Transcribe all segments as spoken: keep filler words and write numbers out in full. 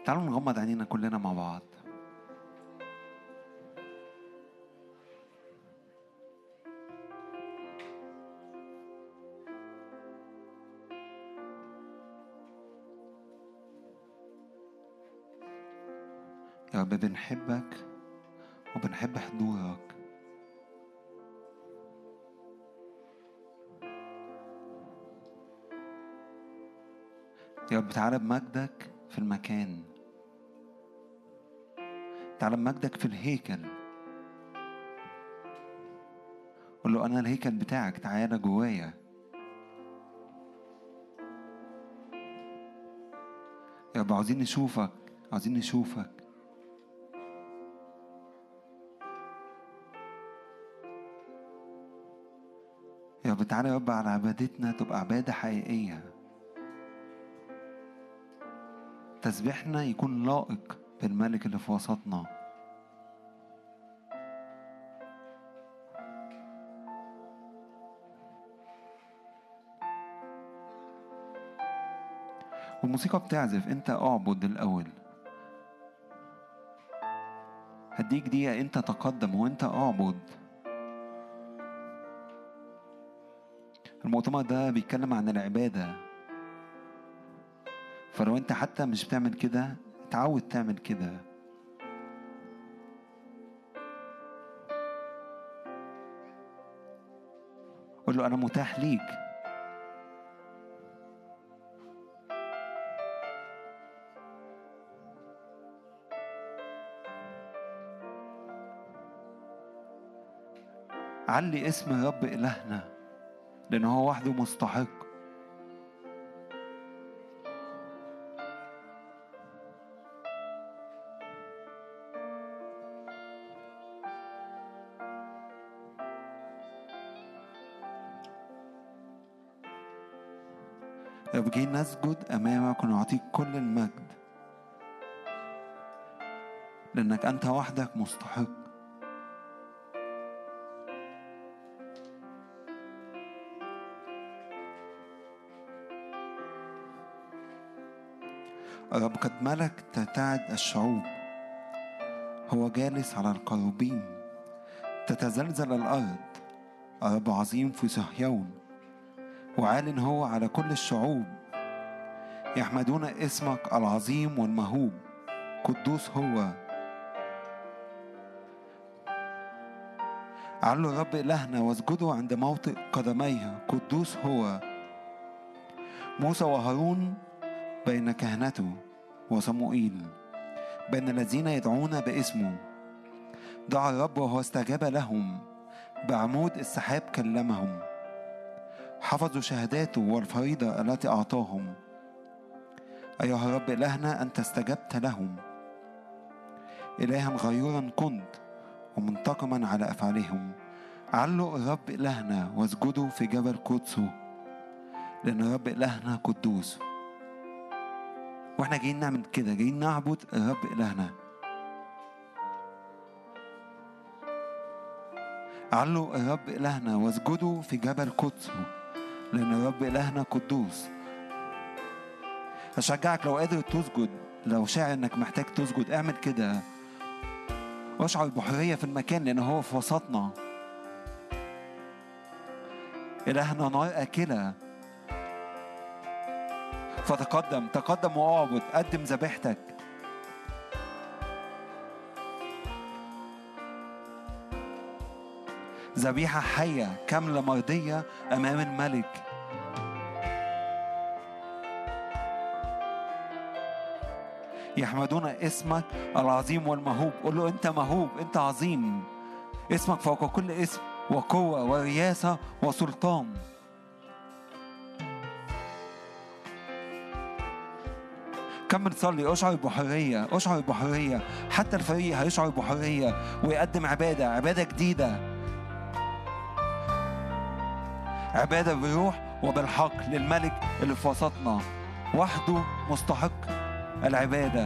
تعالوا نغمض عينينا كلنا مع بعض. يا رب بنحبك وبنحب حضورك. يا رب تعالى بمجدك في المكان، تعالى بمجدك في الهيكل. قول له أنا الهيكل بتاعك، تعالى جوايا. يا رب عاوزين نشوفك، عاوزين نشوفك. يا رب تعالى يا رب على عبادتنا تبقى عبادة حقيقية. تسبيحنا يكون لائق بالملك اللي في وسطنا. والموسيقى بتعزف، انت اعبد الاول. هديك دقيقة انت تقدم وانت اعبد. المؤتمر ده بيتكلم عن العبادة، فلو انت حتى مش بتعمل كده اتعود تعمل كده. قول له انا متاح ليك. علي اسم الرب إلهنا لأنه هو وحده مستحق. يبقى نسجد أمامك ونعطيك كل المجد لأنك أنت وحدك مستحق. الرب قد ملك ترتعد الشعوب، هو جالس على القروبين تتزلزل الأرض. الرب عظيم في صهيون وعال هو على كل الشعوب. يحمدون اسمك العظيم والمهوب، قدوس هو. علوا الرب إلهنا واسجدوا عند موطئ قدميه، قدوس هو. موسى وهارون بين كهنته وصموئيل بين الذين يدعون باسمه. دعا الرب وهو استجاب لهم، بعمود السحاب كلمهم. حفظوا شهاداته والفريضة التي أعطاهم. أيها الرب إلهنا أنت استجبت لهم. إلها غيورا كنت ومنتقما على أفعالهم. علوا الرب إلهنا واسجدوا في جبل قدسه لأن الرب إلهنا قدوس. واحنا جايين نعمل كده، جايين نعبد الرب إلهنا. علوا الرب إلهنا واسجدوا في جبل قدسه لأن الرب إلهنا قدوس. أشجعك لو قادر تسجد، لو شاعر إنك محتاج تسجد اعمل كده. واشعر بحرية في المكان لأن هو في وسطنا. إلهنا نار أكلة، فتقدم تقدم واعبد. قدم ذبيحتك. ذبيحة حية كاملة مرضية أمام الملك. يحمدون اسمك العظيم والمهوب. قل له أنت مهوب، أنت عظيم. اسمك فوق كل اسم وقوة ورياسة وسلطان. كمل صلي. اشعر بحرية، اشعر بحرية. حتى الفريق هيشعر بحرية ويقدم عبادة، عبادة جديدة، عبادة بروح وبالحق للملك اللي في وسطنا. وحده مستحق العبادة.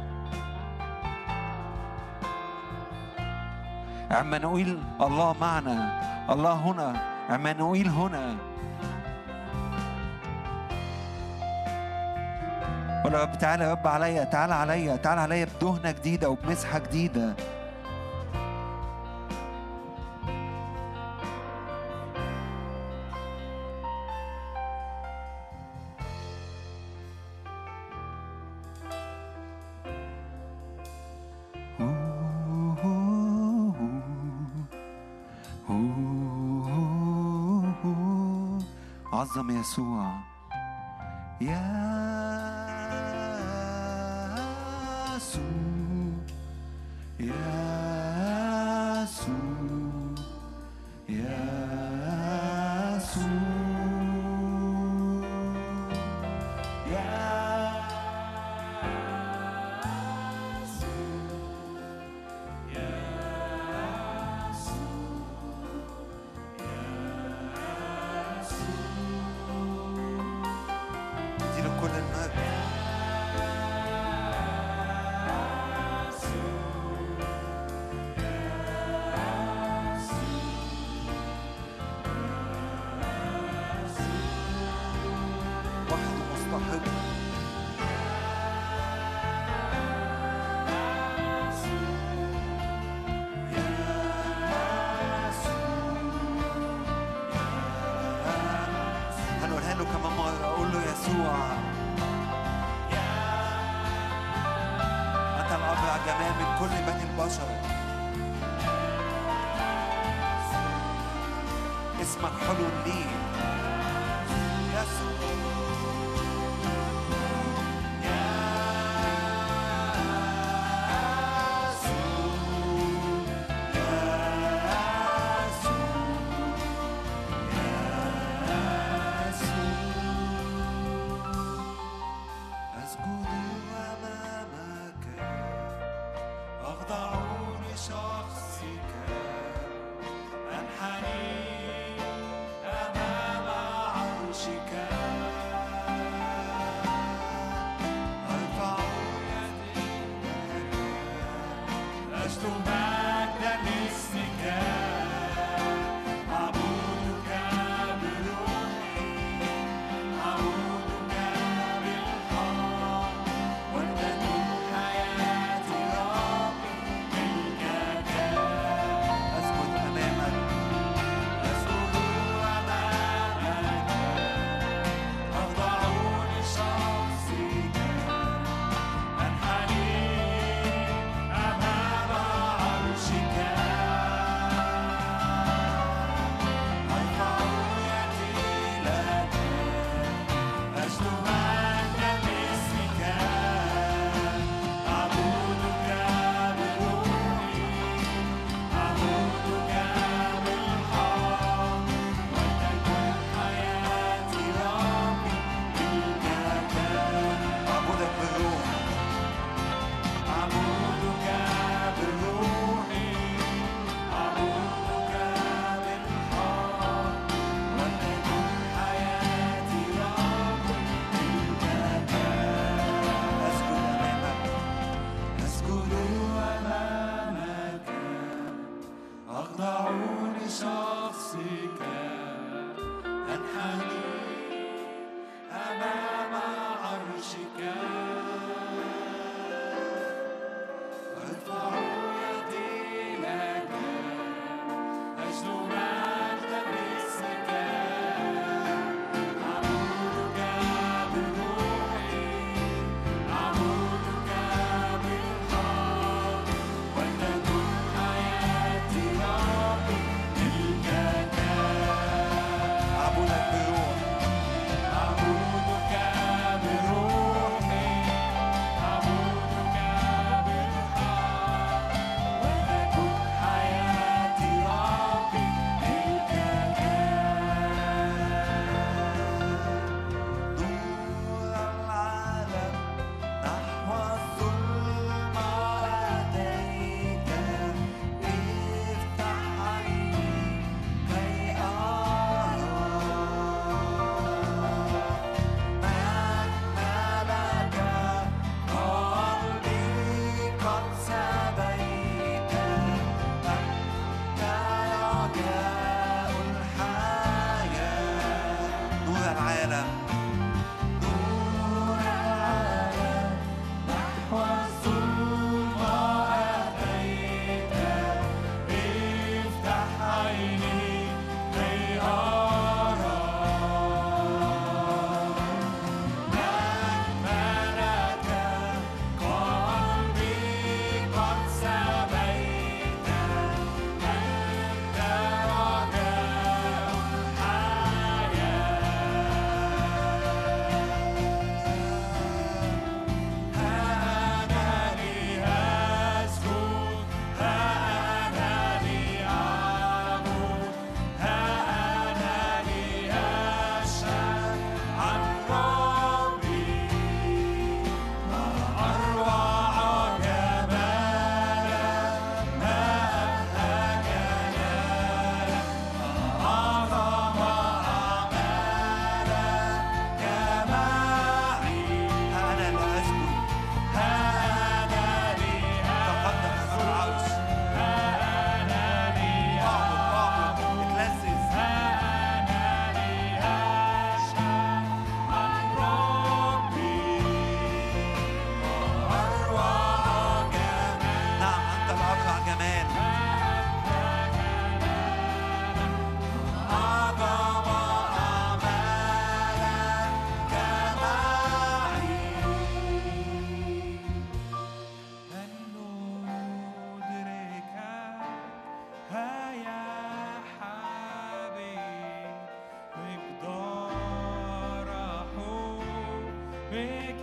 عمانوئيل الله معنا، الله هنا، عمانوئيل هنا. ولا رب تعالى يا رب عليا، تعالى عليا، تعالى عليا بدهنة جديدة وبمسحة جديدة. عظم يسوع يا أنحني أمام عرشك.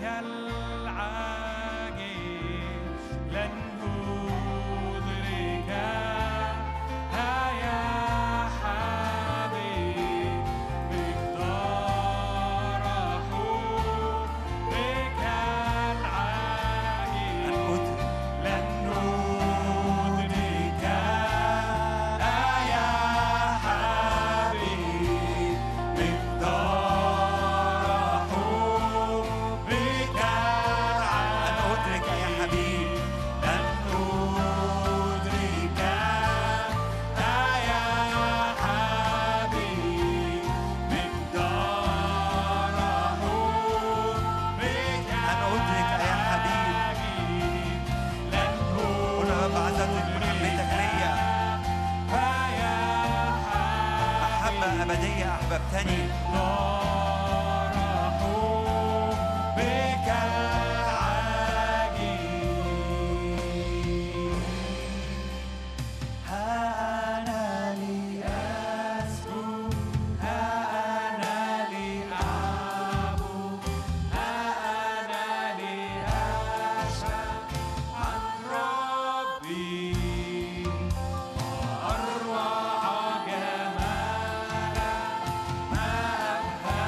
أروع جمالا ما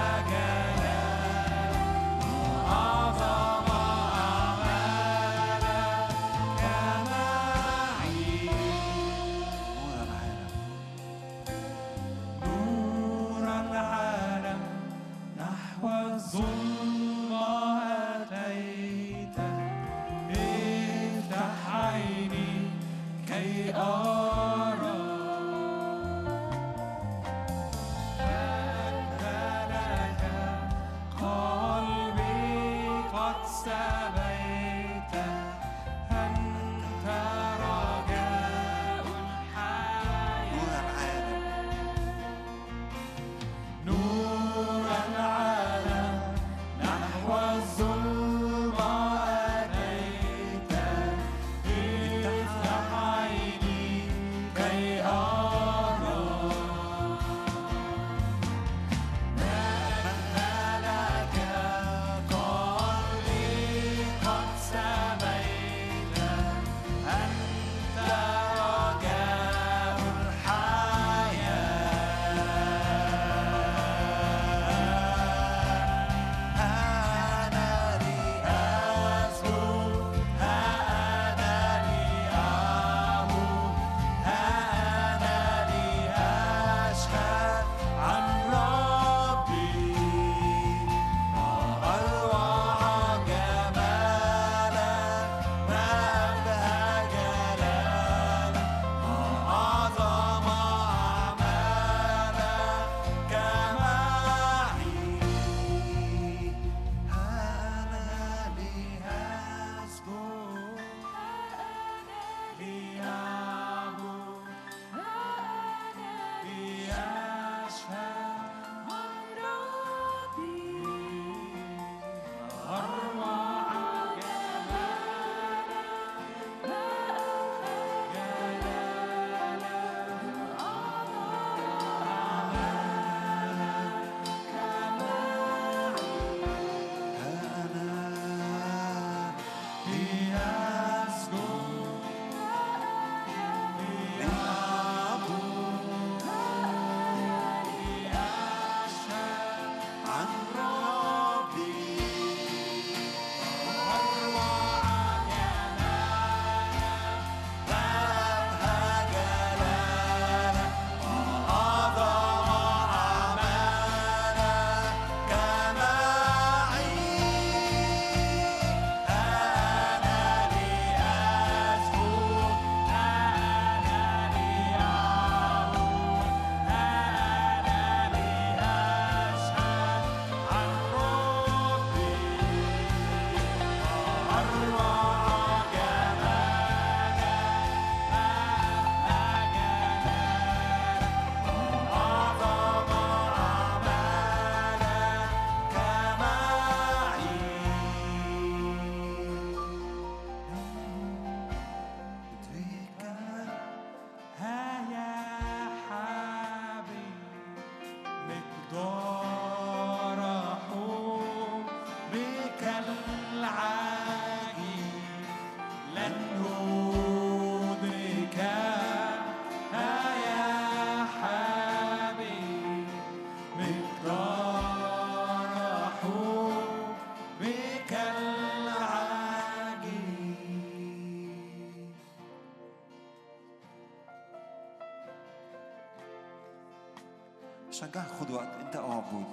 شجعك خد وقت، انت اعبد،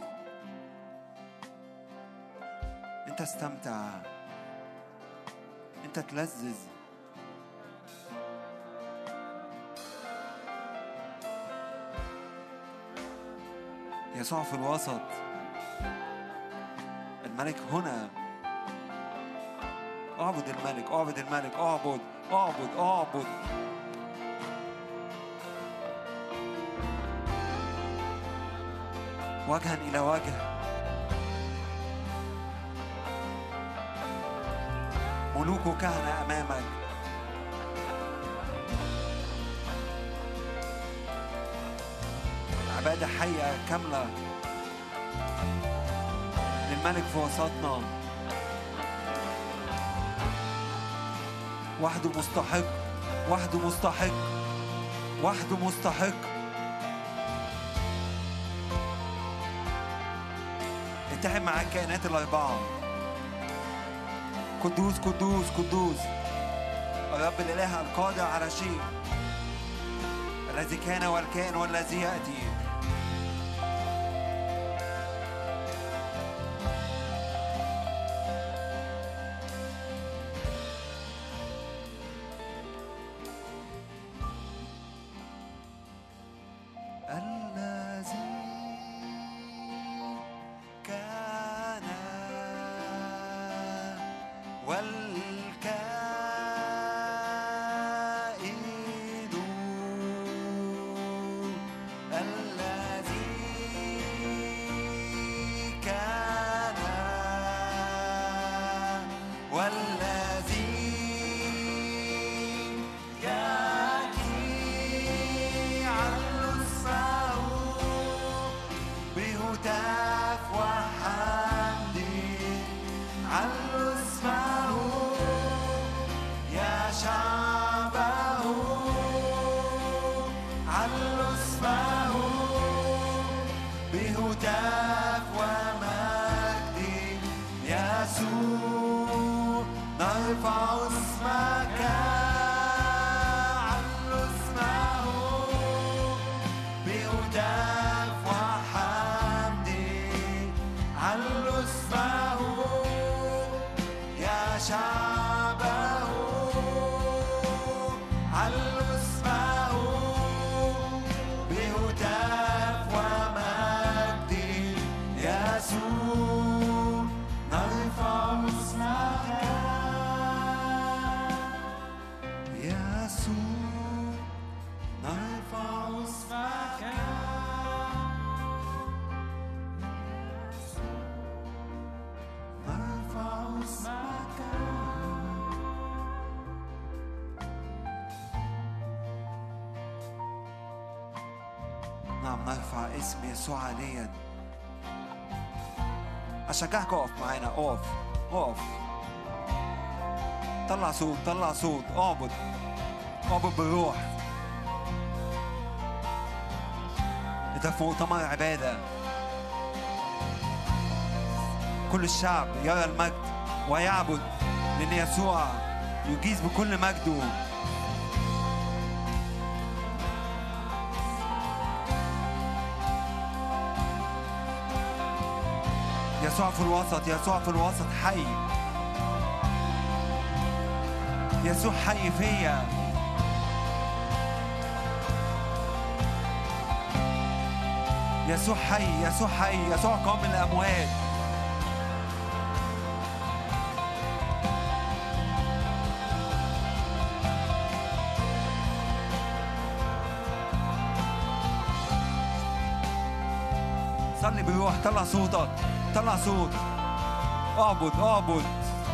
انت استمتع، انت تلذذ. يسوع في الوسط، الملك هنا. اعبد الملك، اعبد الملك، اعبد اعبد اعبد. وجها إلى وجه، ملوك كهنة أمامك. عبادة حية كاملة للملك في وسطنا، وحده مستحق، وحده مستحق، وحده مستحق. اتحد مع الكائنات الأربعة. قدوس قدوس قدوس الرب الإله القادر على شيء، الذي كان والكائن والذي يأتي. يسوع عليا. أشجعك أقف معانا، أقف أقف، طلع صوت طلع صوت، أعبد أعبد بالروح. أنت في مؤتمر عبادة، كل الشعب يرى المجد ويعبد، لأن يسوع يجيز بكل مجده. يسوع في الوسط، يسوع في الوسط حي، يسوع حي فيا. يسوع حي، يسوع حي، يسوع قام من الأموات. صلي بالروح، طلع صوتك، طلع صوت، اعبد اعبد.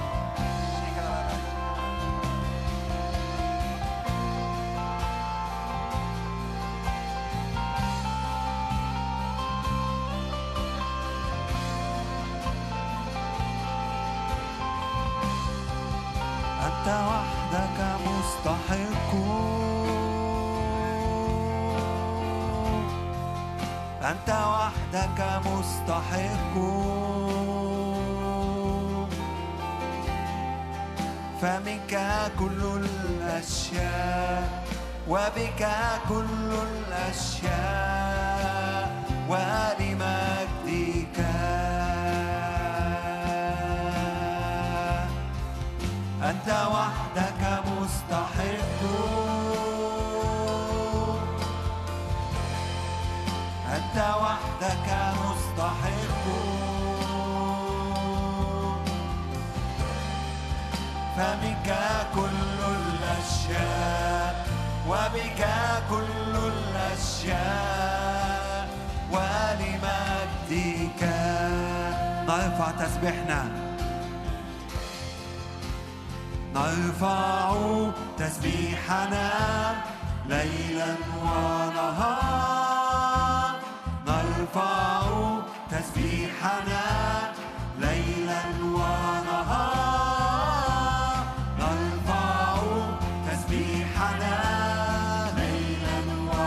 أنت وحدك مستحق، أنت وحدك مستحق، فمنك كل الأشياء وبك كل الأشياء، ولمجدك. أنت وحدك مستحق، أنت وحدك مستحق، فمنك كل الأشياء وبك كل الأشياء ولمجدك. نرفع تسبيحنا، نرفع تسبيحنا ليلا ونهار، نرفع تسبيحنا ليلا ونهار، نرفع تسبيحنا ليلا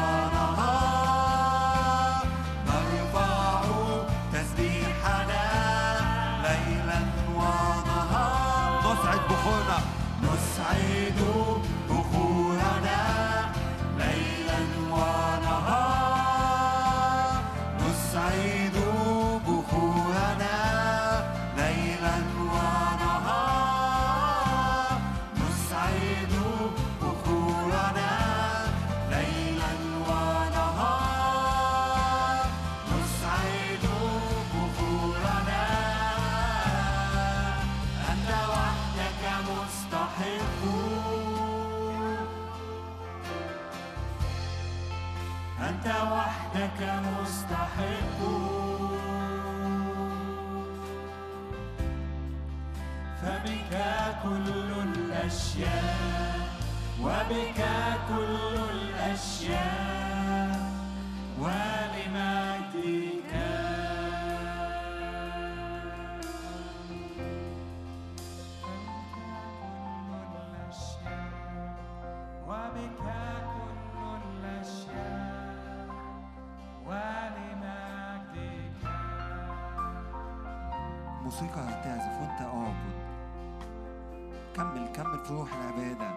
ونهار، نرفع تسبيحنا ليلا ونهار. نسعد بخورنا، نسعد بخورنا ليلا ونهار، نسعد بخورنا ليلا ونهار، نسعد بخورنا ليلا ونهار، نسعد بخورنا. أنت وحدك مستحق، أنت وحدك مستحق، فبك كل الأشياء وبك كل الأشياء ولمجدك. وبك كل الأشياء ولمجدك. موسيقى هتعزف وانت اعبد، كمل كمل في روح العبادة.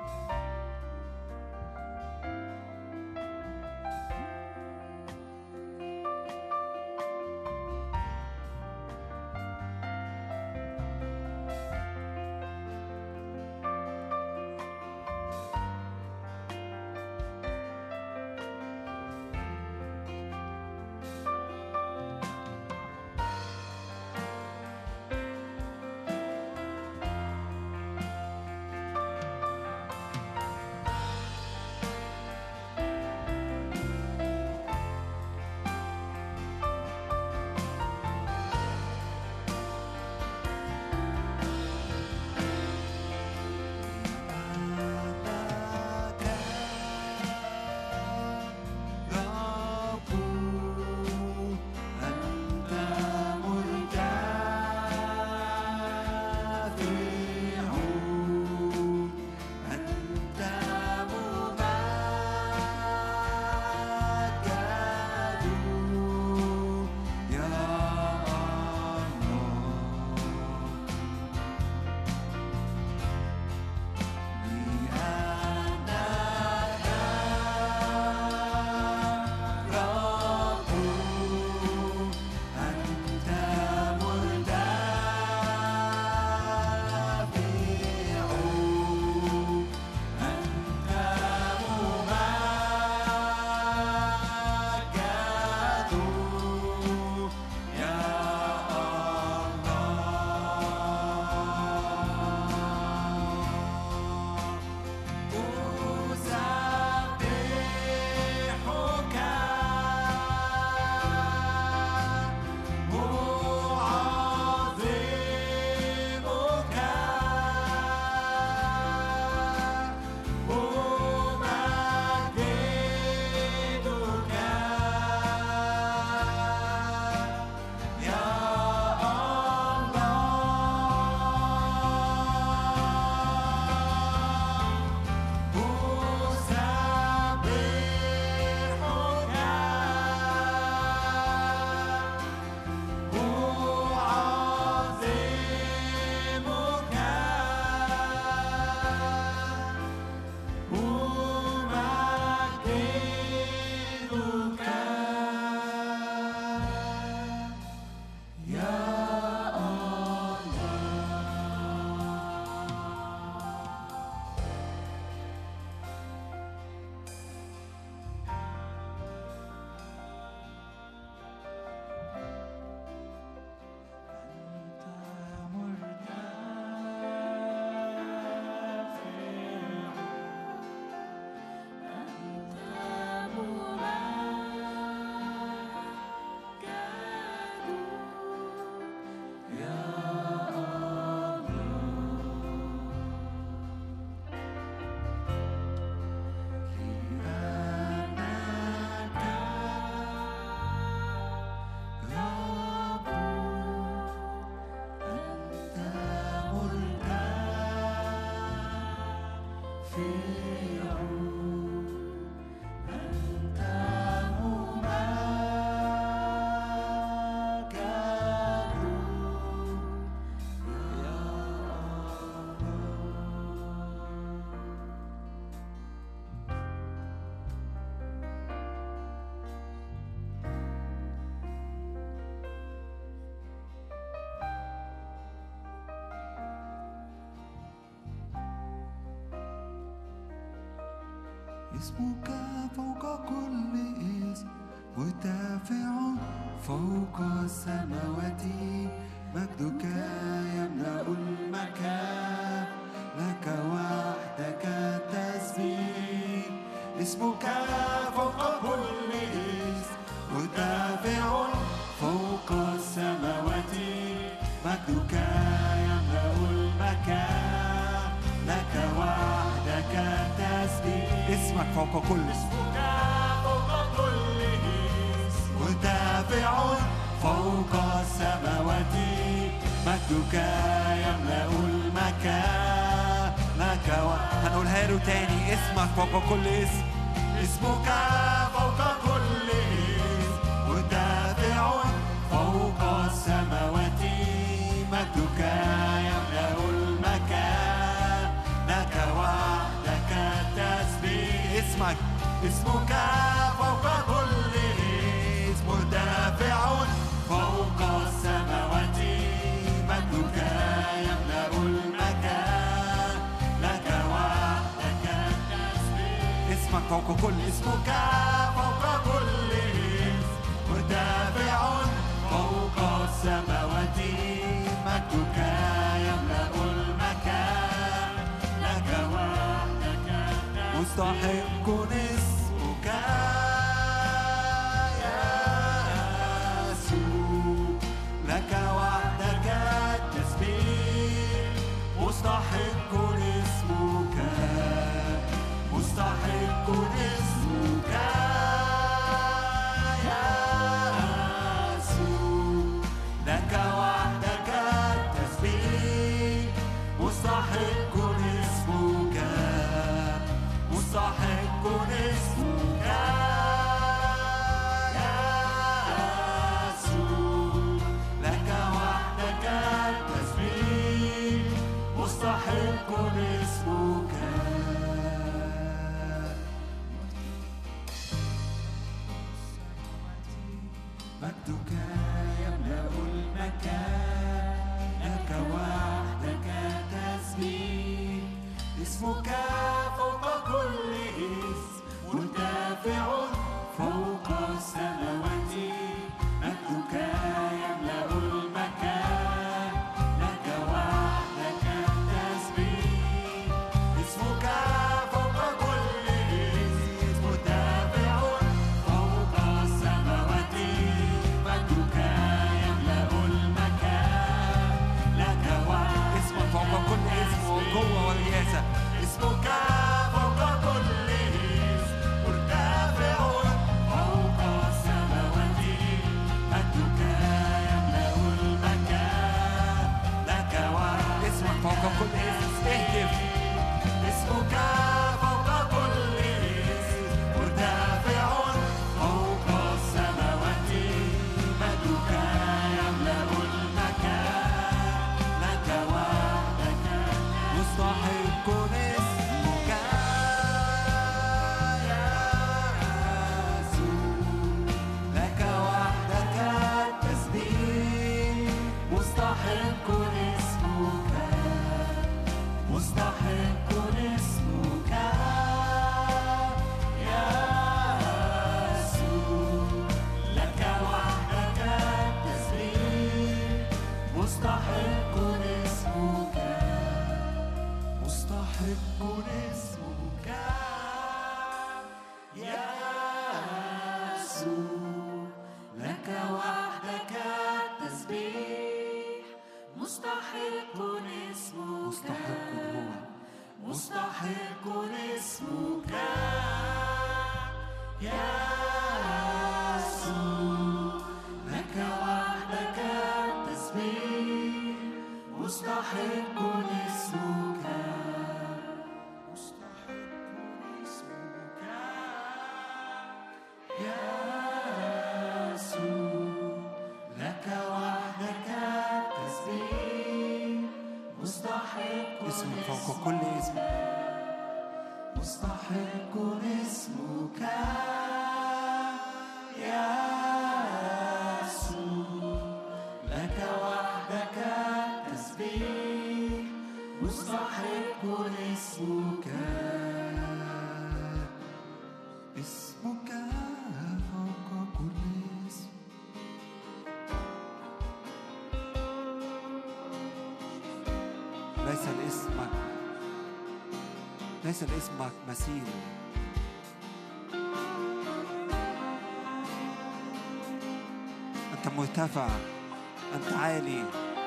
اسمك فوق كل اسم مرتفع فوق السماوات مجدك يملأ المكان لك وحدك التسبيح اسمك فوق كل اسم مرتفع فوق السماوات مجدك يملأ المكان لك وحدك التسبيح اسمك فوق كل اسمك فوق كل اسم مرتفع فوق السماوات مجدك يملأ المكان لك و... هنقولها له تاني اسمك فوق كل اسم اسمك فوق كل اسم مرتفع فوق السماوات مجدك يملأ المكان لك وحدك التسبيح اسمك اسمك فوق كل اسم مرتفع فوق السماوات مجدك يملأ المكان لك وحدك التسبيح اسمك فوق كل اسمك فوق كل اسم مرتفع فوق السماوات مجدك يملأ المكان لك وحدك مستحق اسمك يا يسوع لك وحدك التسبيح مستحق اسمك مستحق اسمك يا يسوع لك وحدك التسبيح مستحق اسمك مستحق اسمك يا يسوع لك وحدك التسبيح مستحق اسمك مجدك يملأ المكان لك وحدك تسبيح اسمك فوق كل اسم مرتفع فوق السماوات مجدك يملأ المكان لك وحدك تسبيح اسمك فوق كل اسم مرتفع فوق السماوات مجدك يملأ المكان لك وحدك اسمك فوق كل اسم والقوة والرياسة اسمك اسمك فوق كل اسم. مستحق اسمك يا يسوع، لك وحدك تسبيح. مستحق اسمك، اسمك فوق كل اسم. ليس لاسمك ليس لاسمك مثيل. أنت مرتفع، أنت عالي.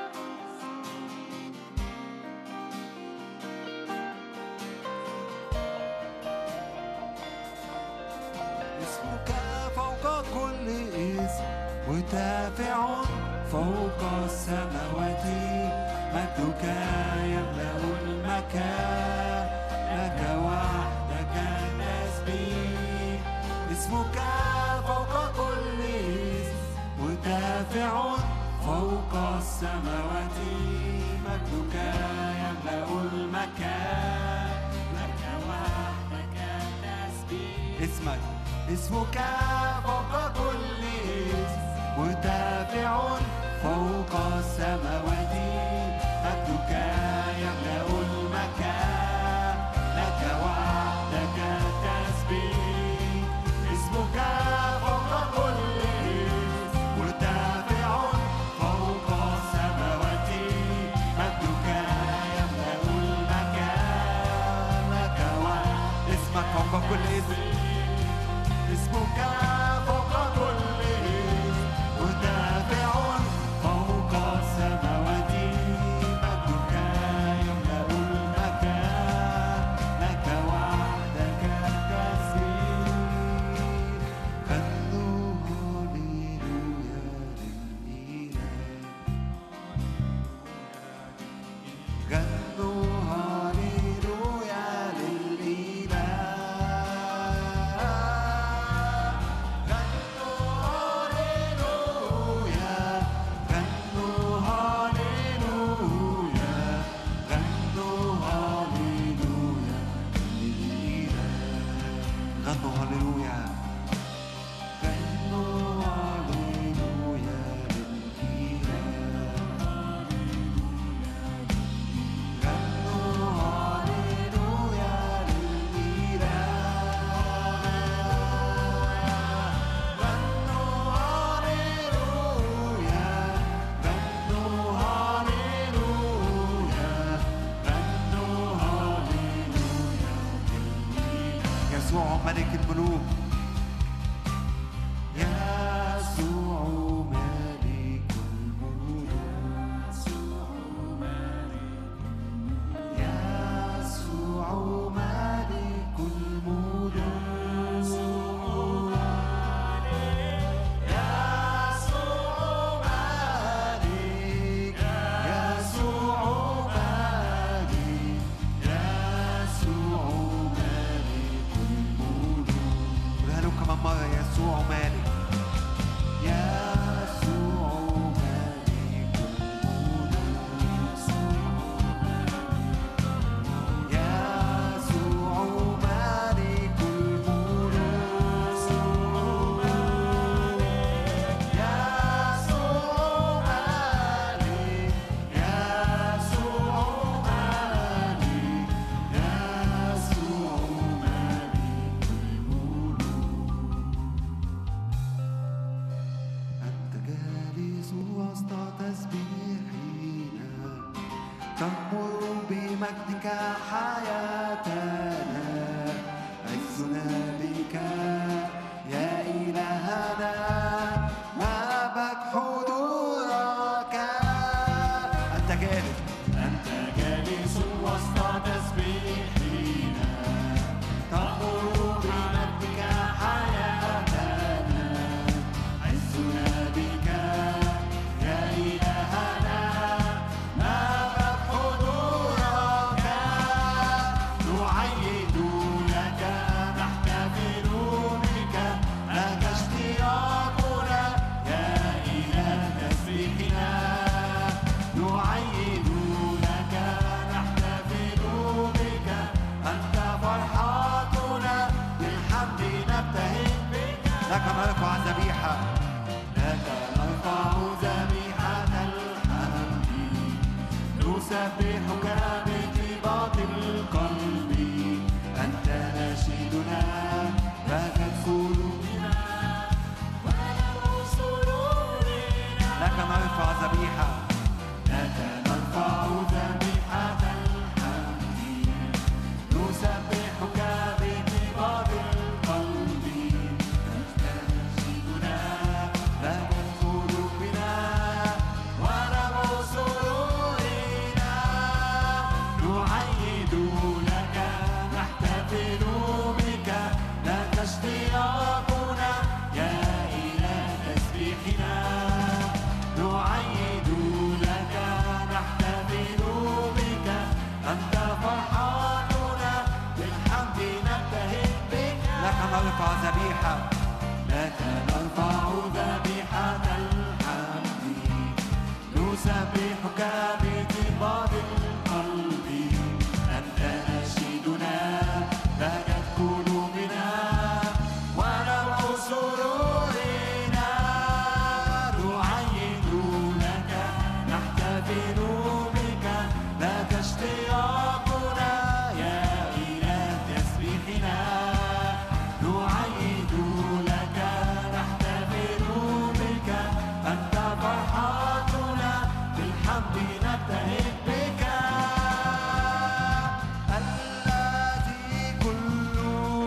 اسمك فوق كل اسم، مرتفع فوق السماوات. مجدك يملأ المكان، لك وحدك التسبيح. اسمك فوق كل اسم، مرتفع فوق السماوات. مجدك يملأ المكان، لك وحدك التسبيح. اسمك اسمك فوق كل اسم، مرتفع فوق السماوات. مجدك يملأ المكان، لك وحدك التسبيح. اسمك فوق كل اسم، مرتفع فوق السماوات. مجدك يملأ المكان، لك وحدك. اسمك فوق كل اسم، اسمك فوق كل اسم، مرتفع فوق السماوات. مجدك يملأ المكان، لك وحدك التسبيح. غنوا هاليلويا للإله، غنوا هاليلويا للإله. ملك الملوك، يسوع ملك الملوك، يسوع ملك الملوك، يسوع ملك، يسوع ملك، يسوع كمان مرة. يسوع مالك، يسوع مالك الملوك، يسوع مالك الملوك، يسوع مالك، يسوع مالك، يسوع مالك، يسوع مالك الملوك. وسط تسبيحنا تمر بمجدك حياتنا، عزنا بك يا إلهنا، نبك حضورك. أنت جالس، أنت جالس وسط تسبيحنا تمر بمجدك حياتنا، عزنا بك يا إلهنا، نبك حضورك. نعيد لك، نحتفل بك، لك اشتياق بطيبة القلب أنت ناشدنا بكت قلوبنا ولو سرورنا لك نرفع ذبيحة لك نرفع ذبيحة الحمد نسبحك بطيبة القلب أنت ناشدنا بكت قلوبنا ولو سرورنا نعيد لك نحتفل بك لك اشتياقنا يا إله تسبيحنا نعيد لك نحتفل بك أنت فرحاتنا بالحمد نبتهج بك لك نرفع ذبيحة لك نرفع ذبيحة الحمد نسبحك بطيبة القلب أنت ناشدنا بكت قلوبنا ونبع سرورنا نعيد لك نحتفل بك لك اشتياقنا يا إله تسبيحنا نعيد لك نحتفل بك أنت فرحاتنا بالحمد نبتهج بك الذي كل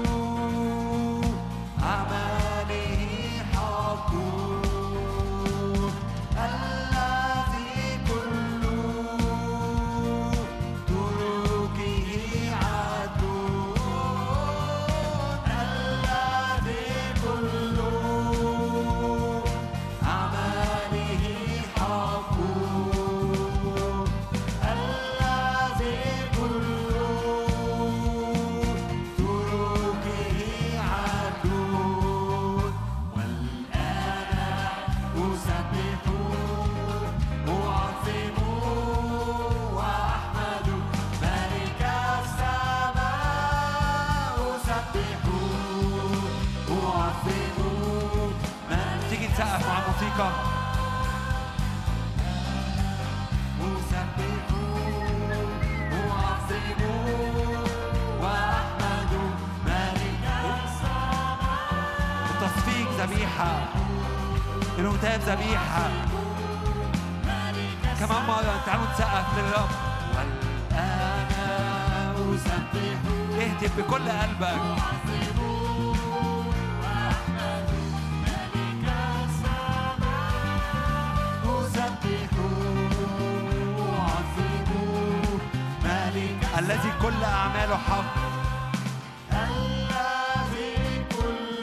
أعماله حق الذي كل تركه عدل الذي كل أعماله حق الذي كل تركه عدل والآن أسبح أعظم وأحمد ملك السماء أسبح أعظم ملك تيجي نسقف مع الموسيقى أسبح أعظم وأحمد ملك السماء التصفيق ذبيحة الهتاف ذبيحة كمان مرة تعالوا نسقف للرب والآن أسبح اهتف بكل قلبك أعظم وأحمد ملك السماء أسبح أعظم ملك الذي كل أعماله حق الذي كل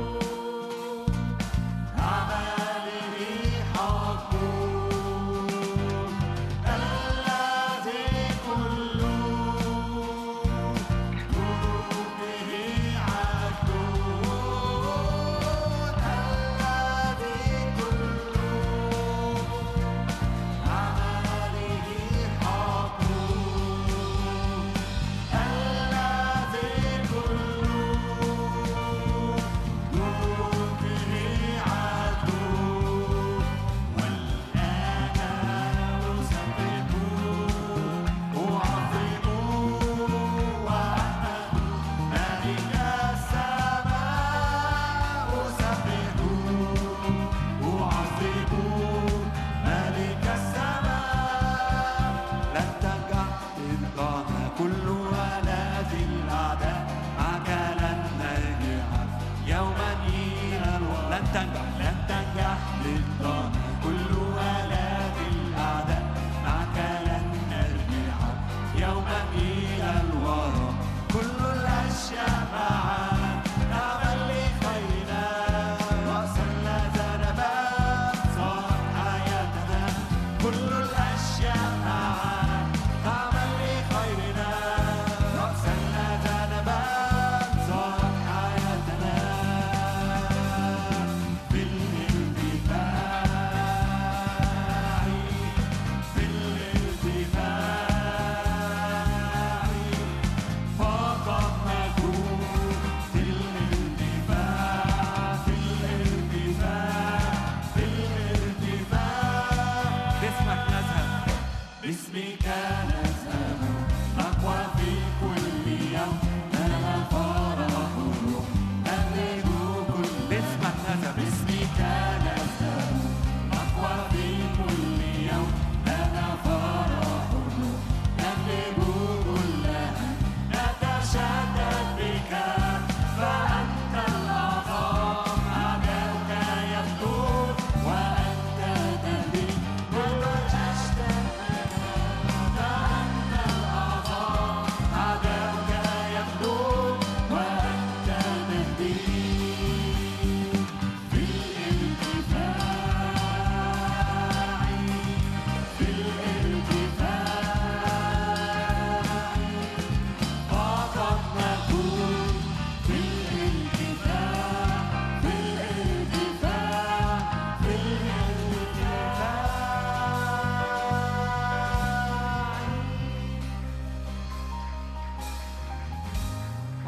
أعماله حق الذي كل تركه عدل الذي كل أعماله حق الذي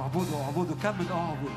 اعبده اعبده كمل اعبد.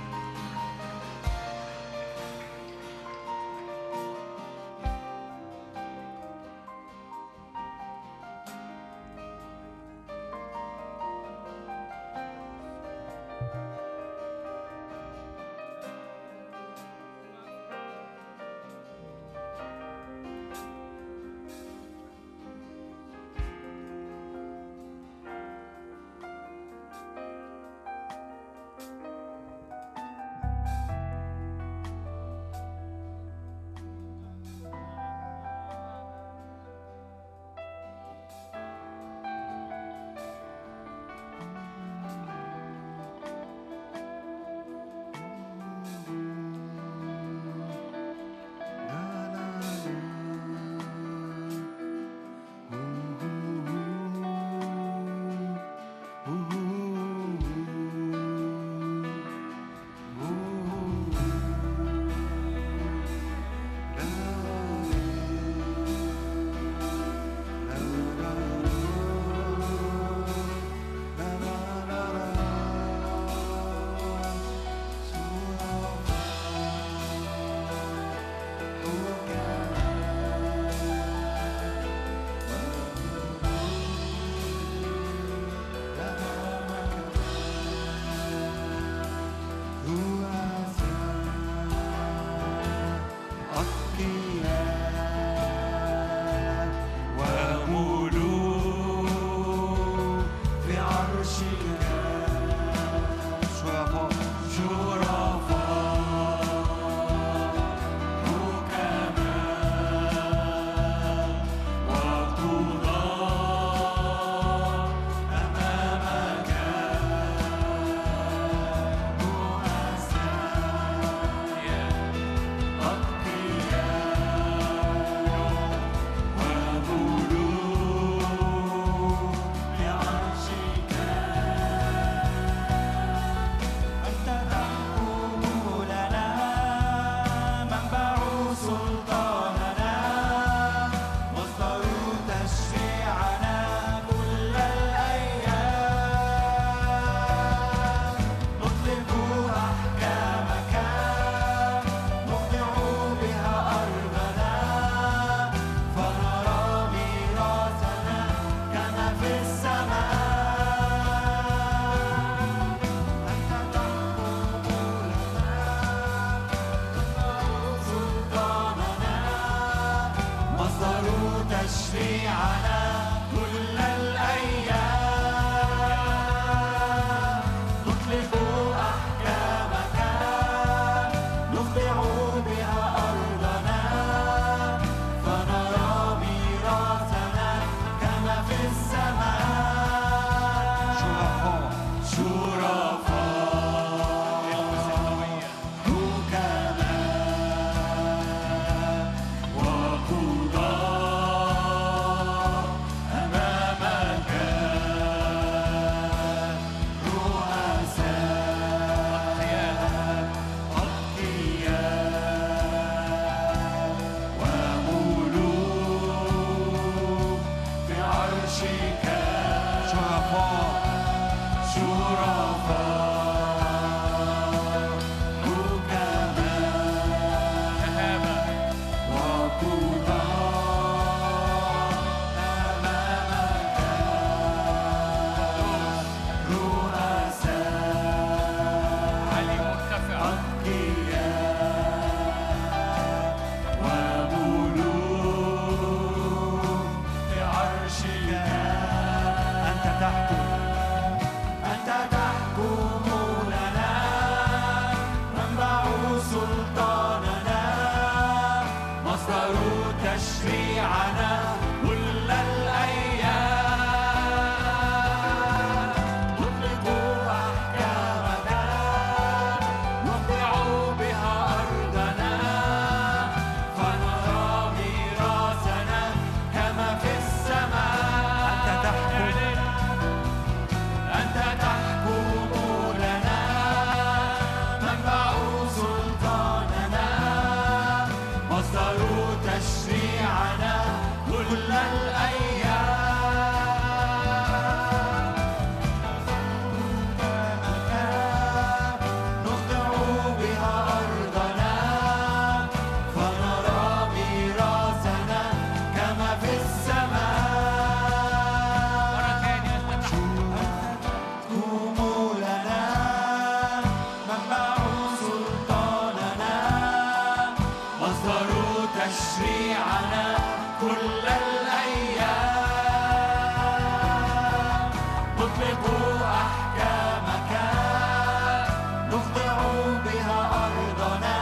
نطلق أحكامك نخضع بها أرضنا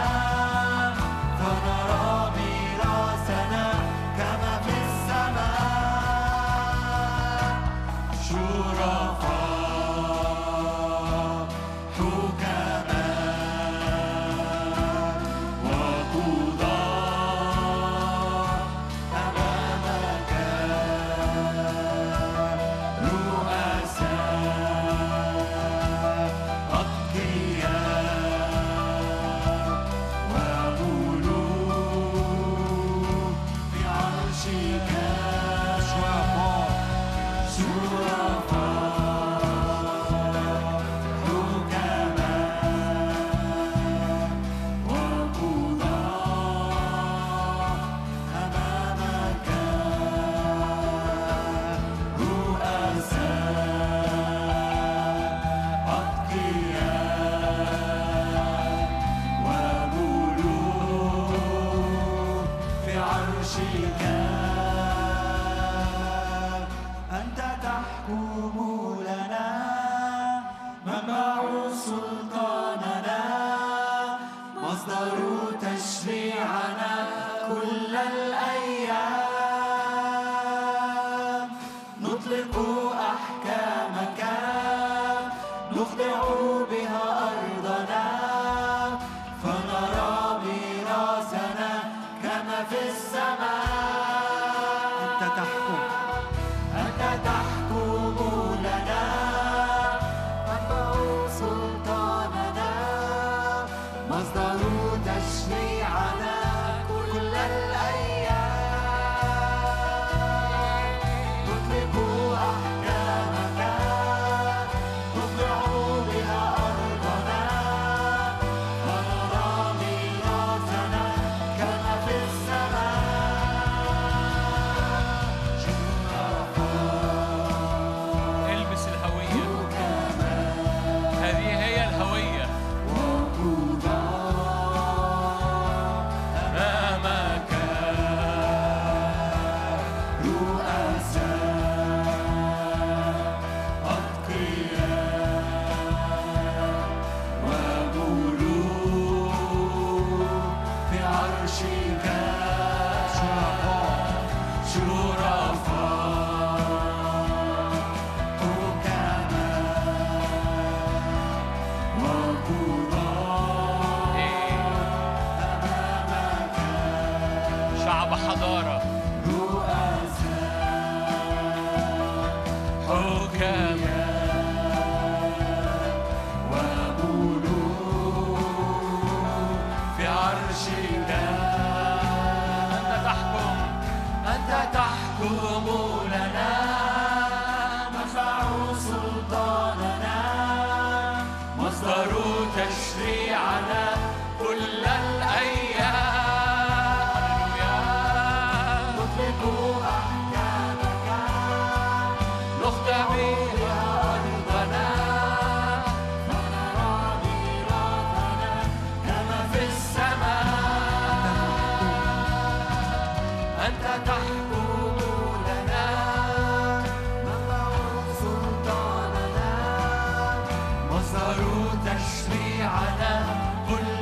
فنرى ميراثنا كما في السماء شرفاء حكماء وقضاء أمامك رؤساء أتقياء وملوك بعرشك شرفاء أنت تحكم لنا منبع سلطاننا مصدر تشريعنا كل الأيام نطلق أحكامك نخضع بها أرضنا فنرى ميراثنا كما في السماء أنت تحكم أنت تحكم لنا منبع سلطاننا مصدر تشريعنا كل الأيام نطلق أحكامك نخضع بها أرضنا ونرى ميراثنا كما في السماء البس الهوية. هذه هي الهوية. أمامك رؤساء أتقياء وملوك بعرشك شرفاء حكماء وقضاء أمامك شعب حضارة. حكماء وملوك في عرشك أنت تحكم. أنت تحكم لنا منبع سلطاننا مصدر تشريعنا كل الأيام نطلق أحكامك نخضع بها أرضنا فنرى ميراثنا كما في السماء أنت تحكم لنا منبع سلطاننا مصدر تشريعنا كل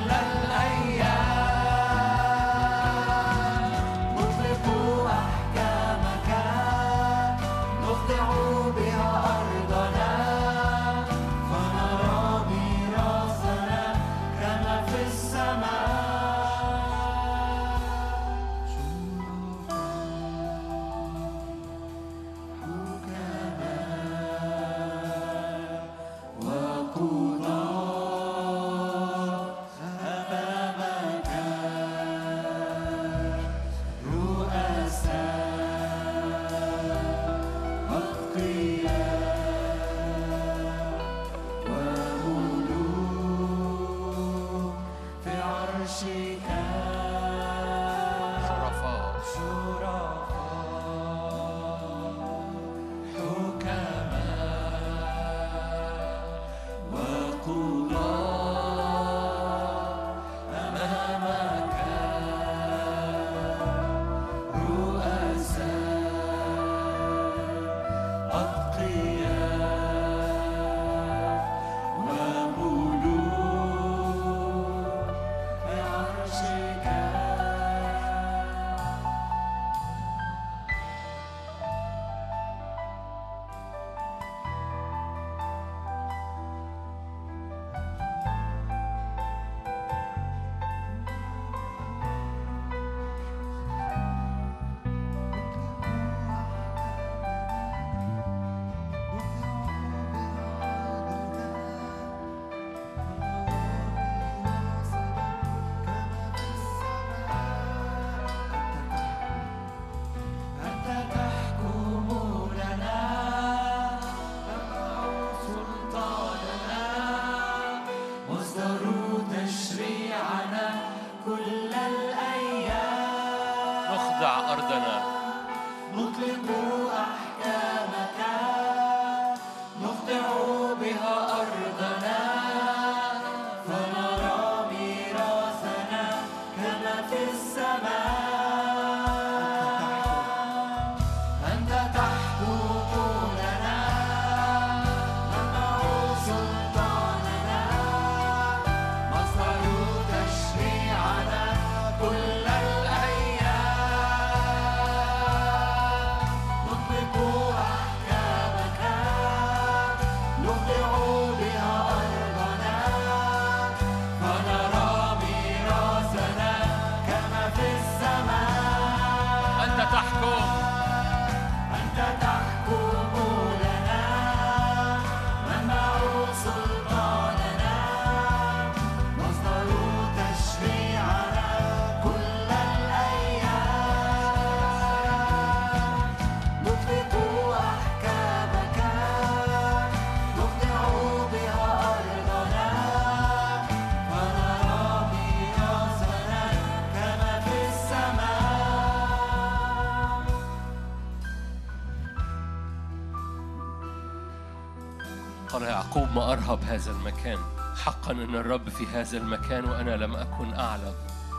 قال يعقوب ما أرهب هذا المكان، حقا أن الرب في هذا المكان وأنا لم أكن أعلم.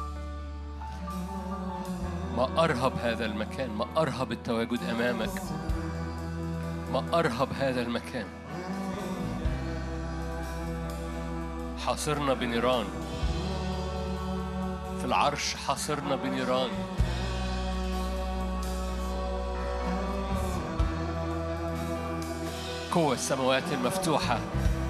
ما أرهب هذا المكان، ما أرهب التواجد أمامك، ما أرهب هذا المكان. حاصرنا بنيران في العرش، حاصرنا بنيران. قوة السماوات المفتوحة،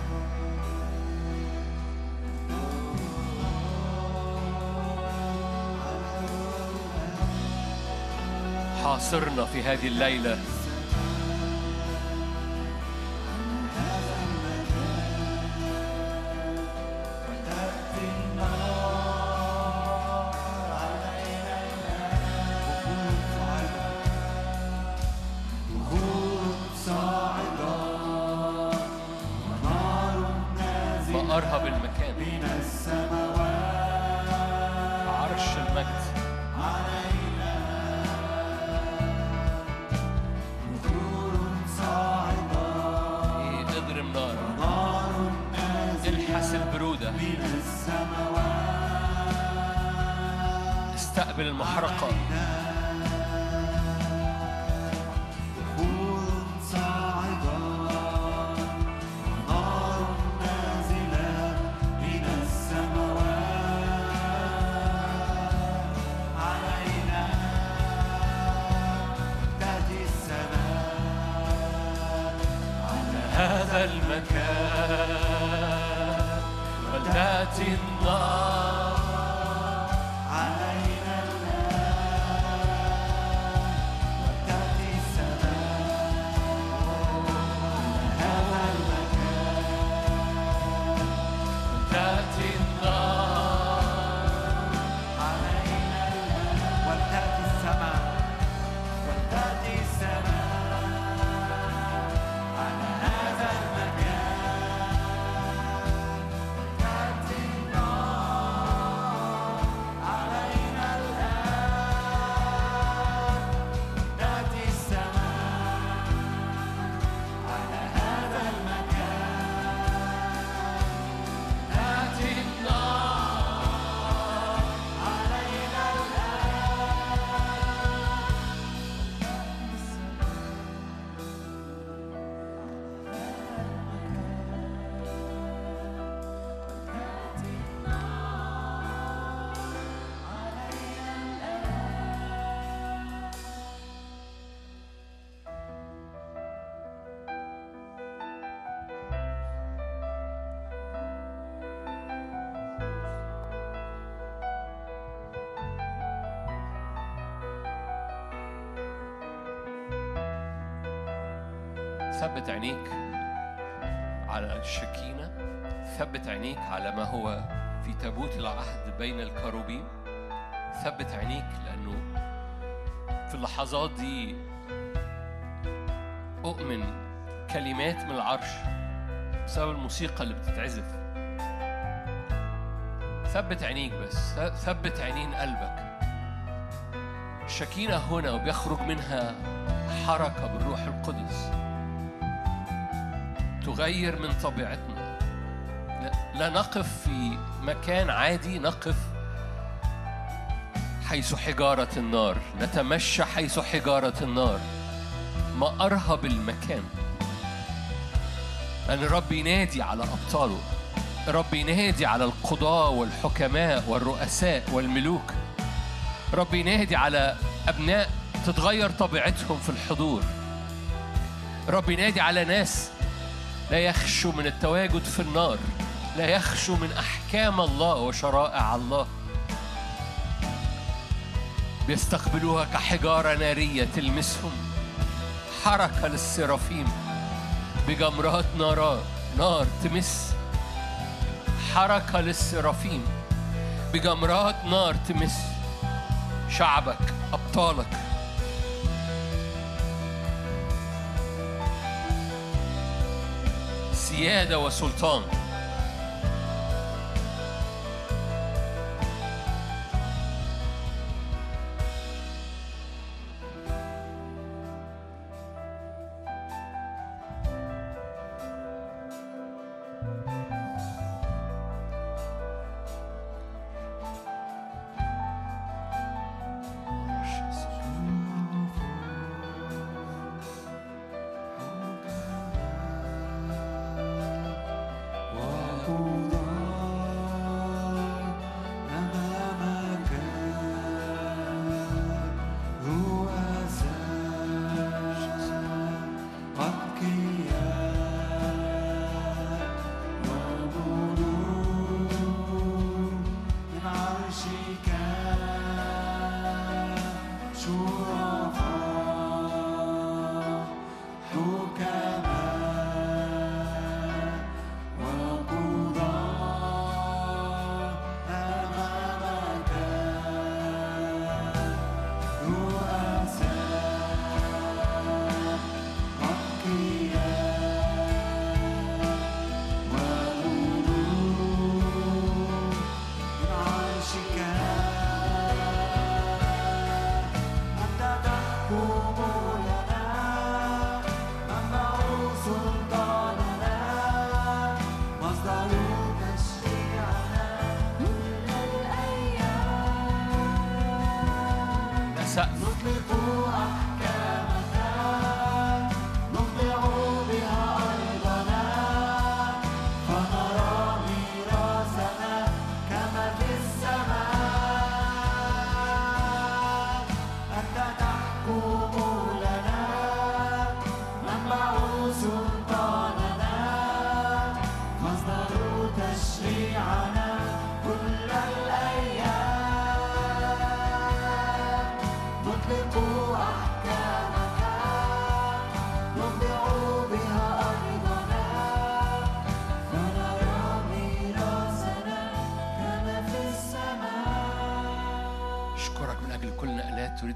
حاصرنا في هذه الليلة. أرهب المكان عرش المجد. اضرب نار، الحس البرودة، استقبل المحرقة. هذا المكان ولتأتي النار علينا الآن، ولتأتي السماء. هذا المكان ولتأتي النار علينا الآن، ولتأتي السماء، ولتأتي السماء. ثبت عينيك على الشكينة، ثبت عينيك على ما هو في تابوت العهد بين الكروبيم. ثبت عينيك لأنه في اللحظات دي أؤمن كلمات من العرش بسبب الموسيقى اللي بتتعزف. ثبت عينيك بس، ثبت عينين قلبك. الشكينة هنا وبيخرج منها حركة بالروح القدس تغير من طبيعتنا. لا نقف في مكان عادي، نقف حيث حجارة النار، نتمشى حيث حجارة النار. ما أرهب المكان، لأن الرب ينادي على أبطاله، الرب ينادي على القضاة والحكماء والرؤساء والملوك. الرب ينادي على أبناء تتغير طبيعتهم في الحضور. الرب ينادي على ناس لا يخشوا من التواجد في النار، لا يخشوا من أحكام الله وشرائع الله. بيستقبلوها كحجارة نارية تلمسهم. حركة للسرافيم بجمرات نار نار تمس. حركة للسرافيم بجمرات نار تمس شعبك، أبطالك. سيادة وسلطان.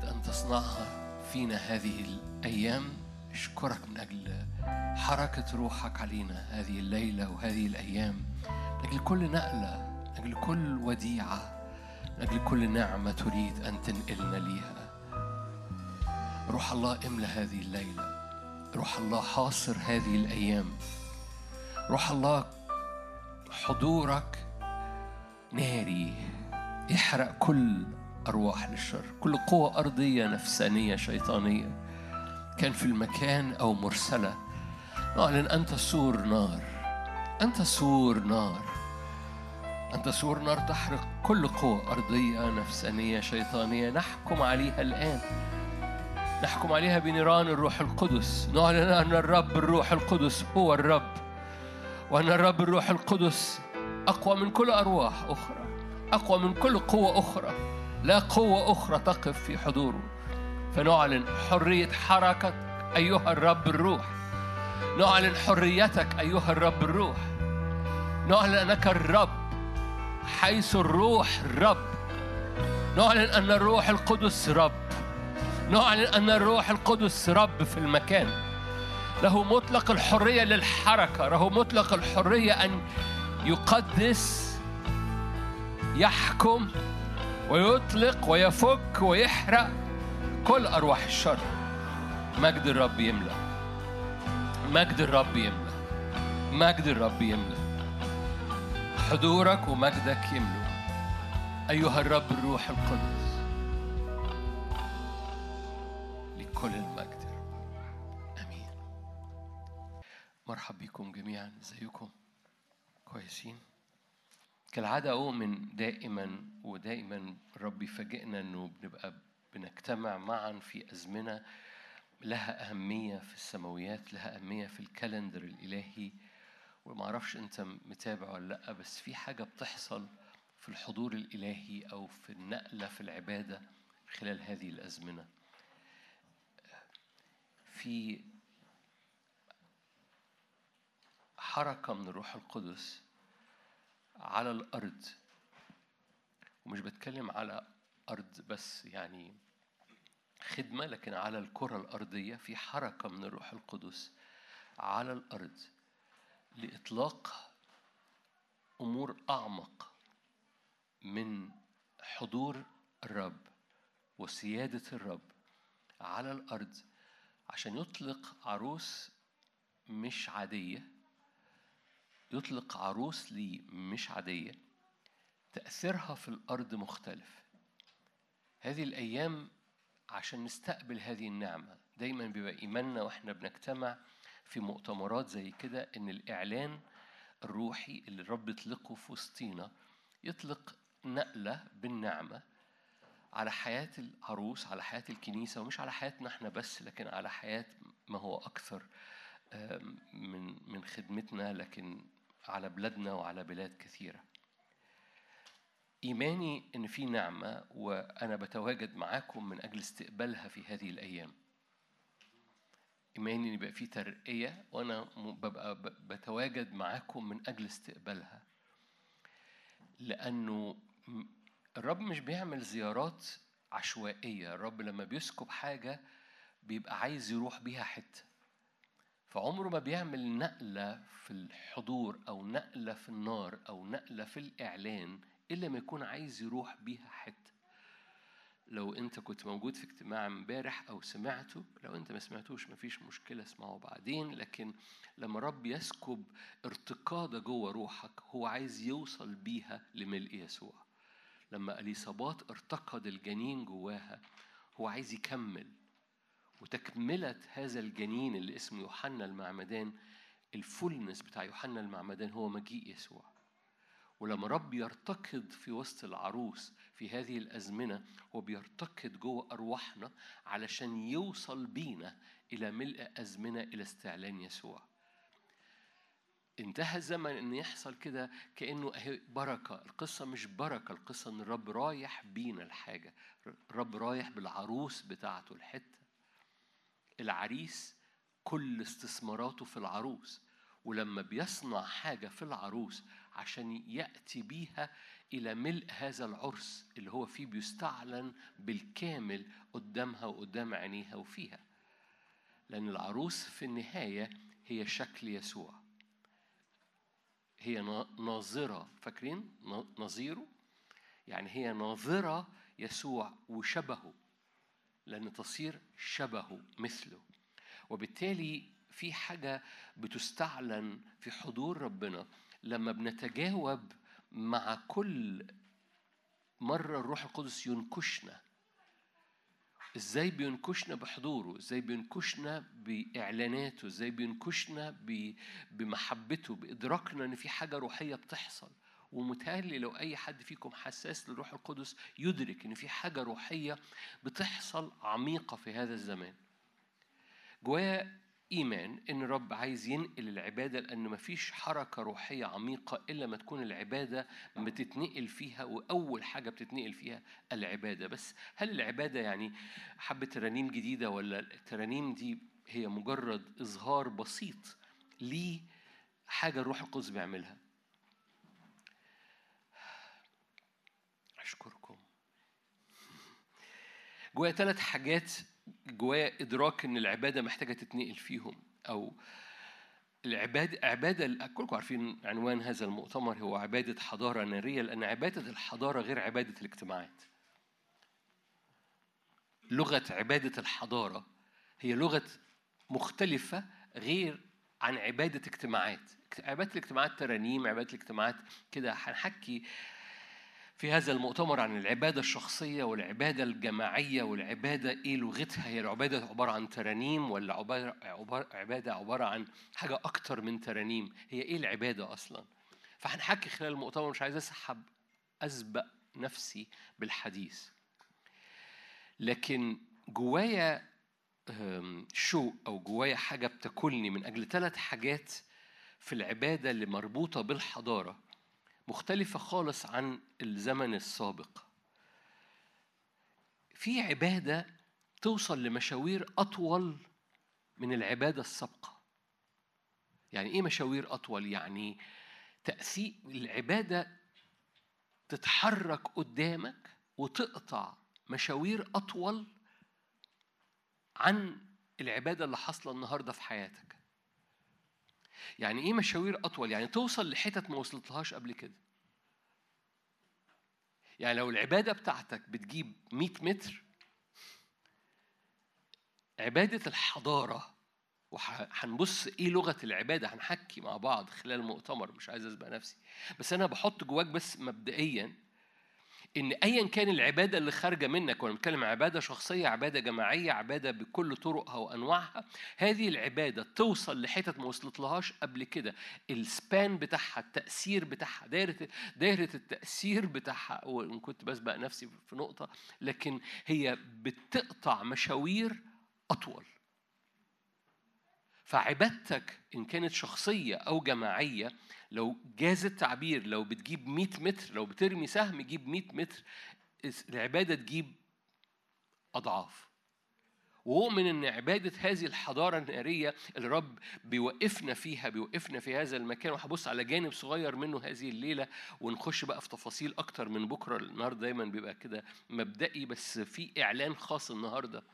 تريد أن تصنعها فينا هذه الأيام. أشكرك من أجل حركة روحك علينا هذه الليلة وهذه الأيام، من أجل كل نقلة، من أجل كل وديعة، من أجل كل نعمة تريد أن تنقلنا ليها. روح الله املأ هذه الليلة، روح الله حاصر هذه الأيام، روح الله حضورك ناري يحرق كل أرواح للشر، كل قوة أرضية نفسانية شيطانية كان في المكان أو مرسلة. نعلن أنت سور نار، أنت سور نار، أنت سور نار تحرق كل قوة أرضية نفسانية شيطانية. نحكم عليها الآن، نحكم عليها بنيران الروح القدس. نعلن أن الرب الروح القدس هو الرب، وأن الرب الروح القدس أقوى من كل أرواح أخرى، أقوى من كل قوة أخرى. لا قوة أخرى تقف في حضوره. فنعلن حرية حركة أيها الرب الروح، نعلن حريتك أيها الرب الروح، نعلن أنك الرب حيث الروح الرب، نعلن أن الروح القدس رب، نعلن أن الروح القدس رب في المكان. له مطلق الحرية للحركة، له مطلق الحرية أن يقدس، يحكم ويطلق ويفك ويحرق كل أرواح الشر. مجد الرب يملأ، مجد الرب يملأ، مجد الرب يملأ، حضورك ومجدك يملأ أيها الرب الروح القدس. لكل المجد. آمين. مرحب بكم جميعا. ازيكم؟ كويسين؟ كالعادة أؤمن دائما ودائما الرب يفاجئنا أنه بنبقى بنجتمع معا في أزمنة لها أهمية في السماويات، لها أهمية في الكالندر الإلهي. وما أعرفش أنت متابع ولا لأ، بس في حاجة بتحصل في الحضور الإلهي أو في النقلة في العبادة خلال هذه الأزمنة. في حركة من الروح القدس على الأرض، ومش بتكلم على أرض بس يعني خدمة، لكن على الكرة الأرضية في حركة من الروح القدس على الأرض لإطلاق أمور أعمق من حضور الرب وسيادة الرب على الأرض، عشان يطلق عروس مش عادية، يطلق عروس لي مش عادية، تأثيرها في الأرض مختلف. هذه الأيام عشان نستقبل هذه النعمة دايما بيبقى إيماننا وإحنا بنجتمع في مؤتمرات زي كده إن الإعلان الروحي اللي الرب يطلقه في وسطينا يطلق نقلة بالنعمة على حياة العروس، على حياة الكنيسة، ومش على حياتنا إحنا بس، لكن على حياة ما هو أكثر من من خدمتنا، لكن على بلادنا وعلى بلاد كثيرة. إيماني إن في نعمة وأنا بتواجد معاكم من أجل استقبالها في هذه الأيام. إيماني إن يبقى في ترقية وأنا ببقى بتواجد معاكم من أجل استقبالها، لأنه الرب مش بيعمل زيارات عشوائية. الرب لما بيسكب حاجة بيبقى عايز يروح بيها حتة، فعمره ما بيعمل نقلة في الحضور أو نقلة في النار أو نقلة في الإعلان إلا ما يكون عايز يروح بيها حتة. لو أنت كنت موجود في اجتماع امبارح أو سمعته، لو أنت ما سمعتوش مفيش مشكلة، اسمعه بعدين. لكن لما رب يسكب ارتقادة جوه روحك هو عايز يوصل بيها لملء يسوع. لما اليصابات ارتقد الجنين جواها هو عايز يكمل، وتكملة هذا الجنين اللي اسمه يوحنا المعمدان، الفولنس بتاع يوحنا المعمدان هو مجيء يسوع. ولما رب يرتقد في وسط العروس في هذه الأزمنة هو بيرتقد جوه أرواحنا علشان يوصل بينا إلى ملء أزمنة إلى استعلان يسوع. انتهى الزمن ان يحصل كده كأنه بركة. القصة مش بركة، القصة ان الرب رايح بينا الحاجة، الرب رايح بالعروس بتاعته الحتة. العريس كل استثماراته في العروس، ولما بيصنع حاجة في العروس عشان يأتي بيها إلى ملء هذا العرس اللي هو فيه بيستعلن بالكامل قدامها وقدام عينيها وفيها. لأن العروس في النهاية هي شكل يسوع، هي ناظرة. فاكرين نظيره؟ يعني هي ناظرة يسوع وشبهه، لأن تصير شبهه مثله. وبالتالي في حاجة بتستعلن في حضور ربنا لما بنتجاوب مع كل مرة الروح القدس ينكشنا. ازاي بينكشنا بحضوره، ازاي بينكشنا بإعلاناته، ازاي بينكشنا بمحبته، بإدراكنا ان في حاجة روحية بتحصل. ومتهيألي لو أي حد فيكم حساس للروح القدس يدرك ان في حاجة روحية بتحصل عميقة في هذا الزمان. جوايا إيمان إن الرب عايز ينقل العبادة، لأن مفيش حركة روحية عميقة إلا ما تكون العبادة بتتنقل فيها، وأول حاجة بتتنقل فيها العبادة. بس هل العبادة يعني حبة ترانيم جديدة، ولا الترانيم دي هي مجرد إظهار بسيط لحاجة الروح القدس بيعملها؟ أشكركم. جوايا ثلاث حاجات، جوايا إدراك إن العبادة محتاجة تتنقل فيهم. أو العبادة عبادة كلكم عارفين عنوان هذا المؤتمر هو عبادة حضارة نارية، لأن عبادة الحضارة غير عبادة الاجتماعات. لغة عبادة الحضارة هي لغة مختلفة غير عن عبادة اجتماعات. عبادة الاجتماعات ترانيم، عبادة الاجتماعات كده. هنحكي في هذا المؤتمر عن العبادة الشخصية والعبادة الجماعية، والعبادة إيه لغتها. هي العبادة عبارة عن ترانيم، ولا عبادة عبارة عن حاجة أكتر من ترانيم؟ هي إيه العبادة أصلا؟ فهنحكي خلال المؤتمر. مش عايز أسحب أسبق نفسي بالحديث، لكن جوايا شوق أو جوايا حاجة بتاكلني من أجل ثلاث حاجات في العبادة اللي مربوطة بالحضارة، مختلفة خالص عن الزمن السابق. في عبادة توصل لمشاوير أطول من العبادة السابقة. يعني إيه مشاوير أطول؟ يعني تأثير العبادة تتحرك قدامك وتقطع مشاوير أطول عن العبادة اللي حصلة النهاردة في حياتك. يعني إيه مشاوير أطول؟ يعني توصل لحتت ما وصلتلهاش قبل كده. يعني لو العبادة بتاعتك بتجيب مئة متر، عبادة الحضارة، وهنبص إيه لغة العبادة، هنحكي مع بعض خلال المؤتمر. مش عايز أسبق نفسي، بس أنا بحط جواك بس مبدئياً إن أياً كان العبادة اللي خارجة منك، وأنا بتكلم عبادة شخصية، عبادة جماعية، عبادة بكل طرقها وأنواعها، هذه العبادة توصل لحتت ما وصلتلهاش قبل كده. السبان بتاعها، التأثير بتاعها، دائرة دائرة التأثير بتاعها. وإن كنت بسبق نفسي في نقطة، لكن هي بتقطع مشاوير أطول. فعبادتك إن كانت شخصية أو جماعية، لو جاز التعبير، لو بتجيب مئة متر، لو بترمي سهم يجيب مئة متر، العبادة تجيب أضعاف. وأؤمن أن عبادة هذه الحضارة النارية اللي رب بيوقفنا فيها، بيوقفنا في هذا المكان. وهبص على جانب صغير منه هذه الليلة، ونخش بقى في تفاصيل أكتر من بكرة. النهاردة دايما بيبقى كده مبدئي، بس في إعلان خاص النهاردة.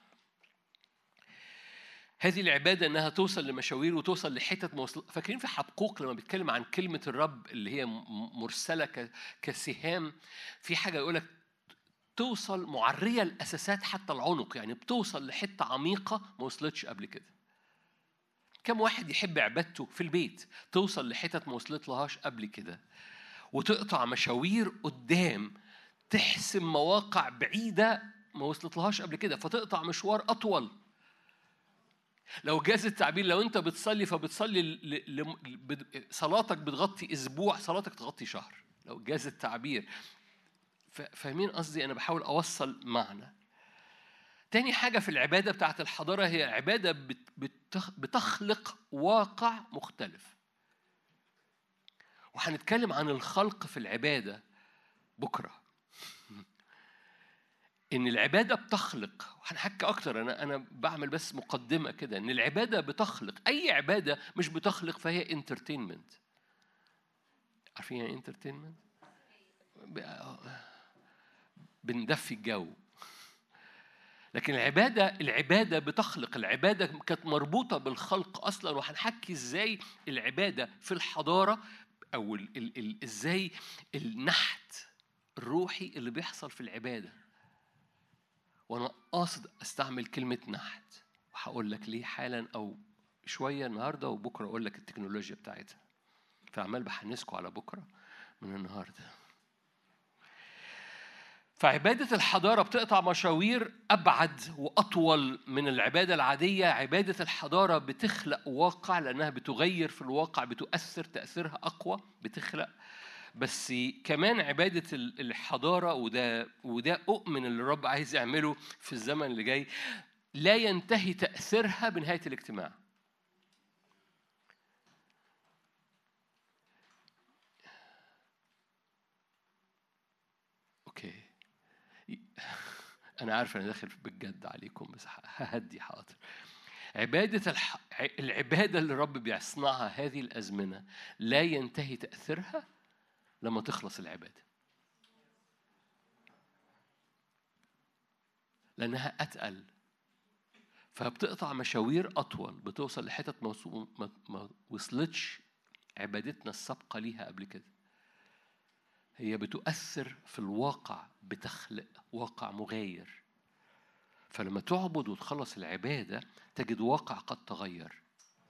هذه العبادة أنها توصل لمشاوير وتوصل لحتت موصل. فاكرين في حبقوق لما بيتكلم عن كلمة الرب اللي هي مرسلة كسهام، في حاجة يقولك توصل معرية الأساسات حتى العنق. يعني بتوصل لحتة عميقة ما وصلتش قبل كده. كم واحد يحب عبادته في البيت توصل لحتت ما وصلت لهاش قبل كده، وتقطع مشاوير قدام، تحسم مواقع بعيدة ما وصلت لهاش قبل كده، فتقطع مشوار أطول. لو جاز التعبير، لو أنت بتصلي فبتصلي ل... ل... صلاتك بتغطي أسبوع، صلاتك تغطي شهر، لو جاز التعبير. فاهمين قصدي؟ أنا بحاول أوصل معنى. تاني حاجة في العبادة بتاعت الحضارة هي عبادة بتخلق واقع مختلف. وهنتكلم عن الخلق في العبادة بكرة. إن العبادة بتخلق، وهنحكي أكتر. أنا أنا بعمل بس مقدمة كده، إن العبادة بتخلق. أي عبادة مش بتخلق فهي انترتينمنت. عارفين يعني انترتينمنت؟ بندفي الجو. لكن العبادة العبادة بتخلق. العبادة كانت مربوطة بالخلق أصلا، وهنحكي إزاي العبادة في الحضارة أو ال ال ال إزاي النحت الروحي اللي بيحصل في العبادة. وأنا قاصد أستعمل كلمة نحت، وهقول لك ليه حالا أو شوية النهاردة، وبكرة أقول لك التكنولوجيا بتاعتها. فعمال بحنسكوا على بكرة من النهاردة. فعبادة الحضارة بتقطع مشاوير أبعد وأطول من العبادة العادية. عبادة الحضارة بتخلق واقع لأنها بتغير في الواقع، بتؤثر تأثيرها أقوى، بتخلق. بس كمان عبادة الحضارة، وده وده أؤمن اللي الرب عايز يعمله في الزمن اللي جاي، لا ينتهي تأثيرها بنهاية الاجتماع. أوكي، أنا عارف أنا داخل بالجد عليكم، بس ههدي حاضر. عبادة الح... العبادة اللي الرب بيصنعها هذه الأزمنة لا ينتهي تأثيرها لما تخلص العبادة، لأنها أتقل، فبتقطع مشاوير أطول، بتوصل لحتت موصو... ما... ما وصلتش عبادتنا السابقة ليها قبل كده. هي بتؤثر في الواقع، بتخلق واقع مغاير. فلما تعبد وتخلص العبادة تجد واقع قد تغير.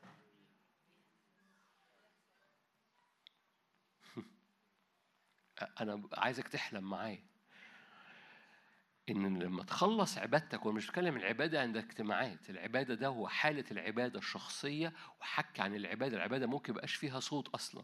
أنا عايزك تحلم معايا إن لما تخلص عبادتك، ومش بتكلم العبادة عند اجتماعات، العبادة ده هو حالة العبادة الشخصية، وحكي عن العبادة. العبادة ممكن يبقاش فيها صوت أصلا.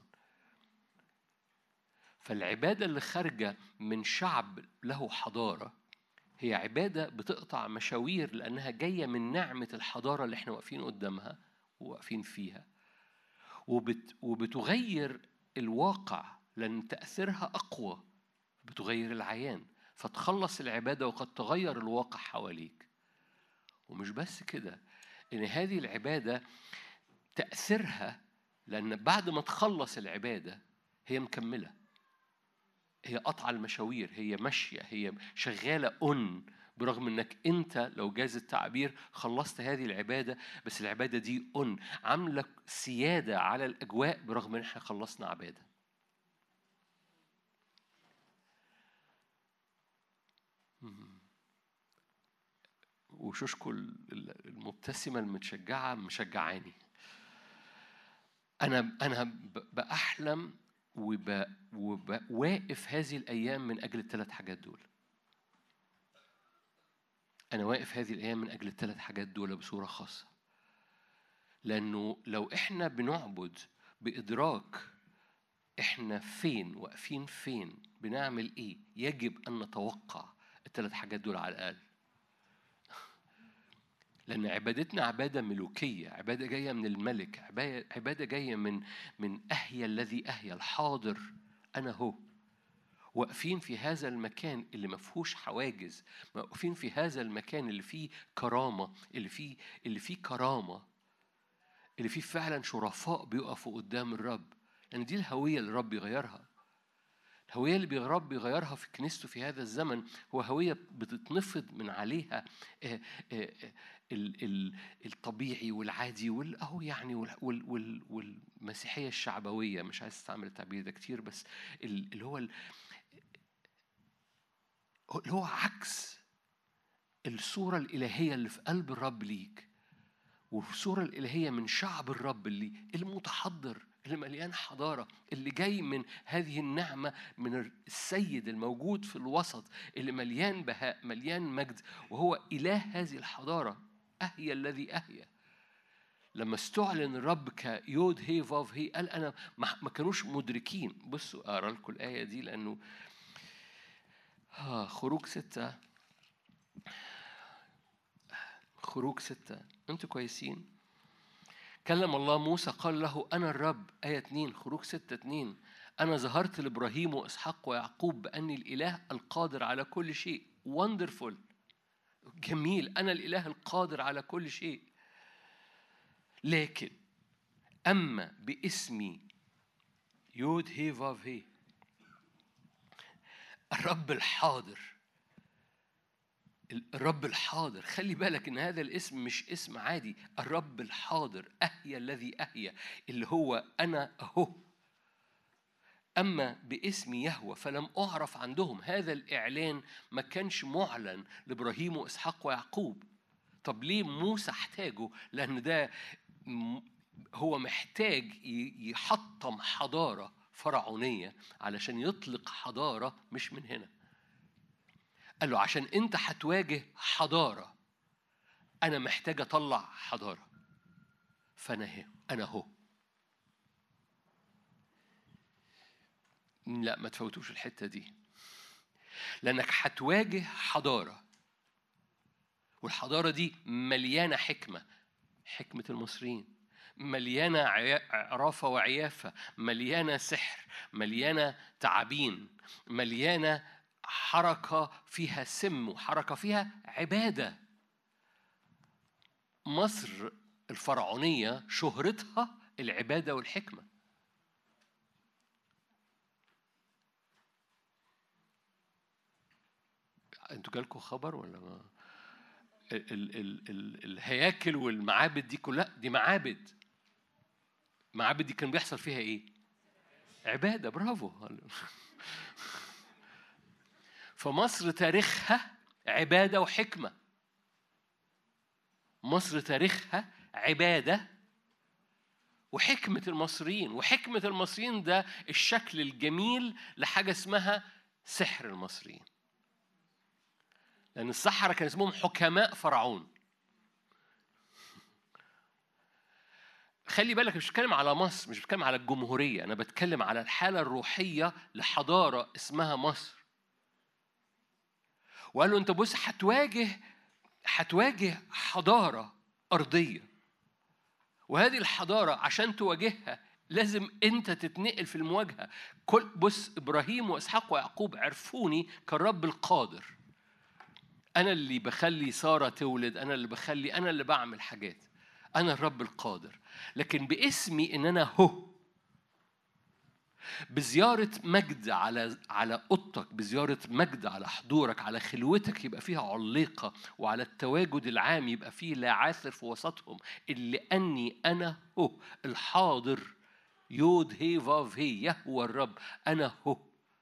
فالعبادة اللي خارجة من شعب له حضارة هي عبادة بتقطع مشاوير، لأنها جاية من نعمة الحضارة اللي احنا واقفين قدامها وواقفين فيها، وبت وبتغير الواقع لأن تأثيرها أقوى، بتغير العيان. فتخلص العبادة وقد تغير الواقع حواليك. ومش بس كده، إن هذه العبادة تأثيرها، لأن بعد ما تخلص العبادة هي مكملة، هي قطع المشاوير، هي ماشية، هي شغالة أن، برغم أنك أنت لو جاز التعبير خلصت هذه العبادة، بس العبادة دي أن عاملة سيادة على الأجواء برغم أن احنا خلصنا عبادة. وشوشكو المبتسمة المتشجعة مشجعاني. أنا أنا بأحلم وواقف هذه الأيام من أجل الثلاث حاجات دول. أنا واقف هذه الأيام من أجل الثلاث حاجات دول بصورة خاصة، لأنه لو إحنا بنعبد بإدراك إحنا فين، واقفين فين، بنعمل إيه، يجب أن نتوقع الثلاث حاجات دول على الأقل. لأن عبادتنا عبادة ملوكية، عبادة جاية من الملك، عبادة جاية من من أهيا الذي أهيا، الحاضر أنا هو. واقفين في هذا المكان اللي ما فيهوش حواجز، واقفين في هذا المكان اللي فيه كرامة، اللي فيه اللي فيه كرامة، اللي فيه فعلا شرفاء بيقفوا قدام الرب. لأن دي الهوية اللي الرب يغيرها. الهوية اللي الرب يغيرها في كنيسته في هذا الزمن هو هوية بتتنفض من عليها الطبيعي والعادي والأهو يعني والمسيحية الشعبوية. مش عايز استعمل التعبير ده كتير، بس اللي هو اللي هو عكس الصورة الإلهية اللي في قلب الرب ليك، والصورة الإلهية من شعب الرب اللي المتحضر، اللي مليان حضارة، اللي جاي من هذه النعمة من السيد الموجود في الوسط، اللي مليان بهاء، مليان مجد، وهو إله هذه الحضارة، أهيا الذي أهيا. لما استعلن الرب كيود هي فاف هي، قال أنا ما كانوش مدركين. بصوا أقرأ لكم الآية دي لأنه آه خروج ستة خروج ستة أنتوا كويسين؟ كلم الله موسى قال له أنا الرب. آية اتنين خروج ستة اتنين، أنا ظهرت لإبراهيم وإسحاق ويعقوب بأني الإله القادر على كل شيء. wonderful، جميل، أنا الإله القادر على كل شيء. لكن أما باسمي يود هي فاف هي. الرب الحاضر. الرب الحاضر. خلي بالك ان هذا الاسم مش اسم عادي. الرب الحاضر، أهيا الذي أهيا، اللي هو أنا أهو. أما باسم يهوه فلم أعرف عندهم. هذا الإعلان ما كانش معلن لإبراهيم وإسحاق ويعقوب. طب ليه موسى احتاجه؟ لأن ده هو محتاج يحطم حضارة فرعونية علشان يطلق حضارة مش من هنا. قال له عشان أنت هتواجه حضارة، أنا محتاج أطلع حضارة. فأنا هي أنا هو. لا ما تفوتوش الحتة دي، لأنك هتواجه حضارة، والحضارة دي مليانة حكمة. حكمة المصريين مليانة عرافة وعيافة، مليانة سحر، مليانة تعابين، مليانة حركة فيها سم وحركة فيها عبادة. مصر الفرعونية شهرتها العبادة والحكمة. انتوا جالكوا خبر ولا ما؟ ال ال ال ال الهياكل والمعابد دي كلها دي معابد. معابد دي كان بيحصل فيها ايه؟ عبادة. برافو. فمصر تاريخها عبادة وحكمة. مصر تاريخها عبادة وحكمة المصريين. وحكمة المصريين ده الشكل الجميل لحاجة اسمها سحر المصريين. لأن السحرة كان اسمهم حكماء فرعون. خلي بالك مش بتكلم على مصر، مش بتكلم على الجمهورية، أنا بتكلم على الحالة الروحية لحضارة اسمها مصر. وقال له أنت بص هتواجه هتواجه حضارة أرضية، وهذه الحضارة عشان تواجهها لازم أنت تتنقل في المواجهة. كل بص إبراهيم وإسحاق ويعقوب عرفوني كالرب القادر. أنا اللي بخلي سارة تولد، أنا اللي بخلي، أنا اللي بعمل حاجات، أنا الرب القادر. لكن باسمي إن أنا هو، بزيارة مجد على على أوضتك، بزيارة مجد على حضورك، على خلوتك يبقى فيها عليقة، وعلى التواجد العام يبقى فيه لا عاثر في وسطهم. اللي أني أنا هو الحاضر. يود هي فاف هي، يهوى الرب أنا هو.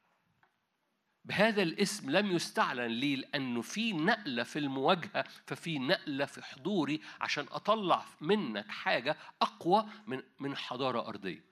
بهذا الاسم لم يستعلن لي لأنه في نقلة في المواجهة، ففي نقلة في حضوري عشان أطلع منك حاجة أقوى من من حضارة أرضية.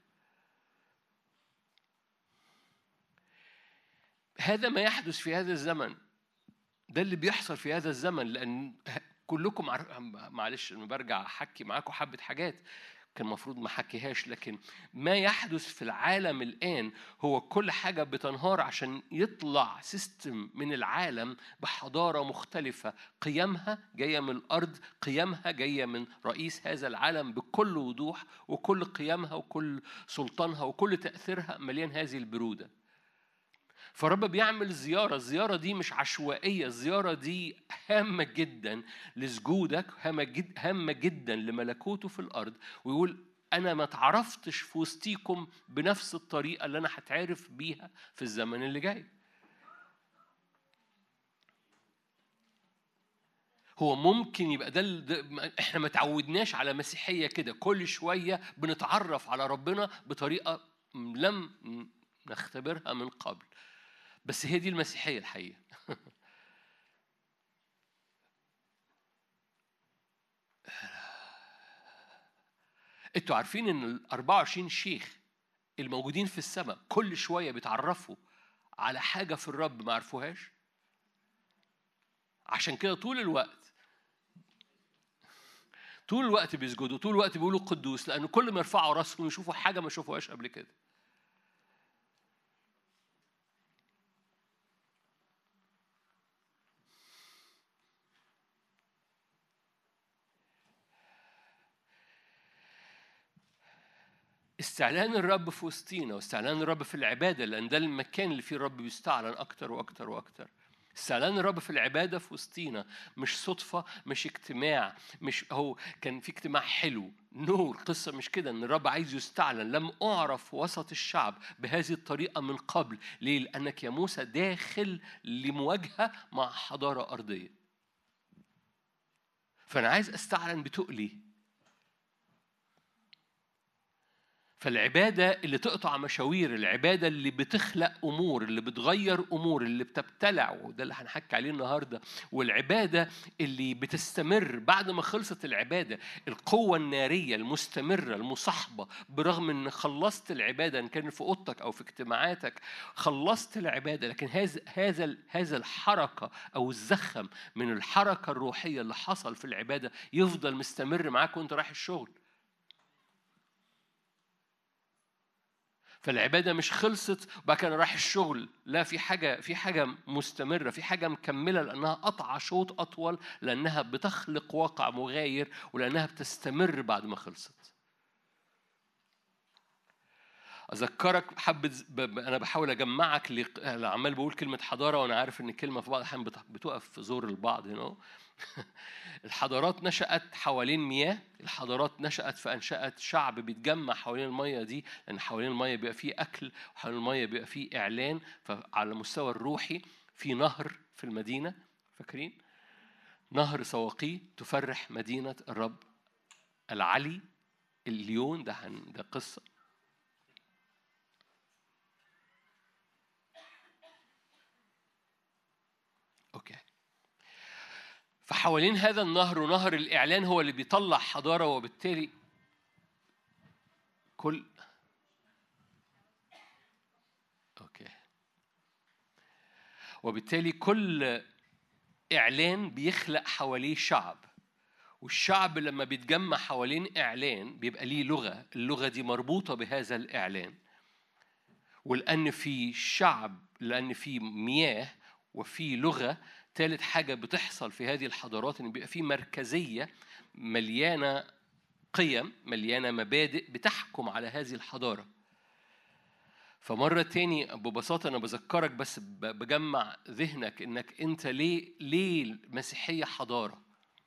هذا ما يحدث في هذا الزمن، ده اللي بيحصل في هذا الزمن. لأن كلكم معلش أنا برجع أحكي معاكم حبة حاجات كان المفروض ما حكيهاش، لكن ما يحدث في العالم الآن هو كل حاجة بتنهار عشان يطلع سيستم من العالم بحضارة مختلفة، قيمها جاية من الأرض، قيمها جاية من رئيس هذا العالم بكل وضوح، وكل قيمها وكل سلطانها وكل تأثيرها مليان هذه البرودة. فرب بيعمل زيارة. الزيارة دي مش عشوائية، الزيارة دي هامة جدا لسجودك، هامة جدا, هامة جدا لملكوته في الأرض. ويقول أنا ما تعرفتش في وسطيكم بنفس الطريقة اللي أنا هتعرف بيها في الزمن اللي جاي. هو ممكن يبقى ده, ده احنا ما تعودناش على مسيحية كده، كل شوية بنتعرف على ربنا بطريقة لم نختبرها من قبل، بس هي دي المسيحية الحقيقة. انتوا عارفين ان الأربعة وعشرين شيخ الموجودين في السماء كل شوية بيتعرفوا على حاجة في الرب ما عرفوهاش؟ عشان كده طول الوقت طول الوقت بيسجدوا، طول الوقت بيقولوا قدوس، لأنه كل ما يرفعوا راسهم يشوفوا حاجة ما شافوهاش قبل كده. استعلان الرب في وسطينا، واستعلان الرب في العبادة، لأن ده المكان اللي فيه الرب بيستعلن أكتر وأكتر وأكتر. استعلان الرب في العبادة في وسطينا مش صدفة، مش اجتماع، مش هو كان في اجتماع حلو. نور قصة مش كده، ان الرب عايز يستعلن. لم أعرف وسط الشعب بهذه الطريقة من قبل. ليه؟ لأنك يا موسى داخل لمواجهة مع حضارة أرضية. فأنا عايز أستعلن بتقلي. فالعبادة اللي تقطع مشاوير، العبادة اللي بتخلق أمور، اللي بتغير أمور، اللي بتبتلع، وده اللي هنحكي عليه النهاردة. والعبادة اللي بتستمر بعد ما خلصت العبادة، القوة النارية المستمرة المصاحبة، برغم أن خلصت العبادة إن كان في أوضتك أو في اجتماعاتك، خلصت العبادة، لكن هذا هذا هذا الحركة أو الزخم من الحركة الروحية اللي حصل في العبادة يفضل مستمر معاك وأنت رايح الشغل. فالعبادة مش خلصت وبعد كده رايح الشغل، لا، في حاجة في حاجة مستمرة، في حاجة مكملة، لأنها قطع شوط أطول، لأنها بتخلق واقع مغاير، ولأنها بتستمر بعد ما خلصت. أذكرك حبة ب... أنا بحاول أجمعك لق... عمال بقول كلمة حضارة وأنا عارف إن الكلمة في بعض الأحيان بتقف في زور البعض هنا. الحضارات نشأت حوالين مياه، الحضارات نشأت فأنشأت شعب بيتجمع حوالين المية دي، لأن حوالين المية بيبقى فيه أكل، وحوالين المية بيبقى فيه إعلان. فعلى المستوى الروحي في نهر في المدينة، فاكرين؟ نهر سواقي تفرح مدينة الرب العلي الليون. ده ده قصة. أوكي. فحوالين هذا النهر ونهر الإعلان هو اللي بيطلع حضارة، وبالتالي كل أوكي وبالتالي كل إعلان بيخلق حواليه شعب، والشعب لما بيتجمع حوالين إعلان بيبقى ليه لغة، اللغة دي مربوطة بهذا الإعلان. ولأن في شعب، لأن في مياه وفي لغة، ثالث حاجة بتحصل في هذه الحضارات إن بيبقى في مركزية مليانة قيم، مليانة مبادئ بتحكم على هذه الحضارة. فمرة تاني ببساطة أنا بذكرك بس بجمع ذهنك إنك أنت ليه ليه المسيحية حضارة؟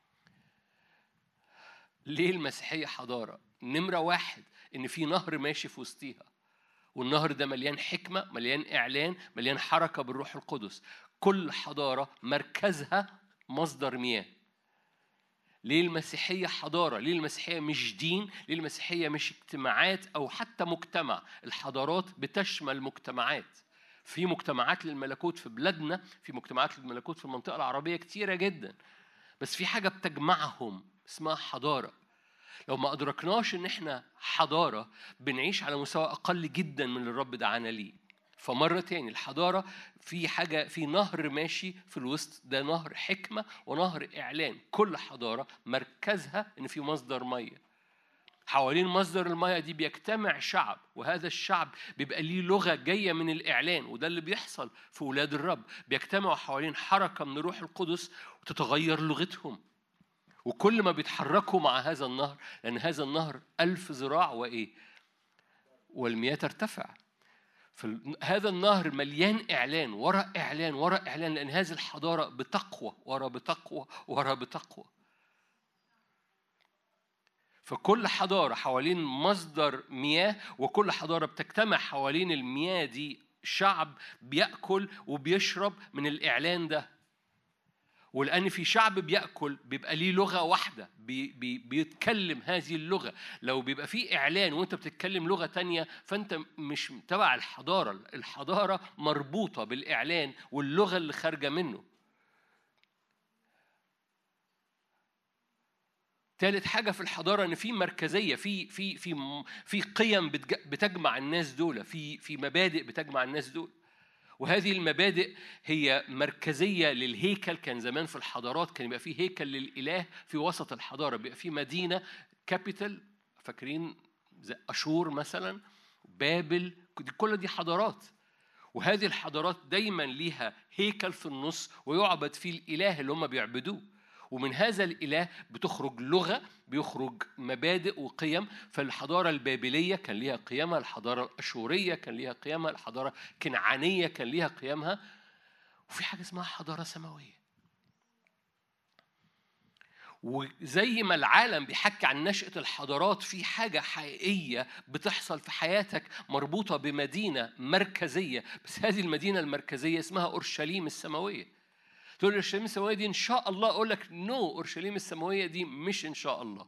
ليه المسيحية حضارة؟ نمرة واحد إن في نهر ماشي في وسطيها، والنهر ده مليان حكمة، مليان إعلان، مليان حركة بالروح القدس. كل حضارة مركزها مصدر مياه. ليه المسيحية حضارة؟ ليه المسيحية مش دين؟ ليه المسيحية مش اجتماعات أو حتى مجتمع؟ الحضارات بتشمل مجتمعات. في مجتمعات للملكوت في بلادنا، في مجتمعات للملكوت في المنطقة العربية كتيرة جدا، بس في حاجة بتجمعهم اسمها حضارة. لو ما أدركناش إن إحنا حضارة، بنعيش على مستوى أقل جدا من اللي الرب دعانا ليه. فمرة تاني الحضارة في حاجة، في نهر ماشي في الوسط، ده نهر حكمة ونهر إعلان. كل حضارة مركزها إن في مصدر مية. حوالين مصدر المية دي بيجتمع شعب، وهذا الشعب بيبقى ليه لغة جاية من الإعلان. وده اللي بيحصل في أولاد الرب، بيجتمعوا حوالين حركة من روح القدس وتتغير لغتهم. وكل ما بيتحركوا مع هذا النهر، لأن هذا النهر ألف ذراع وإيه؟ والمياه ترتفع. فهذا النهر مليان إعلان ورا إعلان ورا إعلان، لأن هذه الحضارة بتقوى ورا بتقوى ورا بتقوى. فكل حضارة حوالين مصدر مياه، وكل حضارة بتجتمع حوالين المياه دي شعب بيأكل وبيشرب من الإعلان ده. ولأن في شعب بيأكل بيبقى ليه لغة واحدة، بي بي بيتكلم هذه اللغة. لو بيبقى فيه إعلان وأنت بتتكلم لغة تانية، فأنت مش تبع الحضارة. الحضارة مربوطة بالإعلان واللغة اللي خارجة منه. ثالث حاجة في الحضارة إن في مركزية، في في في في قيم بتجمع الناس دول، في في مبادئ بتجمع الناس دول. وهذه المبادئ هي مركزية للهيكل. كان زمان في الحضارات كان يبقى فيه هيكل للإله في وسط الحضارة، بيبقى فيه مدينة كابيتال، فاكرين زي أشور مثلا، بابل، كل دي حضارات. وهذه الحضارات دايما ليها هيكل في النص ويعبد فيه الإله اللي هم بيعبدوه. ومن هذا الإله بتخرج لغة، بيخرج مبادئ وقيم. فالحضارة البابلية كان ليها قيمها، الحضارة الأشورية كان ليها قيمها، الحضارة الكنعانية كان ليها قيمها. وفي حاجة اسمها حضارة سماوية. وزي ما العالم بيحكي عن نشأة الحضارات، في حاجة حقيقية بتحصل في حياتك مربوطة بمدينة مركزية، بس هذه المدينة المركزية اسمها أورشليم السماوية. تقول أورشليم السماوية دي إن شاء الله، أقول لك نو، أورشليم السماوية دي مش إن شاء الله.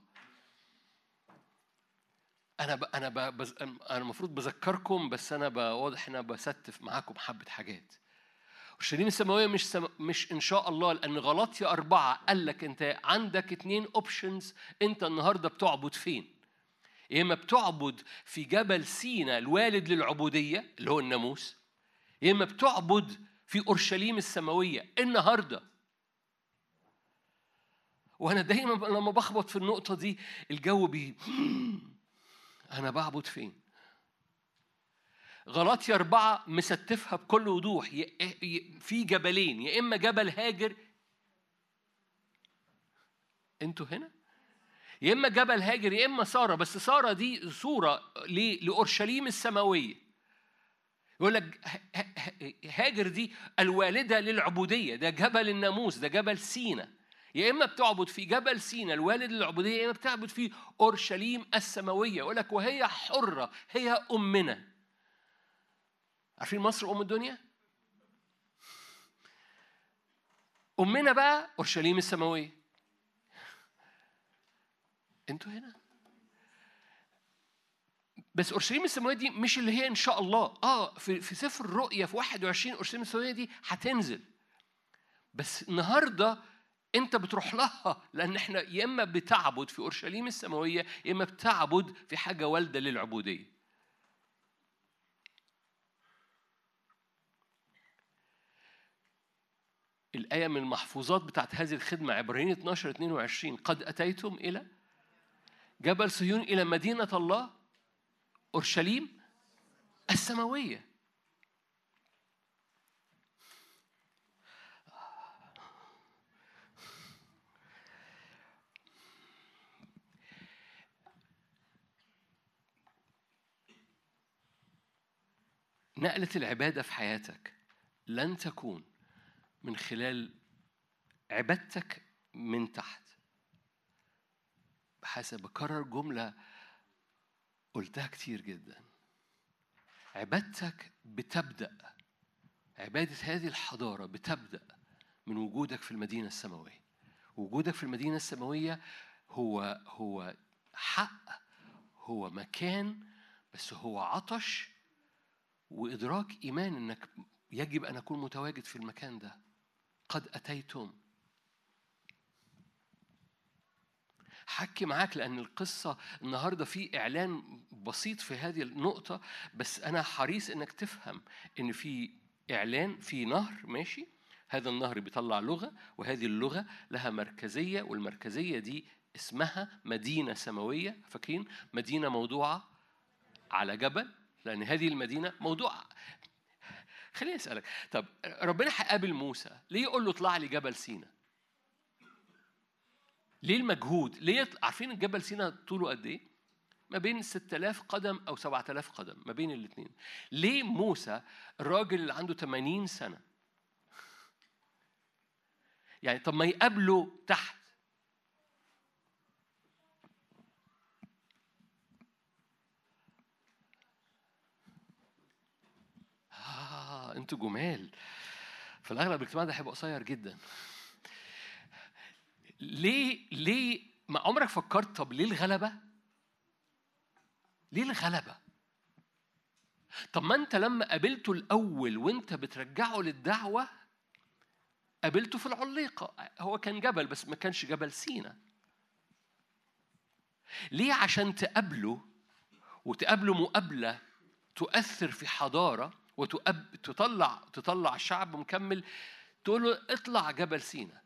أنا ب... أنا ب... بز... أنا المفروض بذكركم، بس أنا ب... واضح إن أنا بستف معاكم حبة حاجات. أورشليم السماوية مش سم... مش إن شاء الله، لأن غلطي أربعة قال لك أنت عندك اتنين أوبشنز. أنت النهاردة بتعبد فين؟ يا إما بتعبد في جبل سينا الوالد للعبودية اللي هو الناموس، يا إما بتعبد في أورشليم السماوية النهاردة. وأنا دايما لما بخبط في النقطة دي الجو بي أنا بعبد فين؟ غلطي أربعة مستفها بكل وضوح. في جبلين، يا إما جبل هاجر، أنتوا هنا، يا إما جبل هاجر يا إما سارة. بس سارة دي صورة لأورشليم السماوية. يقول لك هاجر دي الوالدة للعبودية، ده جبل الناموس، ده جبل سينا. يا إما بتعبد في جبل سينا الوالد للعبودية، يا إما بتعبد في أورشليم السماوية. يقول لك وهي حرة، هي أمنا. عارفين مصر أم الدنيا؟ أمنا بقى أورشليم السماوية. أنتوا هنا؟ بس أورشليم السماوية دي مش اللي هي إن شاء الله. آه في في سفر الرؤيا في واحد وعشرين أورشليم السماوية دي هتنزل. بس النهارده أنت بتروح لها، لأن إحنا يا إما بتعبد في أورشليم السماوية يا إما بتعبد في حاجة والدة للعبودية. الآية من المحفوظات بتاعت هذه الخدمة عبرانيين اثناشر اثنين وعشرين، قد أتيتم إلى جبل صهيون، إلى مدينة الله أورشليم السماوية. نقلة العبادة في حياتك لن تكون من خلال عبادتك من تحت. بحسب بكرر جملة قلتها كتير جدا، عبادتك بتبدأ، عبادة هذه الحضارة بتبدأ من وجودك في المدينة السماوية. وجودك في المدينة السماوية هو هو حق، هو مكان، بس هو عطش وإدراك إيمان إنك يجب أن أكون متواجد في المكان ده. قد أتيتم. حكي معاك لأن القصة النهاردة في إعلان بسيط في هذه النقطة، بس أنا حريص إنك تفهم إن في إعلان في نهر ماشي. هذا النهر بيطلع لغة، وهذه اللغة لها مركزية، والمركزية دي اسمها مدينة سماوية. فاكرين مدينة موضوعة على جبل، لأن هذه المدينة موضوعة. خليني أسألك، طب ربنا هيقابل موسى ليه يقول له اطلع لي جبل سينا؟ ليه المجهود؟ ليه يطلع؟ عارفين الجبل سينا طوله قد ايه؟ ما بين ستة آلاف قدم او سبعة آلاف قدم، ما بين الاثنين. ليه موسى الراجل اللي عنده ثمانين سنة يعني طب ما يقابله تحت؟ آه أنتوا جمال. في الأغلب الاجتماع ده هيبقى قصير جدا. ليه ليه ما عمرك فكرت طب ليه الغلبة؟ ليه الغلبة؟ طب ما أنت لما قابلته الأول وأنت بترجعه للدعوة قابلته في العليقة. هو كان جبل بس ما كانش جبل سينا. ليه؟ عشان تقابله وتقابله مقابلة تؤثر في حضارة وتطلع تطلع الشعب مكمل، تقول له اطلع جبل سينا.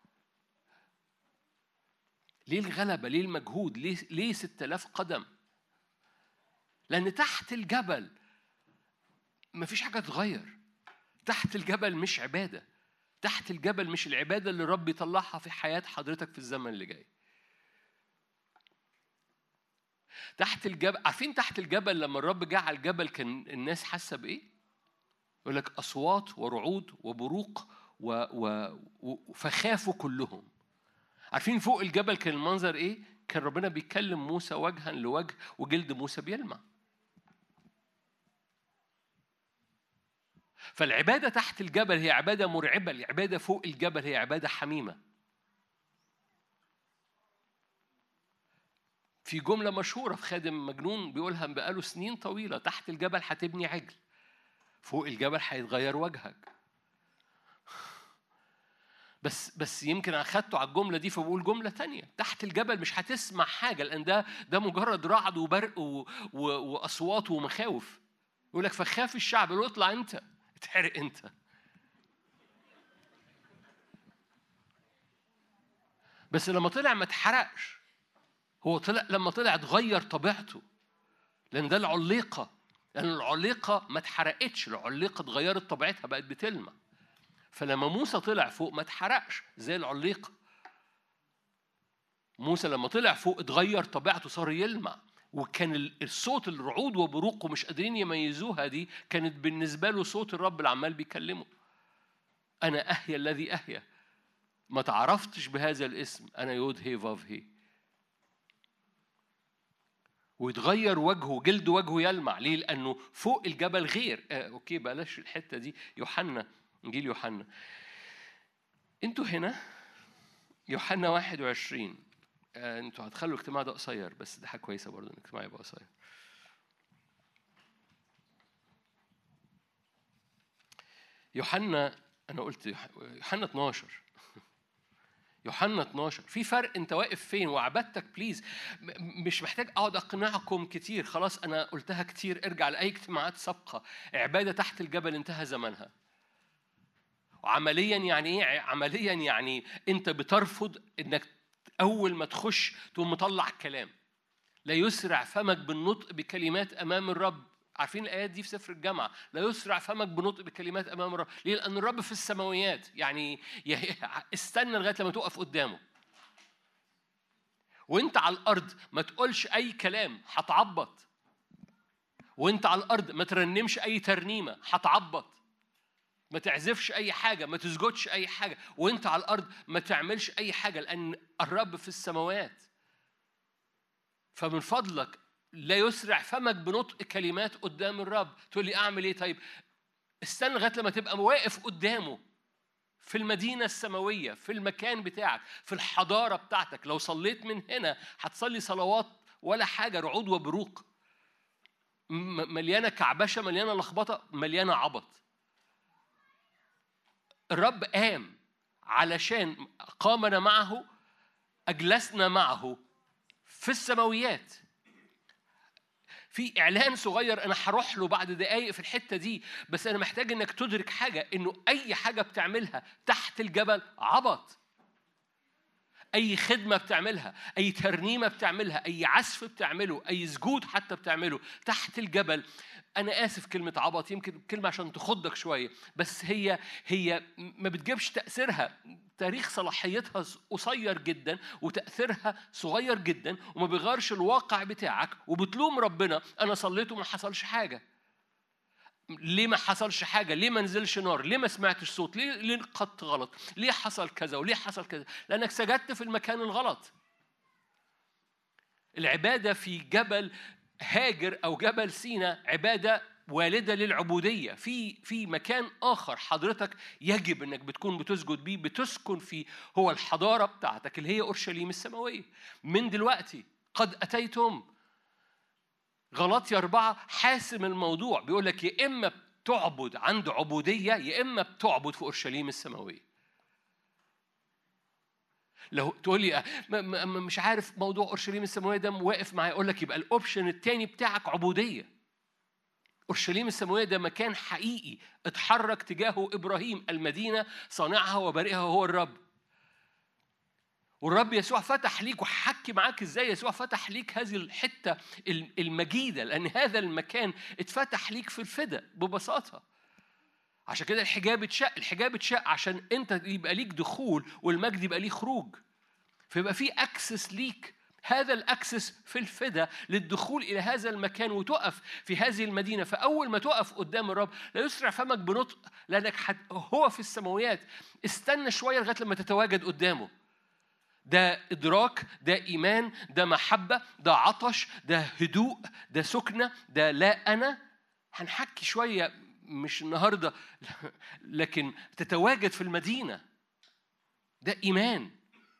ليه الغلبة؟ ليه المجهود؟ ليه ليه ستة آلاف قدم؟ لأن تحت الجبل مفيش حاجة تغير. تحت الجبل مش عبادة. تحت الجبل مش العبادة اللي رب يطلعها في حياة حضرتك في الزمن اللي جاي. تحت الجبل، عارفين تحت الجبل لما الرب جه على الجبل كان الناس حاسة بإيه؟ يقول لك أصوات ورعود وبروق و... و... فخافوا كلهم. عارفين فوق الجبل كان المنظر إيه؟ كان ربنا بيكلم موسى وجها لوجه وجلد موسى بيلمع. فالعبادة تحت الجبل هي عبادة مرعبة، العبادة فوق الجبل هي عبادة حميمة. في جملة مشهورة في خادم مجنون بيقولها بقاله سنين طويلة: تحت الجبل هتبني عجل، فوق الجبل هيتغير وجهك. بس بس يمكن أخدته على الجملة دي فبقول جملة تانية: تحت الجبل مش هتسمع حاجة، لأن ده ده مجرد رعد وبرق و... و... وأصوات ومخاوف. يقول لك فخاف الشعب، يقول اطلع أنت اتحرق أنت. بس لما طلع ما اتحرقش، هو طلع لما طلع اتغير طبيعته، لأن ده العليقة، لأن العليقة ما اتحرقتش، العليقة اتغيرت طبيعتها بقت بتلمع. فلما موسى طلع فوق ما اتحرقش زي العليقة. موسى لما طلع فوق اتغير طبيعته، صار يلمع. وكان الصوت الرعود وبروقه مش قادرين يميزوها، دي كانت بالنسبة له صوت الرب اللي عمال بيكلمه: أنا أحيا الذي أحيا، ما تعرفتش بهذا الاسم، أنا يود هي فاف هي. ويتغير وجهه، جلد وجهه يلمع. ليه؟ لأنه فوق الجبل غير. آه، أوكي بلاش الحتة دي. يوحنا، إنجيل يوحنا، أنتوا هنا يوحنا واحد وعشرين. آه، أنتوا هتخلوا الاجتماع ده قصير، بس ده حاجة كويسة برضه إن الاجتماع يبقى قصير. يوحنا، أنا قلت يوحنا اتناشر. يوحنا اتناشر. في فرق انت واقف فين وعبادتك. بليز مش محتاج اقعد اقنعكم كتير، خلاص انا قلتها كتير. ارجع لاي اجتماعات سابقه. عباده تحت الجبل انتهى زمنها. وعمليا يعني ايه؟ عمليا يعني انت بترفض انك اول ما تخش تقوم مطلع كلام. لا يسرع فمك بالنطق بكلمات امام الرب. عارفين الآيات دي في سفر الجامعة؟ لا يسرع فمك بنطق بكلمات أمام الرب. ليه؟ لأن الرب في السماويات. يعني استنى لغاية لما تقف قدامه. وانت على الأرض ما تقولش أي كلام، هتعبط. وانت على الأرض ما ترنمش أي ترنيمة، هتعبط. ما تعزفش أي حاجة، ما تسجدش أي حاجة. وانت على الأرض ما تعملش أي حاجة، لأن الرب في السماوات. فمن فضلك لا يسرع فمك بنطق كلمات قدام الرب. تقول لي أعمل إيه؟ طيب استنى لغاية لما تبقى واقف قدامه في المدينة السماوية، في المكان بتاعك، في الحضارة بتاعتك. لو صليت من هنا هتصلي صلوات ولا حاجة، رعود وبروق، مليانة كعبشة، مليانة لخبطة، مليانة عبط. الرب قام علشان قامنا معه، أجلسنا معه في السماويات. في إعلان صغير أنا هروح له بعد دقايق في الحتة دي، بس أنا محتاج إنك تدرك حاجة، إنه أي حاجة بتعملها تحت الجبل عبط. أي خدمة بتعملها، أي ترنيمة بتعملها، أي عزف بتعمله، أي سجود حتى بتعمله تحت الجبل. أنا آسف كلمة عبط يمكن كلمة عشان تخضك شوية، بس هي هي ما بتجيبش تأثيرها. تاريخ صلاحيتها قصير جدا وتأثيرها صغير جدا، وما بيغيرش الواقع بتاعك. وبتلوم ربنا: أنا صليت وما حصلش حاجة. ليه ما حصلش حاجة؟ ليه ما نزلش نار؟ ليه ما سمعتش صوت؟ ليه ليه قط غلط؟ ليه حصل كذا وليه حصل كذا؟ لأنك سجدت في المكان الغلط. العبادة في جبل هاجر أو جبل سينا عبادة والدة للعبودية. في في مكان آخر حضرتك يجب أنك بتكون بتسجد بيه، بتسكن فيه، هو الحضارة بتاعتك اللي هي أورشليم السماوية. من دلوقتي قد أتيتم. غلاطيا أربعة حاسم الموضوع، بيقول لك يا إما بتعبد عند عبودية، يا إما بتعبد في أورشليم السماوية. لو تقول لي مش عارف موضوع أورشليم السماوية ده واقف معايا، أقول لك يبقى الأوبشن التاني بتاعك عبودية. أورشليم السماوية ده مكان حقيقي اتحرك تجاهه إبراهيم، المدينة صانعها وبارئها هو الرب. والرب يسوع فتح ليك، وحكي معاك ازاي يسوع فتح ليك هذه الحتة المجيدة، لأن هذا المكان اتفتح ليك في الفداء ببساطة. عشان كده الحجاب اتشق، الحجاب اتشق عشان انت يبقى ليك دخول والمجد يبقى ليه خروج، فيبقى في اكسس ليك. هذا الأكسس في الفدا للدخول إلى هذا المكان وتقف في هذه المدينة. فأول ما تقف قدام الرب لا يسرع فمك بنطق، لأنك هو في السماويات. استنى شوية لغاية لما تتواجد قدامه. ده إدراك، ده إيمان، ده محبة، ده عطش، ده هدوء، ده سكنة، ده لا أنا. هنحكي شوية مش النهاردة، لكن تتواجد في المدينة. ده إيمان.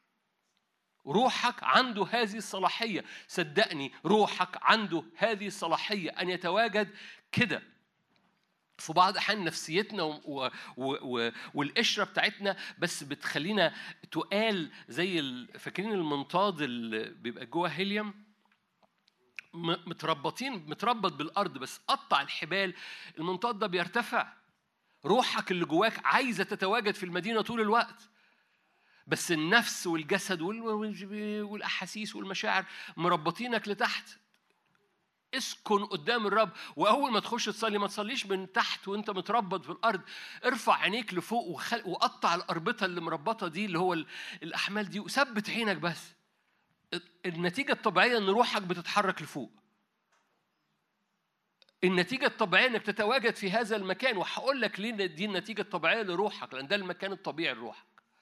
روحك عنده هذه الصلاحية، صدقني روحك عنده هذه الصلاحية أن يتواجد كده. في بعض الأحيان نفسيتنا و... و... و... والقشرة بتاعتنا بس بتخلينا تقال زي ال... فاكرين المنطاد اللي بيبقى جوه هيليوم، متربطين متربط بالأرض، بس قطع الحبال المنطاد ده بيرتفع. روحك اللي جواك عايزة تتواجد في المدينة طول الوقت، بس النفس والجسد والأحاسيس والمشاعر مربطينك لتحت. اسكن قدام الرب، وأول ما تخش تصلي ما تصليش من تحت وانت متربط في الأرض. ارفع عينيك لفوق وخل... وقطع الأربطة اللي مربطة دي اللي هو الأحمال دي، وثبت عينك بس. النتيجة الطبيعية أن روحك بتتحرك لفوق. النتيجة الطبيعية أنك تتواجد في هذا المكان، وهقول لك ليه دي النتيجة الطبيعية لروحك، لأن ده المكان الطبيعي لروحك.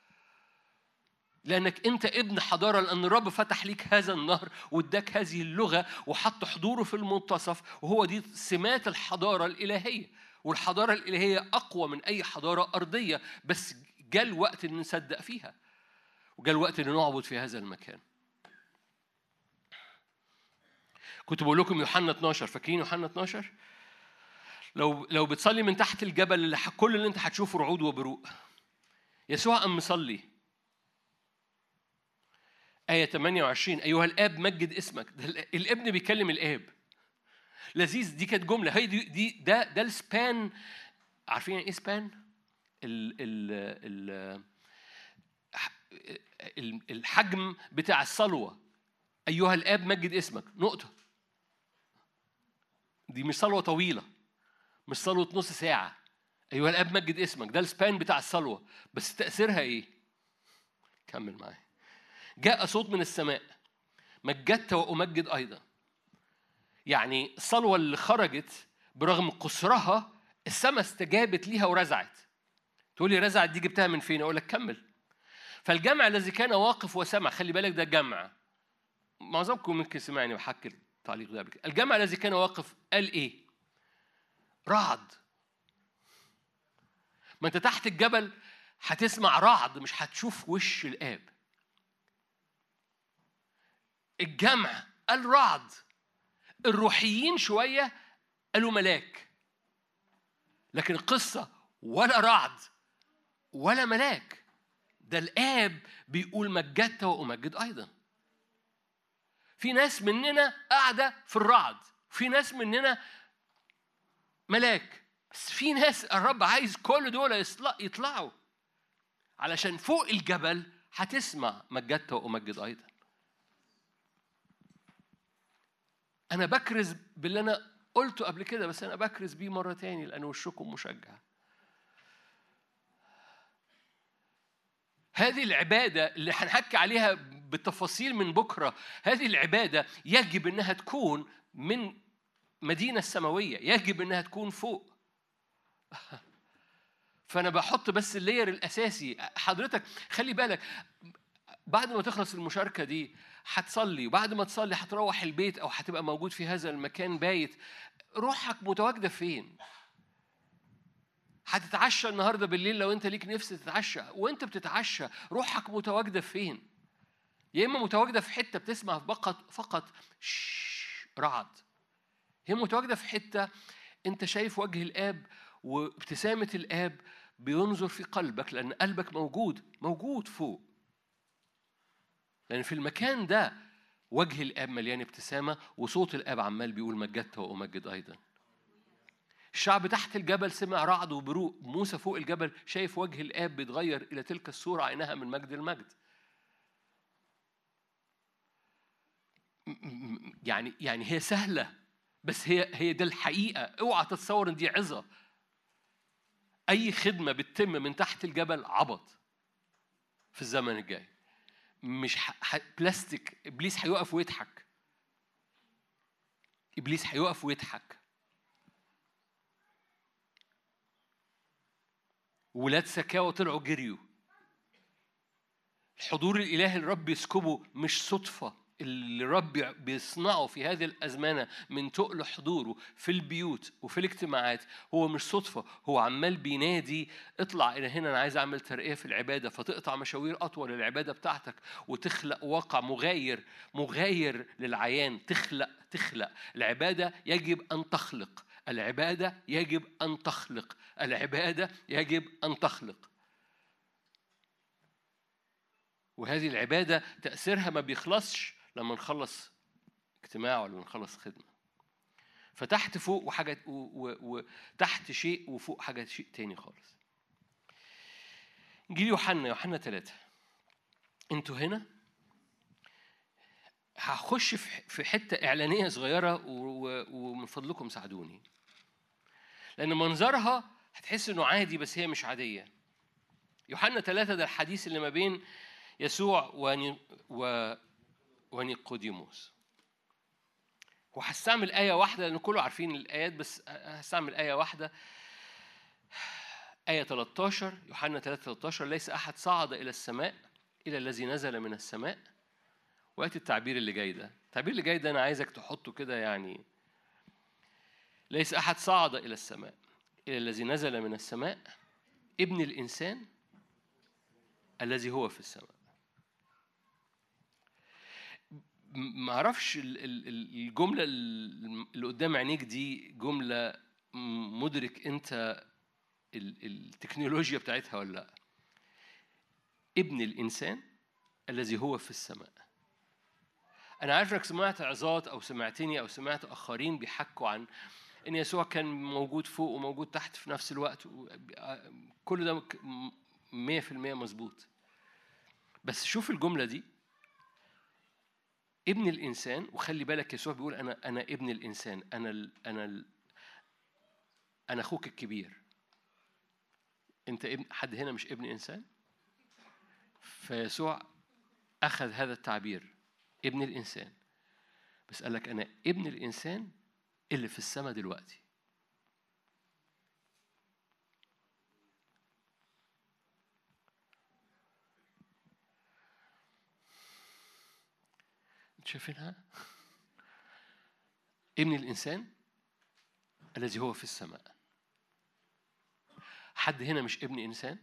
لأنك أنت ابن حضارة، لأن الرب فتح ليك هذا النهر واداك هذه اللغة وحط حضوره في المنتصف، وهو دي سمات الحضارة الإلهية. والحضارة الإلهية أقوى من أي حضارة أرضية، بس جاء الوقت أن نصدق فيها، وجاء الوقت أن نعبد في هذا المكان. كنت بقول لكم يوحنا اتناشر، فاكرين يوحنا اتناشر؟ لو لو بتصلي من تحت الجبل اللي كل اللي انت هتشوفه رعود وبروق. يسوع قام مصلي آية ثمانية وعشرين: أيها الآب مجد اسمك. الابن بيكلم الآب. لذيذ، دي كانت جملة. هي دي, دي ده ده السبان. عارفين يعني إيه سبان؟ ال ال ال الحجم بتاع الصلوة. أيها الآب مجد اسمك، نقطة. دي مش صلوة طويلة، مش صلوة نص ساعة. أيها الآب مجد اسمك، ده السبان بتاع الصلوة. بس تأثيرها إيه؟ كمل معايا. جاء صوت من السماء: مجدت وأمجد أيضا. يعني الصلوة اللي خرجت برغم قصرها السماء استجابت ليها ورزعت. تقول لي رزعت دي جبتها من فين؟ أقول لك كمل. فالجمع الذي كان واقف وسمع، خلي بالك ده جمع، معظمكم ممكن سمعني وحكي التعليق ده بك. الجمع الذي كان واقف قال إيه؟ رعد. ما أنت تحت الجبل هتسمع رعد، مش هتشوف وش الآب. الجمع قال رعد. الروحيين شوية قالوا ملاك، لكن القصة ولا رعد ولا ملاك، ده الآب بيقول مجدت وأمجد أيضا. في ناس مننا قاعدة في الرعد، في ناس مننا ملاك، بس في ناس الرب عايز كل دول يطلعوا علشان فوق الجبل هتسمع مجدت وأمجد أيضا. أنا بكرز باللي أنا قلته قبل كده، بس أنا بكرز بيه مرة تاني لأن وشكم مشجع. هذه العبادة اللي هنحكي عليها بالتفاصيل من بكرة، هذه العبادة يجب أنها تكون من مدينة السماوية، يجب أنها تكون فوق. فأنا بحط بس اللير الأساسي. حضرتك خلي بالك، بعد ما تخلص المشاركة دي هتصلي، وبعد ما تصلي هتروح البيت أو هتبقى موجود في هذا المكان بايت. روحك متواجدة فين؟ هتتعشى النهاردة بالليل لو أنت ليك نفس تتعشى، وأنت بتتعشى روحك متواجدة فين؟ يا إما متواجدة في حتة بتسمع فقط فقط رعد، هي متواجدة في حتة أنت شايف وجه الآب وابتسامة الآب بينظر في قلبك، لأن قلبك موجود موجود فوق. لأن في المكان ده وجه الآب مليان ابتسامة، وصوت الآب عمال بيقول مجدت وأمجد أيضا. الشعب تحت الجبل سمع رعد وبروق، موسى فوق الجبل شايف وجه الآب بيتغير إلى تلك الصورة عينها من مجد المجد. يعني يعني هي سهلة، بس هي هي ده الحقيقة. اوعى تتصور ان دي عظة. أي خدمة بتتم من تحت الجبل عبط في الزمن الجاي. مش ح... ح... بلاستيك. إبليس هيقف ويضحك. إبليس هيقف ويضحك. ولاد سكاوى طلعوا جريوا. الحضور الإلهي الرب يسكبه مش صدفة. اللي الرب بيصنعه في هذه الأزمنة من تقل حضوره في البيوت وفي الاجتماعات هو مش صدفة. هو عمال بينادي اطلع إلى هنا، أنا عايز أعمل ترقية في العبادة، فتقطع مشاوير أطول للعبادة بتاعتك وتخلق واقع مغاير مغاير للعيان. تخلق تخلق العبادة يجب أن تخلق. العبادة يجب أن تخلق. العبادة يجب أن تخلق. وهذه العبادة تأثيرها ما بيخلصش لما نخلص اجتماع ولا نخلص خدمة. فتحت فوق وحاجة وتحت شيء وفوق حاجة شيء تاني خالص. إنجيل يوحنا يوحنا ثلاثة. انتوا هنا هخش في حتة إعلانية صغيرة ومن فضلكم ساعدوني، لأن منظرها هتحس إنه عادي بس هي مش عادية. يوحنا ثلاثة ده الحديث اللي ما بين يسوع ونيقوديموس. وهستعمل آية واحدة لأن كله عارفين الآيات، بس هستعمل آية واحدة. آية ثلاثة عشر يوحنا ثلاثة ثلاثة عشر: ليس أحد صعد إلى السماء إلا الذي نزل من السماء. وقت التعبير اللي جاي ده، التعبير اللي جاي ده أنا عايزك تحطه كده، يعني ليس أحد صعد إلى السماء إلا الذي نزل من السماء، ابن الإنسان الذي هو في السماء. ما أعرفش الجملة اللي قدام عينيك دي جملة مدرك أنت التكنولوجيا بتاعتها ولا لا؟ ابن الإنسان الذي هو في السماء. أنا عارف إنك سمعت عظات أو سمعتني أو سمعت آخرين بيحكوا عن إن يسوع كان موجود فوق وموجود تحت في نفس الوقت. كل ده مية في المية مظبوط. بس شوف الجملة دي، ابن الإنسان. وخلي بالك يسوع بيقول أنا أنا ابن الإنسان، أنا ال أنا ال أنا أخوك الكبير. أنت ابن حد هنا مش ابن إنسان؟ فيسوع أخذ هذا التعبير ابن الإنسان، بس قال لك أنا ابن الإنسان اللي في السماء دلوقتي. شايفينها؟ ابن الإنسان الذي هو في السماء. حد هنا مش ابن إنسان؟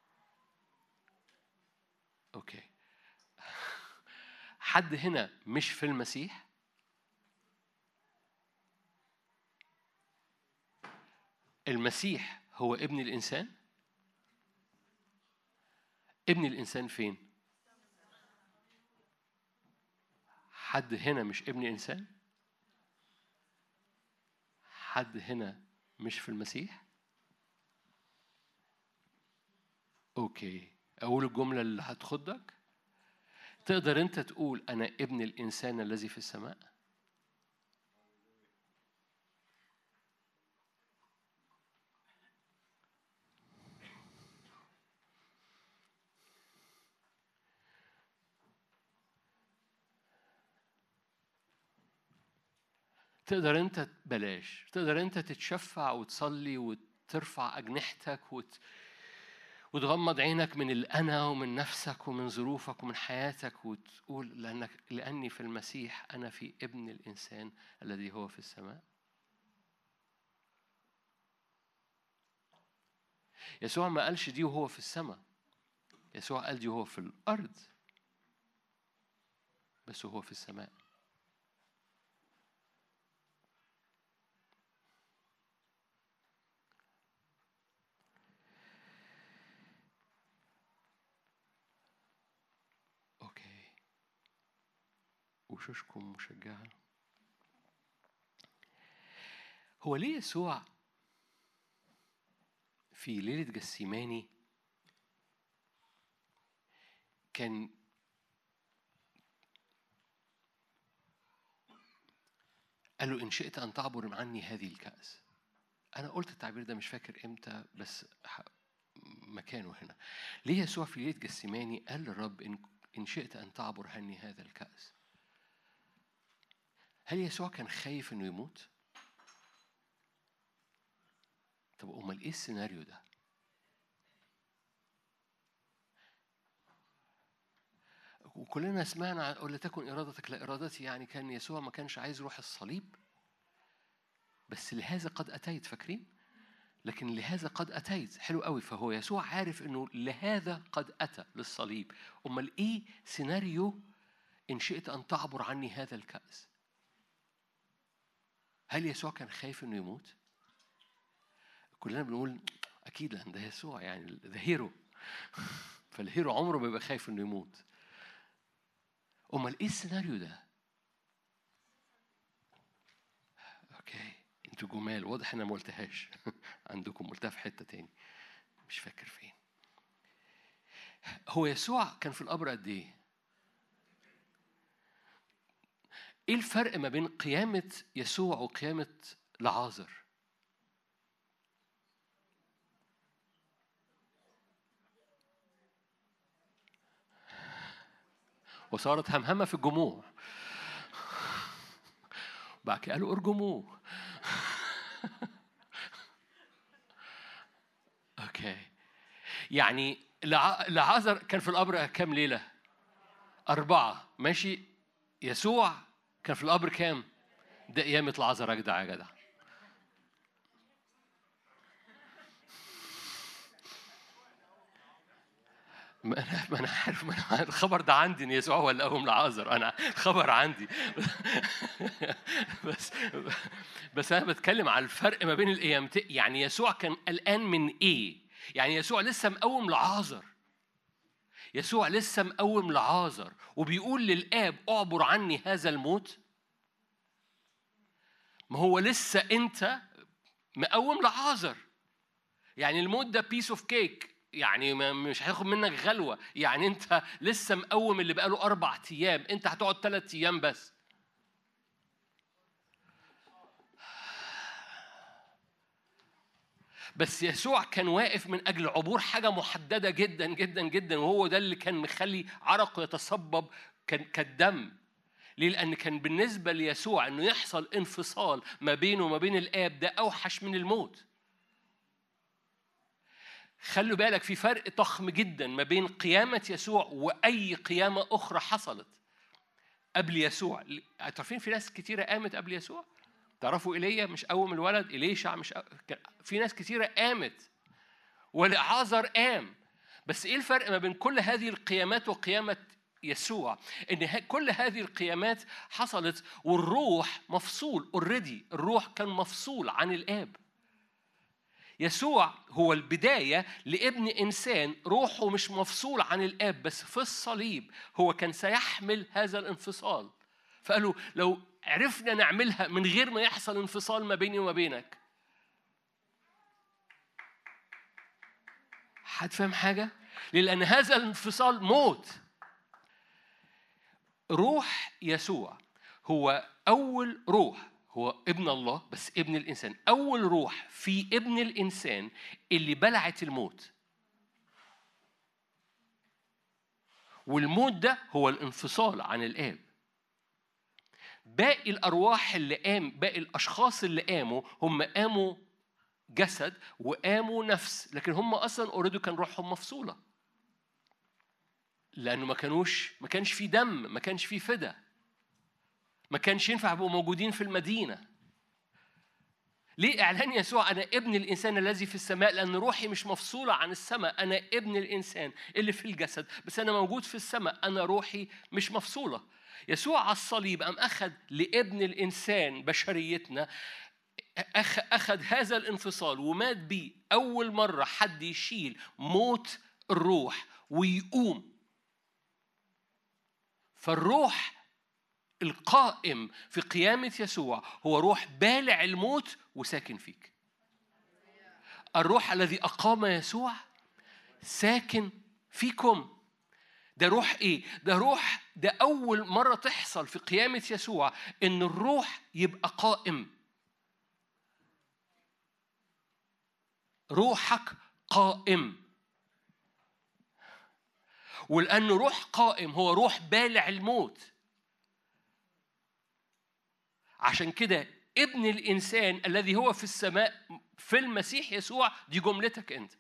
أوكي. حد هنا مش في المسيح؟ المسيح هو ابن الإنسان. ابن الإنسان فين؟ حد هنا مش ابن إنسان؟ حد هنا مش في المسيح؟ أوكي، أقول الجملة اللي هتخدك. تقدر أنت تقول أنا ابن الإنسان الذي في السماء؟ تقدر أنت بلاش تقدر أنت تتشفع وتصلي وترفع أجنحتك وت... وتغمض عينك من الأنا ومن نفسك ومن ظروفك ومن حياتك وتقول لأنك لأني في المسيح أنا في ابن الإنسان الذي هو في السماء. يسوع ما قالش دي وهو في السماء، يسوع قال دي وهو في الأرض، بس وهو في السماء. وشوشكم مشجعة. هو ليه يسوع في ليلة جسيماني كان قال له إن شئت أن تعبر عني هذه الكأس؟ أنا قلت التعبير ده مش فاكر إمتى، بس مكانه هنا. ليه يسوع في ليلة جسيماني قال للرب إن إن شئت أن تعبر عني هذا الكأس. هل يسوع كان خايف إنه يموت؟ طب أمال إيه السيناريو ده؟ وكلنا سمعنا ولا تكن إرادتك لا إرادتي، يعني كان يسوع ما كانش عايز يروح الصليب، بس لهذا قد أتيت، فاكرين؟ لكن لهذا قد أتيت، حلو قوي. فهو يسوع عارف إنه لهذا قد أتى للصليب. أمال إيه سيناريو إن شئت أن تعبر عني هذا الكأس؟ هل يسوع كان خايف إنه يموت؟ كلنا بنقول أكيد لأن ده يسوع، يعني ده هيرو. فالهيرو عمره ما بيبقى خايف إنه يموت. أمال إيه السيناريو ده؟ أوكي، أنتوا جمال، واضح أنا ما قلتهاش. عندكم قلتها في حتة تاني مش فاكر فين. هو يسوع كان في القبر قد إيه؟ إيه الفرق ما بين قيامة يسوع وقيامة لعازر؟ وصارت همهمة في الجموع. بعد كده قالوا ارجموه. اوكي، يعني لعازر كان في القبر كام ليلة؟ أربعة، ماشي. يسوع كان في القبر كام؟ ده قيامة لعازر يا جدع يا جدع. ما أنا ما أنا عارف، ما أنا الخبر ده عندي إن يسوع هو اللي قوم لعازر، أنا خبر عندي. بس بس أنا بتكلم على الفرق ما بين القيامتين. يعني يسوع كان قلقان من إيه؟ يعني يسوع لسه مقوم لعازر، يسوع لسه مقوم لعازر وبيقول للآب أعبر عني هذا الموت. ما هو لسه أنت مقوم لعازر، يعني الموت ده بيس اوف كيك، يعني مش هياخد منك غلوة. يعني أنت لسه مقوم اللي بقاله أربع أيام، أنت هتقعد ثلاث أيام بس. بس يسوع كان واقف من أجل عبور حاجة محددة جدا جدا جدا، وهو ده اللي كان مخلي عرقه يتصبب كالدم. ليه؟ لأن كان بالنسبة ليسوع أنه يحصل انفصال ما بينه وما بين الآب ده أوحش من الموت. خلوا بالك في فرق ضخم جدا ما بين قيامة يسوع وأي قيامة أخرى حصلت قبل يسوع. تعرفين في ناس كتيرة قامت قبل يسوع؟ تعرفوا إيليا مش قوم الولد، إليشع مش قوم. في ناس كتيرة قامت، ولعازر قام. بس إيه الفرق ما بين كل هذه القيامات وقيامة يسوع؟ إن كل هذه القيامات حصلت والروح مفصول اوريدي، الروح كان مفصول عن الآب. يسوع هو البداية لابن إنسان روحه مش مفصول عن الآب، بس في الصليب هو كان سيحمل هذا الانفصال. فقالوا لو عرفنا نعملها من غير ما يحصل انفصال ما بيني وما بينك. حد فهم حاجة؟ لأن هذا الانفصال موت. روح يسوع هو أول روح، هو ابن الله بس ابن الإنسان، أول روح في ابن الإنسان اللي بلعت الموت. والموت ده هو الانفصال عن الآب. باقي الأرواح اللي قام، باقي الأشخاص اللي قاموا، هم قاموا جسد وقاموا نفس، لكن هم أصلاً أوريدو كان روحهم مفصولة، لأنه ما كانوش ما كانش في دم، ما كانش في فدا، ما كانش ينفع يبقوا موجودين في المدينة. ليه إعلان يسوع أنا ابن الإنسان الذي في السماء؟ لأن روحي مش مفصولة عن السماء، أنا ابن الإنسان اللي في الجسد بس أنا موجود في السماء، أنا روحي مش مفصولة. يسوع على الصليب أم أخذ لابن الإنسان بشريتنا، أخذ هذا الانفصال ومات بيه. أول مرة حد يشيل موت الروح ويقوم. فالروح القائم في قيامة يسوع هو روح بالع الموت وساكن فيك. الروح الذي أقام يسوع ساكن فيكم. ده روح إيه؟ ده روح، ده أول مرة تحصل في قيامة يسوع إن الروح يبقى قائم. روحك قائم. ولأنه روح قائم هو روح بالع الموت. عشان كده ابن الإنسان الذي هو في السماء في المسيح يسوع، دي جملتك أنت.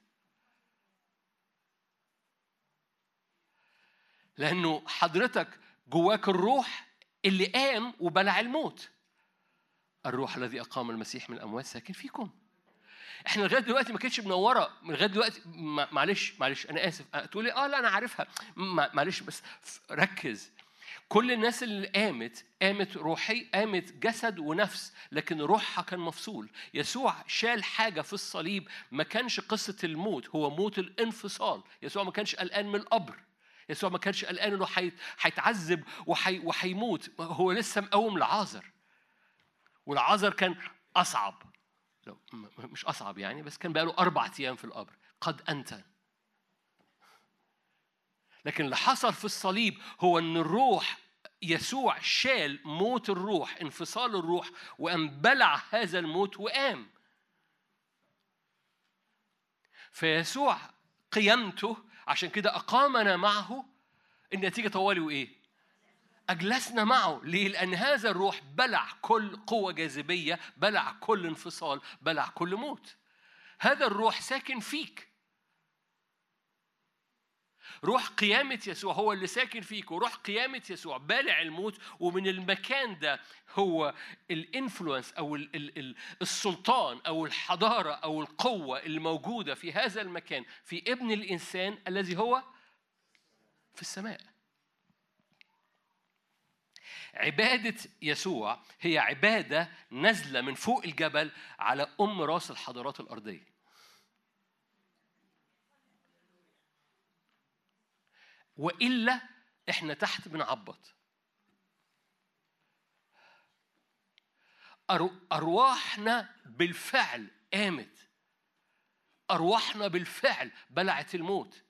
لأنه حضرتك جواك الروح اللي قام وبلع الموت. الروح الذي أقام المسيح من الأموات ساكن فيكم. احنا لغايه دلوقتي ما كانتش منوره، لغايه دلوقتي معلش معلش انا اسف تقولي اه لا انا عارفها، معلش بس ركز. كل الناس اللي قامت قامت روحي، قامت جسد ونفس، لكن روحها كان مفصول. يسوع شال حاجه في الصليب، ما كانش قصه الموت، هو موت الانفصال. يسوع ما كانش قلقان من القبر، يسوع ما كانش قلقان انه هيتعذب وهيموت. هو لسه مقوم لعازر، والعازر كان اصعب، مش أصعب يعني، بس كان بقاله أربعة أيام في القبر قد أنتن. لكن اللي حصل في الصليب هو أن الروح يسوع شال موت الروح، انفصال الروح، وأن بلع هذا الموت وقام. فيسوع قيامته عشان كده أقامنا معه. النتيجة طوالي وإيه؟ أجلسنا معه. ليه؟ لأن هذا الروح بلع كل قوة جاذبية، بلع كل انفصال، بلع كل موت. هذا الروح ساكن فيك. روح قيامة يسوع هو اللي ساكن فيك، وروح قيامة يسوع بالع الموت. ومن المكان ده هو الانفلونس أو السلطان أو الحضارة أو القوة اللي موجودة في هذا المكان في ابن الإنسان الذي هو في السماء. عبادة يسوع هي عبادة نزلة من فوق الجبل على أم راس الحضارات الأرضية. وإلا إحنا تحت بنعبط. أرواحنا بالفعل قامت، أرواحنا بالفعل بلعت الموت.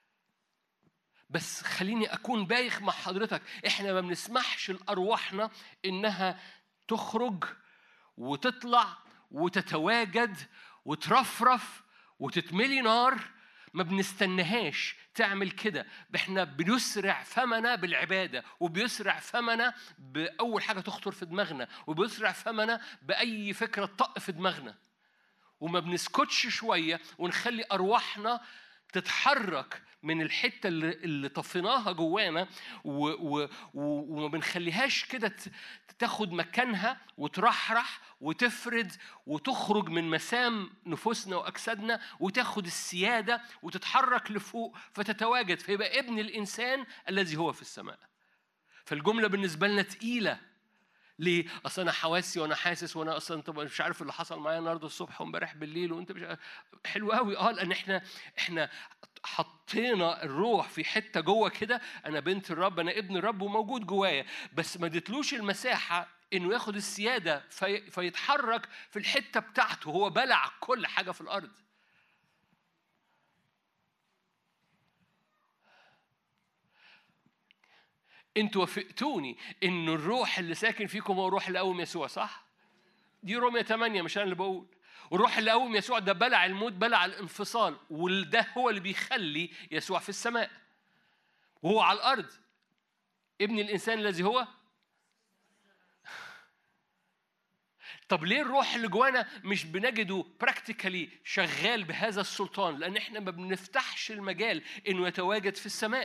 بس خليني أكون بايخ مع حضرتك، إحنا ما بنسمحش لأرواحنا إنها تخرج وتطلع وتتواجد وترفرف وتتملي نار. ما بنستناهاش تعمل كده. إحنا بنسرع فمنا بالعبادة، وبيسرع فمنا بأول حاجة تخطر في دماغنا، وبيسرع فمنا بأي فكرة تطق في دماغنا. وما بنسكتش شوية ونخلي أرواحنا تتحرك من الحتة اللي طفيناها جوانا، وما بنخليهاش كده تاخد مكانها وترحرح وتفرد وتخرج من مسام نفوسنا وأجسادنا وتاخد السيادة وتتحرك لفوق فتتواجد، فيبقى ابن الإنسان الذي هو في السماء. فالجملة بالنسبة لنا تقيلة. ليه؟ أصل أنا حواسي وأنا حاسس وأنا أصلا أنت مش عارف اللي حصل معايا النهارده الصبح وامبارح بالليل وأنت مش عارف. حلو قوي. آه لأن إحنا إحنا حطينا الروح في حتة جوه كده. أنا بنت الرب، أنا ابن الرب وموجود جوايا، بس ما اديتلوش المساحة إنه ياخد السيادة في فيتحرك في الحتة بتاعته. هو بلع كل حاجة في الأرض. انتوا وافقتوني ان الروح اللي ساكن فيكم هو الروح اللي قوم يسوع، صح؟ دي رومية ثمانية، مش انا اللي بقول. والروح اللي قوم يسوع ده بلع الموت، بلع الانفصال، وده هو اللي بيخلي يسوع في السماء وهو على الارض ابن الانسان الذي هو. طب ليه الروح اللي جوانا مش بنجده براكتيكالي شغال بهذا السلطان؟ لان احنا ما بنفتحش المجال انه يتواجد في السماء.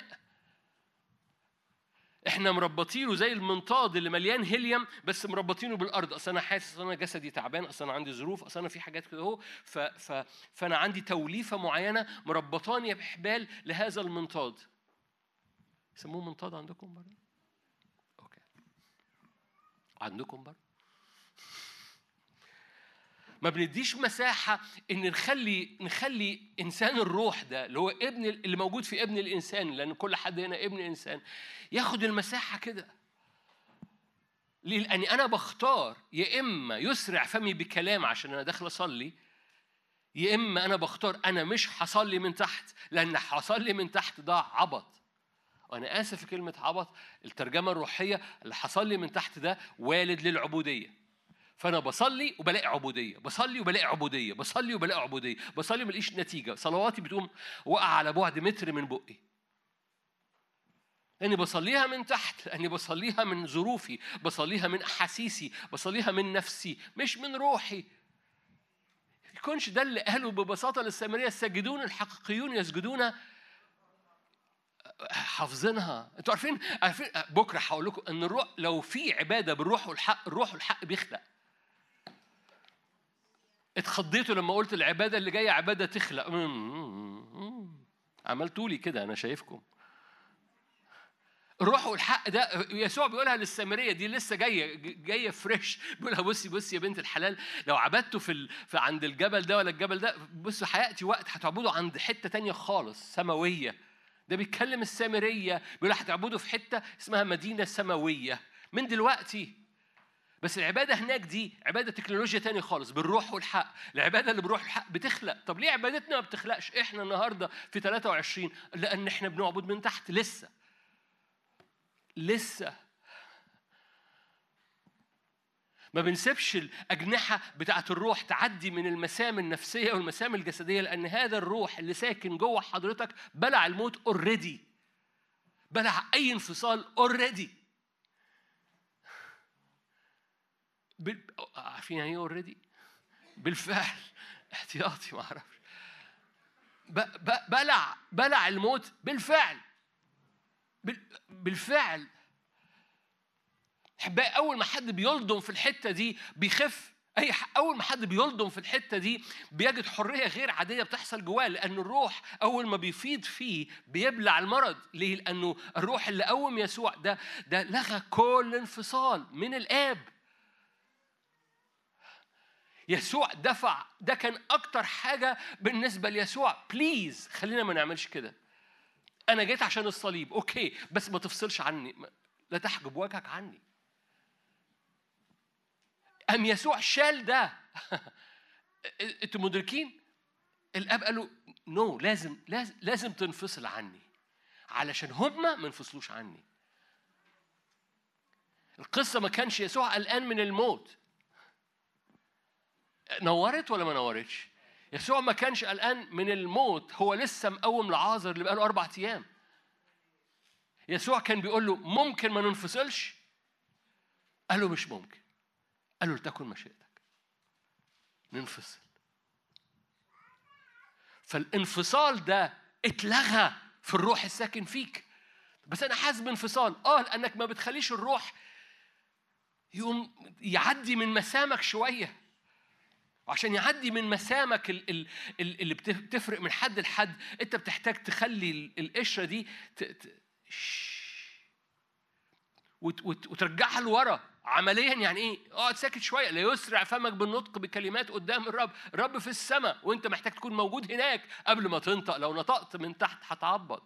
احنا مربطينه زي المنطاد اللي مليان هيليوم، بس مربطينه بالارض. اصل انا حاسس ان انا جسدي تعبان، اصل انا عندي ظروف، اصل انا في حاجات كده اهو، ف... ف... فانا عندي توليفه معينه مربطاني بحبال لهذا المنطاد. يسموه منطاد عندكم برضه؟ اوكي، عندكم برضه. ما بنديش مساحة إن نخلي نخلي إنسان الروح ده اللي هو ابن اللي موجود في ابن الإنسان، لأن كل حد هنا ابن إنسان، ياخد المساحة كده. ليه؟ لأني أنا بختار يا إما يسرع فمي بكلام عشان أنا داخل أصلي، يا إما أنا بختار أنا مش هصلي من تحت، لأن هصلي من تحت ده عبط. وأنا آسف في كلمة عبط، الترجمة الروحية اللي هصلي من تحت ده والد للعبودية. فأنا بصلي وبلاقي عبودية، بصلي وبلاقي عبودية، بصلي وبلاقي عبودية، بصلي وملاقيش نتيجة. صلواتي بتقوم وقع على بعد متر من بقي. لأني بصليها من تحت، لأني بصليها من ظروفي، بصليها من أحاسيسي، بصليها من نفسي مش من روحي. يكونش ده اللي قالوا ببساطة للسامرية: الساجدون الحقيقيون يسجدون حافظينها. انتوا عارفين عارفين بكره هقول لكم ان الروح، لو في عباده بالروح والحق، الروح والحق بيخلق. اتخضيتوا لما قلت العباده اللي جايه عباده تخلق. عملتوا لي كده، انا شايفكم. الروح والحق ده يسوع بيقولها للسامريه دي، لسه جايه جايه فريش، بيقولها: بصي بصي يا بنت الحلال، لو عبدتوا في, ال... في عند الجبل ده ولا الجبل ده، بصوا هياتي وقت هتعبدوا عند حته تانية خالص سماويه. ده بيتكلم السامريه، بيقول هتعبدوا في حته اسمها مدينه سماويه من دلوقتي. بس العباده هناك دي عباده تكنولوجيا تاني خالص بالروح والحق. العباده اللي بالروح والحق بتخلق. طب ليه عبادتنا ما بتخلقش احنا النهارده في ثلاثة وعشرين؟ لان احنا بنعبد من تحت لسه لسه ما بنسيبش الأجنحة بتاعة الروح تعدي من المسام النفسية والمسام الجسدية، لأن هذا الروح اللي ساكن جوه حضرتك بلع الموت اوريدي، بلع أي انفصال اوريدي. بال... عارفين يعني ايه اوريدي؟ بالفعل. احتياطي ما اعرفش. ب... ب... بلع بلع الموت بالفعل. بال... بالفعل. احبائي، اول ما حد بيلضم في الحته دي بيخف. اي اول ما حد بيلضم في الحته دي بيجد حريه غير عاديه بتحصل جواه، لان الروح اول ما بيفيض فيه بيبلع المرض. ليه؟ لانه الروح اللي قوم يسوع ده ده لغى كل انفصال من الاب. يسوع دفع، ده كان اكتر حاجه بالنسبه ليسوع. بليز خلينا ما نعملش كده. انا جيت عشان الصليب، اوكي، بس ما تفصلش عني، لا تحجب وجهك عني. أم يسوع شال ده. أنتوا مدركين؟ الأب قالوا نو، لازم لازم لازم تنفصل عني علشان هما ما ينفصلوش عني. القصة ما كانش يسوع قلقان من الموت. نورت ولا ما نورتش؟ يسوع ما كانش قلقان من الموت، هو لسه مقوم لعازر اللي بقاله أربع أيام. يسوع كان بيقول له ممكن ما ننفصلش؟ قال له مش ممكن. قال له لتكن مشيئتك. ننفصل. فالانفصال ده اتلغى في الروح الساكن فيك. بس أنا حاسس بانفصال، آه لأنك ما بتخليش الروح يقوم يعدي من مسامك شوية. وعشان يعدي من مسامك اللي بتفرق من حد لحد، أنت بتحتاج تخلي القشرة دي ت... ت... وت... وت... وترجعها لورا. عمليا يعني ايه؟ اقعد ساكت شويه. لا يسرع فمك بالنطق بكلمات قدام الرب. الرب في السماء وانت محتاج تكون موجود هناك قبل ما تنطق. لو نطقت من تحت هتعبط.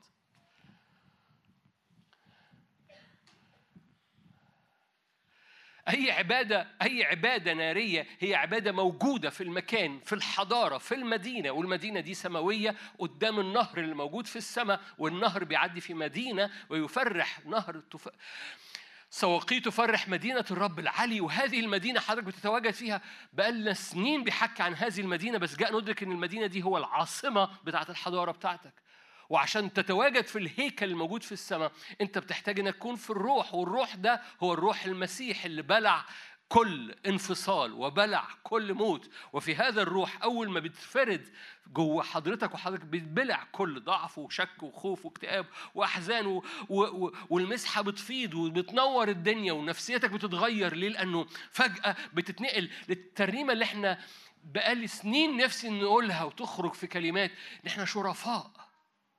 اي عباده اي عباده ناريه هي عباده موجوده في المكان، في الحضاره، في المدينه، والمدينه دي سماويه قدام النهر اللي موجود في السماء، والنهر بيعدي في مدينه ويفرح نهر تف... سواقي تفرح مدينة الرب العلي. وهذه المدينة حضرتك بتتواجد فيها. بقالنا سنين بيحكي عن هذه المدينة، بس جاء ندرك أن المدينة دي هو العاصمة بتاعة الحضارة بتاعتك. وعشان تتواجد في الهيكل الموجود في السماء أنت بتحتاج أنك تكون في الروح، والروح ده هو الروح المسيح اللي بلع كل انفصال وبلع كل موت. وفي هذا الروح أول ما بتفرد جوه حضرتك وحضرتك بتبلع كل ضعف وشك وخوف واكتئاب وأحزان و... و... والمسحة بتفيض وبتنور الدنيا ونفسيتك بتتغير. ليه؟ لأنه فجأة بتتنقل للترنيمة اللي احنا بقالي سنين نفسي نقولها وتخرج في كلمات، ان احنا شرفاء.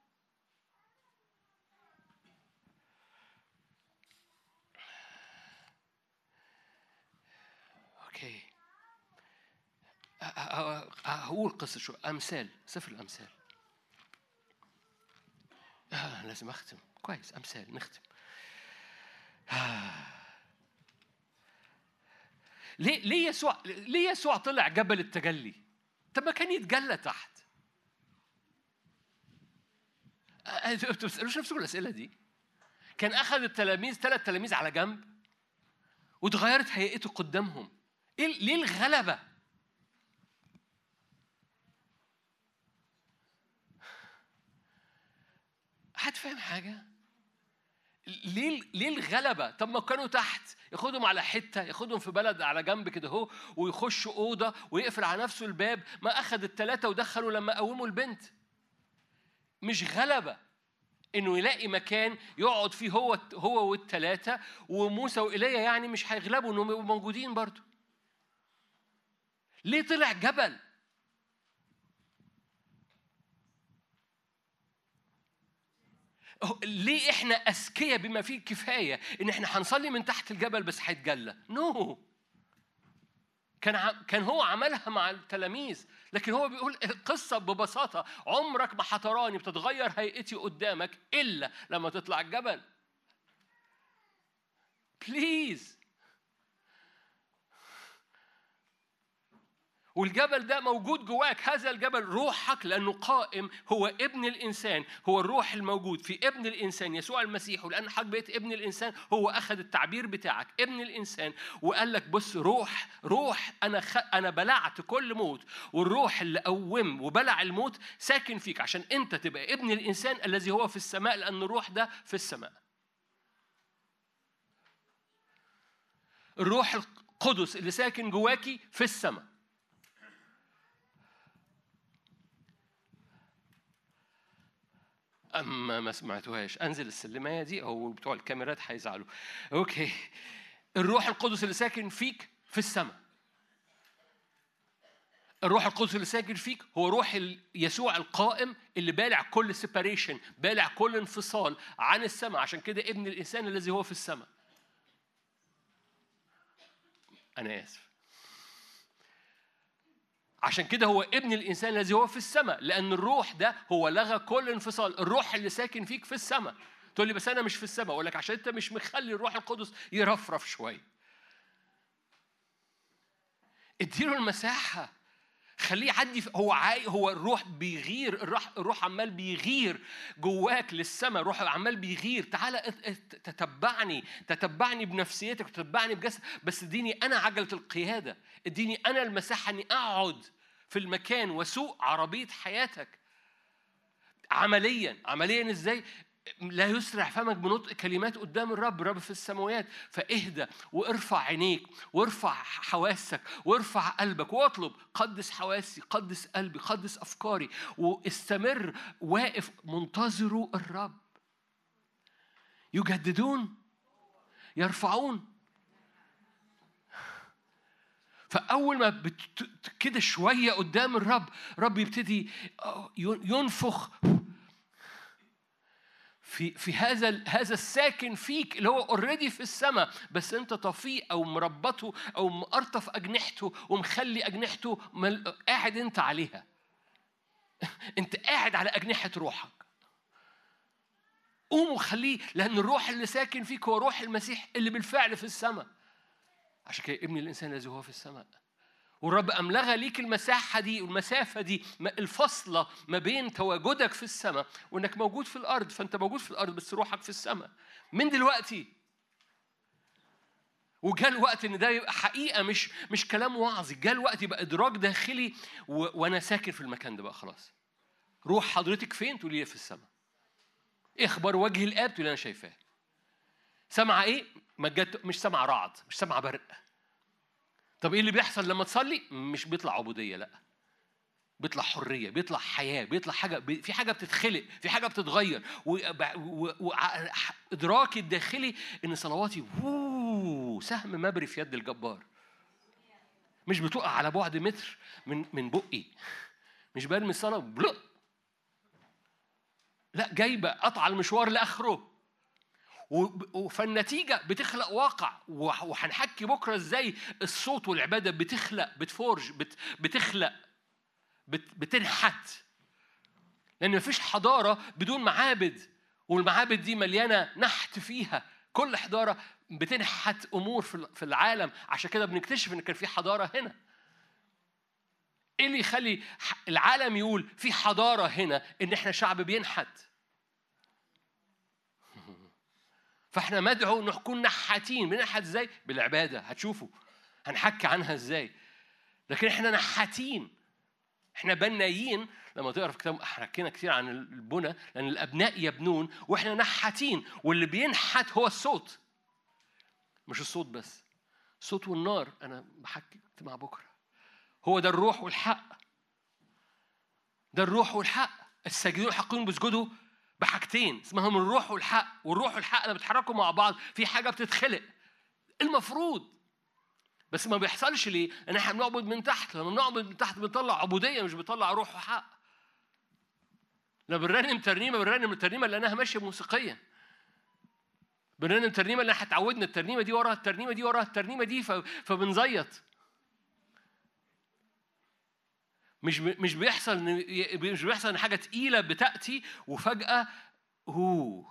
اوكي، هقول قصة شو أمثال، سفر الأمثال. آه لازم أختم كويس. أمثال نختم. آه. ليه ليه يسوع ليه يسوع طلع جبل التجلي؟ طب ما كان يتجلى تحت. انتوا بتسألوش نفسكم الأسئلة دي؟ كان أخذ التلاميذ ثلاث تلاميذ على جنب وتغيرت هيئته قدامهم. إيه ليه الغلبة؟ حد فاهم حاجة؟ ليه ليه الغلبة؟ طب ما كانوا تحت، ياخدهم على حتة، ياخدهم في بلد على جنب كده اهو، ويخش أوضة ويقفل على نفسه الباب. ما أخذ الثلاثة ودخلوا لما قوموا البنت. مش غلبة إنه يلاقي مكان يقعد فيه هو هو والثلاثة، وموسى وإيليا يعني مش هيغلبوا إنهم يبقوا موجودين برضو. ليه طلع جبل؟ ليه احنا اذكياء بما فيه الكفايه ان احنا هنصلي من تحت الجبل بس هيتجلى؟ نو no. كان كان هو عملها مع التلاميذ، لكن هو بيقول القصه ببساطه: عمرك ما هتراني بتتغير هيئتي قدامك الا لما تطلع الجبل. بليز. والجبل ده موجود جواك، هذا الجبل روحك، لأنه قائم هو ابن الإنسان، هو الروح الموجود في ابن الإنسان يسوع المسيح. ولأن حضرتك بقيت ابن الإنسان، هو أخذ التعبير بتاعك ابن الإنسان وقال لك بص، روح روح أنا خ... أنا بلعت كل موت، والروح اللي قوم وبلع الموت ساكن فيك عشان أنت تبقى ابن الإنسان الذي هو في السماء، لأن الروح ده في السماء. الروح القدس اللي ساكن جواكي في السماء. أما ما سمعتوهاش أنزل السلمية دي أو بتوع الكاميرات هيزعلوا. أوكي. الروح القدس اللي ساكن فيك في السماء. الروح القدس اللي ساكن فيك هو روح يسوع القائم اللي بالع كل سيباريشن، بالع كل انفصال عن السماء. عشان كده ابن الإنسان الذي هو في السماء. أنا آسف. عشان كده هو ابن الإنسان الذي هو في السماء، لأن الروح ده هو لغى كل انفصال. الروح اللي ساكن فيك في السماء. تقول لي بس أنا مش في السماء. أقول لك عشان أنت مش مخلي الروح القدس يرفرف شوية. اديله المساحة، خليه يعدي. هو عاي... هو الروح بيغير، الروح الروح عمال بيغير جواك للسماء. الروح عمال بيغير. تعالى تتبعني، تتبعني بنفسيتك، تتبعني بجسد، بس اديني انا عجلة القيادة، اديني انا المساحة اني اقعد في المكان واسوق عربية حياتك. عمليا عمليا ازاي؟ لا يسرع فمك بنطق كلمات قدام الرب، الرب في السماوات. فاهدى وارفع عينيك وارفع حواسك وارفع قلبك واطلب: قدس حواسي، قدس قلبي، قدس أفكاري. واستمر واقف منتظروا الرب. يجددون، يرفعون. فأول ما بت... كده شوية قدام الرب، رب يبتدي ينفخ في في هذا هذا الساكن فيك اللي هو اوريدي في السماء، بس انت طفيه او مربطه او مقرطف اجنحته ومخلي اجنحته مل... قاعد انت عليها. انت قاعد على اجنحه روحك. قوم وخليه، لان الروح اللي ساكن فيك هو روح المسيح اللي بالفعل في السماء. عشان كده ابن الانسان الذي هو في السماء. والرب أملغى ليك المساحة دي والمسافة دي، الفصلة ما بين تواجدك في السماء وإنك موجود في الأرض. فأنت موجود في الأرض بس روحك في السماء من دلوقتي. وجاء الوقت إن ده يبقى حقيقة، مش مش كلام وعظي. جاء الوقت يبقى إدراك داخلي و... وأنا ساكن في المكان ده بقى خلاص. روح حضرتك فين؟ تقولي لي في السماء. إيه أخبار وجه الآب؟ تقولي أنا شايفاه. سمع إيه؟ مجد، مش سمع رعد، مش سمع برق. طب ايه اللي بيحصل لما تصلي؟ مش بيطلع عبوديه، لا، بيطلع حريه، بيطلع حياه، بيطلع حاجه، في حاجه بتتخلق، في حاجه بتتغير. وادراكي الداخلي ان صلواتي سهم مبري في يد الجبار، مش بتقع على بعد متر من من بقي، مش برمي الصلاه بلق، لا، جايبه قطع المشوار لاخره. فالنتيجة بتخلق واقع. وهنحكي بكرة ازاي الصوت والعبادة بتخلق، بتفورج، بت بتخلق، بت بتنحت. لأن مفيش حضارة بدون معابد، والمعابد دي مليانة نحت فيها. كل حضارة بتنحت أمور في العالم. عشان كده بنكتشف إن كان في حضارة هنا. إيه اللي يخلي العالم يقول في حضارة هنا؟ إن إحنا شعب بينحت. فاحنا مدعو نكون نحاتين. بننحت ازاي؟ بالعباده. هتشوفوا هنحكي عنها ازاي. لكن احنا نحاتين، احنا بنايين لما تقرا في كتاب حكينا كتير عن البنى، لأن الأبناء يبنون وإحنا نحاتين، واللي بينحت هو الصوت، مش الصوت بس، الصوت والنار. أنا بحكي مع بكرة، هو ده الروح والحق، ده الروح والحق. الساجدون الحقيقيون بيسجدوا بحاجتين اسمهم الروح والحق، والروح والحق لما بيتحركوا مع بعض في حاجة بتتخلق المفروض، بس ما بيحصلش. ليه؟ لأن احنا بنعبد من تحت. لما بنعبد من تحت بنطلع عبودية، مش بنطلع روح وحق. لما بنرنم ترنيمة بنرنم الترنيمة لأنها ماشية موسيقيا، بنرنم ترنيمة لأنها هتعودنا الترنيمة دي وراها الترنيمة دي وراها الترنيمة دي، فبنزيط. مش مش بيحصل مش بيحصل ان حاجه تقيله بتاتي وفجاه هو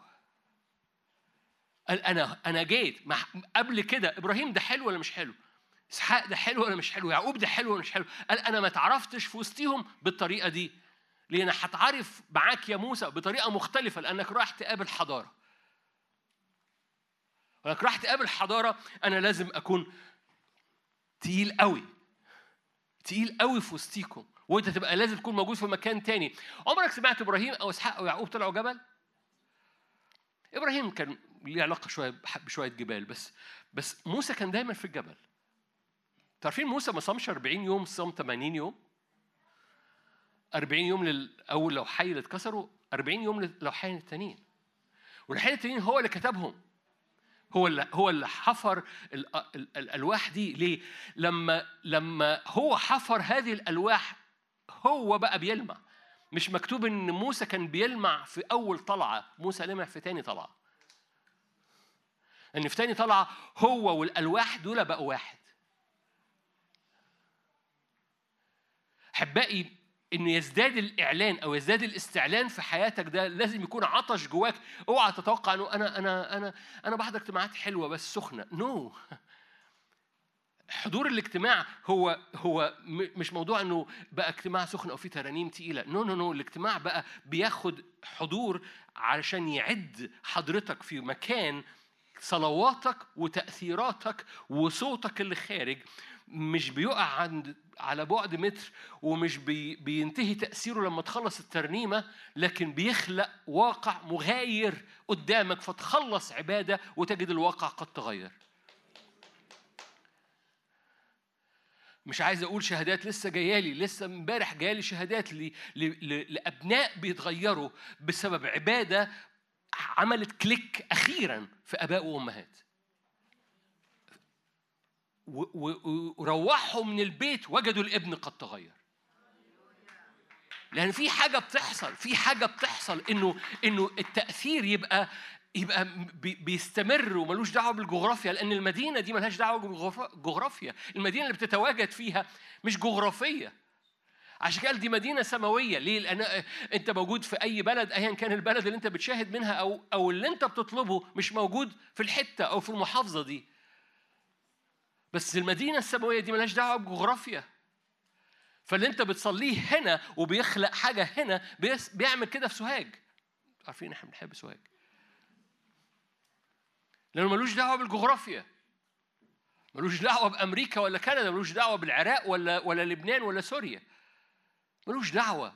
قال انا انا جيت. قبل كده ابراهيم ده حلو ولا مش حلو؟ اسحاق ده حلو ولا مش حلو؟ يعقوب ده حلو ولا مش حلو؟ قال انا ما اتعرفتش في وسطهم بالطريقه دي، لان هتعرف معاك يا موسى بطريقه مختلفه، لانك رايح تقابل حضاره. ولك رايح تقابل حضاره، انا لازم اكون تقيل قوي، تقيل قوي في وسطيكم، وانت تبقى لازم تكون موجود في مكان تاني. عمرك سمعت ابراهيم او اسحاق او يعقوب طلعوا جبل؟ ابراهيم كان ليه علاقه شويه بشويه جبال، بس بس موسى كان دايما في الجبل. تعرفين موسى ما صامش أربعين يوم، صام ثمانين يوم. أربعين يوم للاول لوحين اللي اتكسروا، أربعين يوم للوحين التانيين، واللوحين التانيين هو اللي كتبهم، هو اللي هو اللي حفر الالواح دي. ليه؟ لما لما هو حفر هذه الالواح هو بقى بيلمع. مش مكتوب ان موسى كان بيلمع في اول طلعه، موسى لمع في تاني طلعه، ان في تاني طلعه هو والالواح دول بقوا واحد. احبائي، ان يزداد الاعلان او يزداد الاستعلان في حياتك ده لازم يكون عطش جواك. اوعى تتوقع انه انا انا انا انا بحضر اجتماعات حلوه بس سخنه. نو no. حضور الاجتماع هو هو مش موضوع انه بقى اجتماع سخن او فيه ترانيم تقيله. نو نو نو الاجتماع بقى بياخد حضور علشان يعد حضرتك في مكان صلواتك وتاثيراتك وصوتك اللي خارج مش بيقع عند على بعد متر، ومش بي بينتهي تأثيره لما تخلص الترنيمة، لكن بيخلق واقع مغاير قدامك، فتخلص عبادة وتجد الواقع قد تغير. مش عايز أقول شهادات لسه جايالي، لسه امبارح جايالي شهادات ل... ل... لأبناء بيتغيروا بسبب عبادة عملت كليك أخيرا في آباء وأمهات، وروحوا من البيت وجدوا الابن قد تغير. لأن في حاجة بتحصل، في حاجة بتحصل إنه إنه التأثير يبقى يبقى بيستمر وملوش دعوة بالجغرافيا، لأن المدينة دي ملهاش دعوة بالجغرافيا. المدينة اللي بتتواجد فيها مش جغرافية، عشان كده دي مدينة سماوية. ليه؟ لأن أنت موجود في أي بلد، أيا كان البلد اللي أنت بتشاهد منها أو أو اللي أنت بتطلبه مش موجود في الحتة أو في المحافظة دي، بس المدينة السماوية دي ملهاش دعوة بجغرافيا. فاللي أنت بتصليه هنا وبيخلق حاجة هنا بيعمل كده في سوهاج. عارفين إحنا بنحب سوهاج لأنه ملوش دعوة بالجغرافيا، ملوش دعوة بأمريكا ولا كندا، ملوش دعوة بالعراق ولا ولا لبنان ولا سوريا، ملوش دعوة.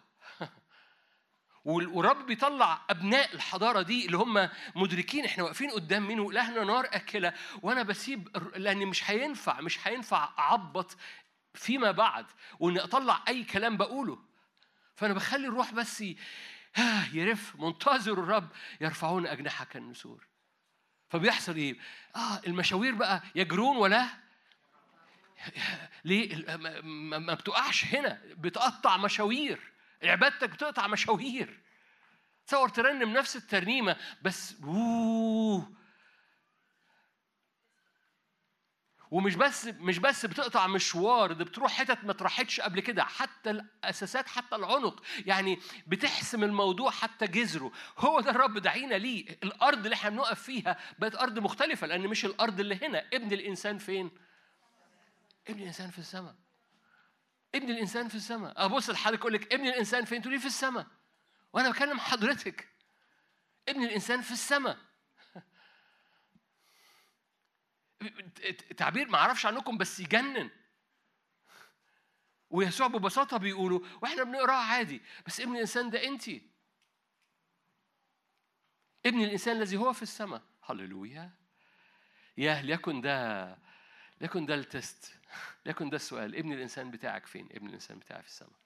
والرب بيطلع أبناء الحضارة دي اللي هم مدركين إحنا واقفين قدام مين، وإلهنا نار أكلة، وأنا بسيب لأن مش هينفع مش هينفع أعبط فيما بعد وإن أطلع أي كلام بقوله. فأنا بخلي الروح بس يرف. منتظر الرب يرفعون أجنحة كالنسور. فبيحصل إيه؟ آه المشاوير بقى يجرون ولا ليه؟ ما بتقعش هنا، بتقطع مشاوير. عبادتك بتقطع مشاوير. تصور ترنم نفس الترنيمة بس اوه، ومش بس مش بس بتقطع مشوار، ده بتروح حتت ما تروحتش قبل كده، حتى الأساسات، حتى العنق، يعني بتحسم الموضوع حتى جذره. هو ده الرب دعينا ليه. الأرض اللي احنا بنقف فيها بقت أرض مختلفة، لأن مش الأرض اللي هنا. ابن الإنسان فين؟ ابن الإنسان في السماء. ابن الإنسان في السماء. أبص لحضرتك أقول لك ابن الإنسان فين؟ تقولي في السماء، وأنا بكلم حضرتك. ابن الإنسان في السماء. تعبير ما أعرفش عنكم بس يجنن. ويسوع ببساطة بيقولوا وإحنا بنقراها عادي، بس ابن الإنسان ده أنتي، ابن الإنسان الذي هو في السماء. هللويا. يا ليكن ده ليكن ده التست، ليكن ده السؤال، ابن الإنسان بتاعك فين؟ ابن الإنسان بتاعي في السماء.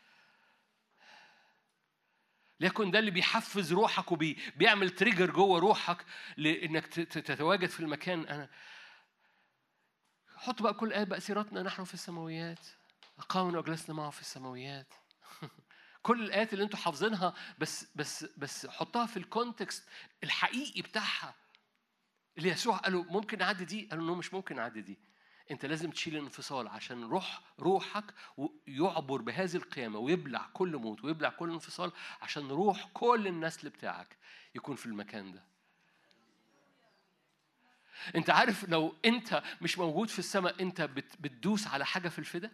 ليكن ده اللي بيحفز روحك وبيعمل تريجر جوه روحك لأنك تتواجد في المكان. أنا حط بقى كل آية بقى سيرتنا نحن في السماويات أقامنا وجلسنا معه في السماويات. كل الآيات اللي انتوا حافظينها بس بس بس حطها في الكونتكست الحقيقي بتاعها. اللي يسوع قالوا ممكن نعدي دي، قالوا انه مش ممكن نعدي دي. انت لازم تشيل الانفصال عشان روح روحك يعبر بهذه القيامة ويبلع كل موت ويبلع كل انفصال، عشان روح كل النسل بتاعك يكون في المكان ده. انت عارف لو انت مش موجود في السماء انت بتدوس على حاجة في الفدا،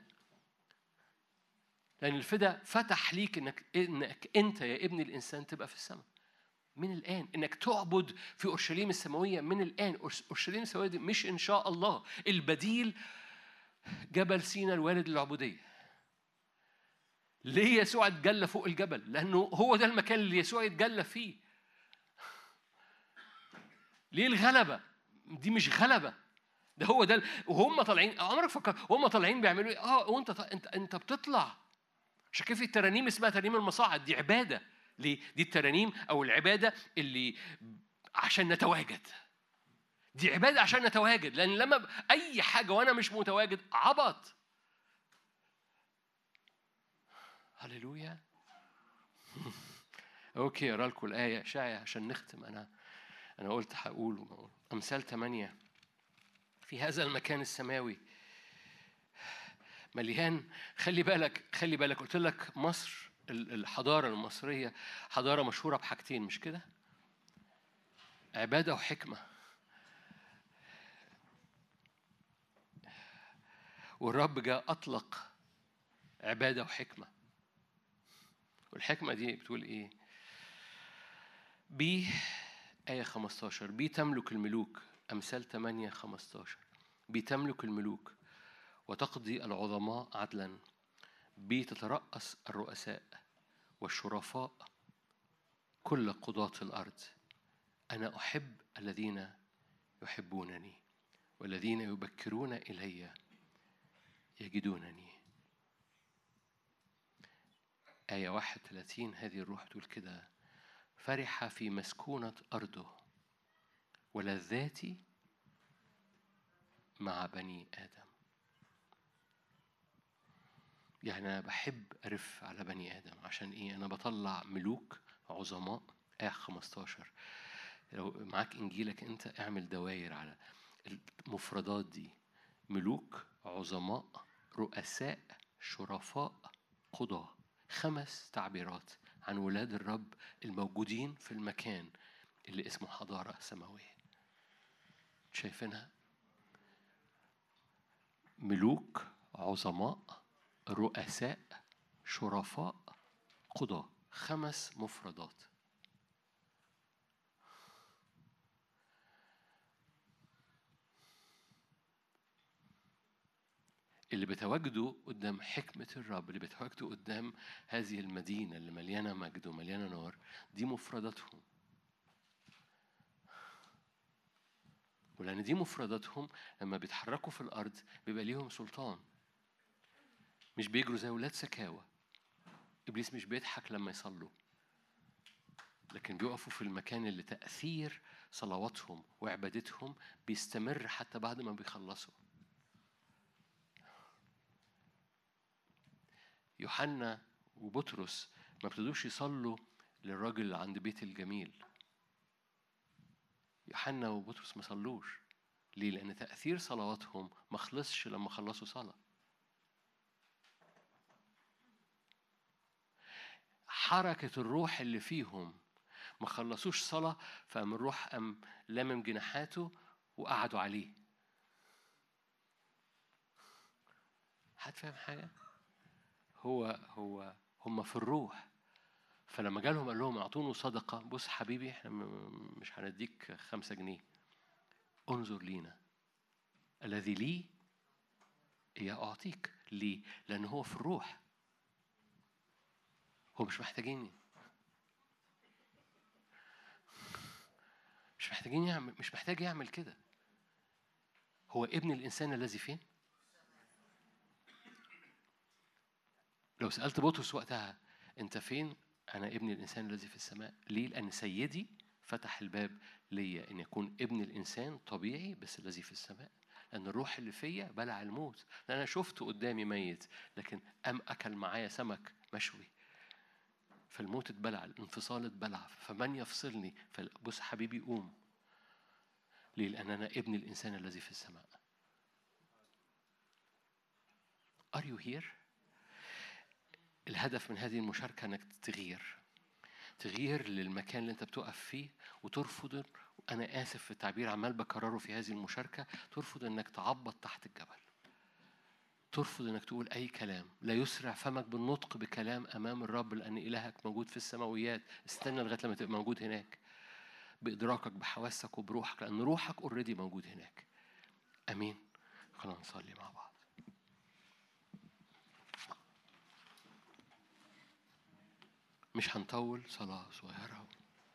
لأن الفدا فتح ليك إنك إنك أنت يا ابن الإنسان تبقى في السماء من الآن، إنك تعبد في أورشليم السماوية من الآن. أورشليم السماوية دي مش إن شاء الله، البديل جبل سينا الوارد للعبودية. ليه يسوع اتجلى فوق الجبل؟ لأنه هو ده المكان اللي يسوع يتجلى فيه. ليه الغلبة؟ دي مش غلبة، ده هو ده. وهم طالعين، عمرك فكر وهم طالعين بيعملوا إيه؟ آه وأنت أنت أنت بتطلع. عشان كده في الترانيم اسمها ترانيم المصاعد، دي عبادة. ليه؟ دي الترانيم أو العبادة اللي عشان نتواجد. دي عبادة عشان نتواجد، لأن لما أي حاجة وأنا مش متواجد عبط. هللويا. أوكي أقرأ لكم الآية إشعياء عشان نختم. أنا أنا قلت هقول أمثال ثمانية. في هذا المكان السماوي مليان، خلي بالك خلي بالك قلت لك مصر، الحضارة المصرية حضارة مشهورة بحاجتين، مش كده؟ عبادة وحكمة. والرب جاء أطلق عبادة وحكمة. والحكمة دي بتقول إيه؟ بي آية خمسة عشر، بي تملك الملوك. أمثال ثمانية خمسة عشر، بي تملك الملوك وتقضي العظماء عدلا، بي تترأس الرؤساء والشرفاء كل قضاة الأرض. أنا أحب الذين يحبونني والذين يبكرون إلي يجدونني. آية واحد وثلاثين هذه الروح تقول كده: فرح في مسكونة أرضه ولذاتي مع بني آدم. يعني أنا بحب أرف على بني آدم. عشان إيه؟ أنا بطلع ملوك عظماء. آية خمسة عشر لو معاك إنجيلك أنت اعمل دواير على المفردات دي: ملوك، عظماء، رؤساء، شرفاء، قضاة. خمس تعبيرات عن ولاد الرب الموجودين في المكان اللي اسمه حضارة سماوية. شايفينها؟ ملوك، عظماء، رؤساء، شرفاء، قضاة. خمس مفردات. اللي بتواجدوا قدام حكمة الرب، اللي بتواجدوا قدام هذه المدينة اللي مليانة مجد ومليانة نار، دي مفرداتهم. ولأن دي مفرداتهم لما بيتحركوا في الأرض بيبقى ليهم سلطان. مش بيجروا زي ولاد سكاوى. إبليس مش بيضحك لما يصلوا، لكن بيقفوا في المكان اللي تأثير صلواتهم وعبادتهم بيستمر حتى بعد ما بيخلصوا. يوحنا وبطرس ما ابتدوش يصلوا للراجل عند بيت الجميل. يوحنا وبطرس ما صلوش. ليه؟ لأن تأثير صلواتهم ما خلصش لما خلصوا صلاة. حركة الروح اللي فيهم ما خلصوش صلاة، فقام الروح قام لامم جناحاته وقعدوا عليه. حد فاهم حاجة؟ هو هو هم في الروح. فلما جالهم قال لهم اعطونا صدقة. بص حبيبي احنا مش هنديك خمسة جنيه، انظر لينا الذي لي يا أعطيك. ليه؟ لأن هو في الروح. هو مش محتاجيني، مش محتاجين يعمل، مش محتاج يعمل كده. هو ابن الإنسان الذي فين؟ لو سألت بطرس وقتها أنت فين؟ أنا ابن الإنسان الذي في السماء. ليه؟ لأن سيدي فتح الباب ليا أن يكون ابن الإنسان طبيعي بس الذي في السماء. لأن الروح اللي فيا بلع الموت. لأن أنا شفته قدامي ميت لكن أم أكل معايا سمك مشوي، فالموت اتبلع، الانفصال اتبلع. فمن يفصلني؟ فبص حبيبي قوم. ليه؟ لأن أنا ابن الإنسان الذي في السماء. Are you here؟ الهدف من هذه المشاركة أنك تغير تغيير للمكان اللي أنت بتقف فيه وترفض. أنا آسف في التعبير عمال بكرره في هذه المشاركة. ترفض أنك تعبط تحت الجبل. ترفض أنك تقول أي كلام. لا يسرع فمك بالنطق بكلام أمام الرب لأن إلهك موجود في السماويات. استنى لغاية لما تبقى موجود هناك بإدراكك بحواسك وبروحك، لأن روحك أوريدي موجود هناك. أمين. خلونا نصلي مع بعض. مش هنطول، صلاة صغيرة.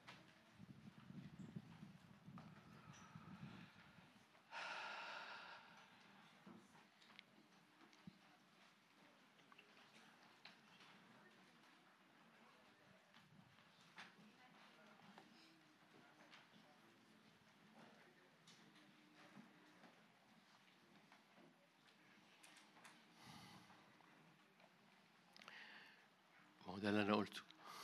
ما هو ده اللي أنا قلته.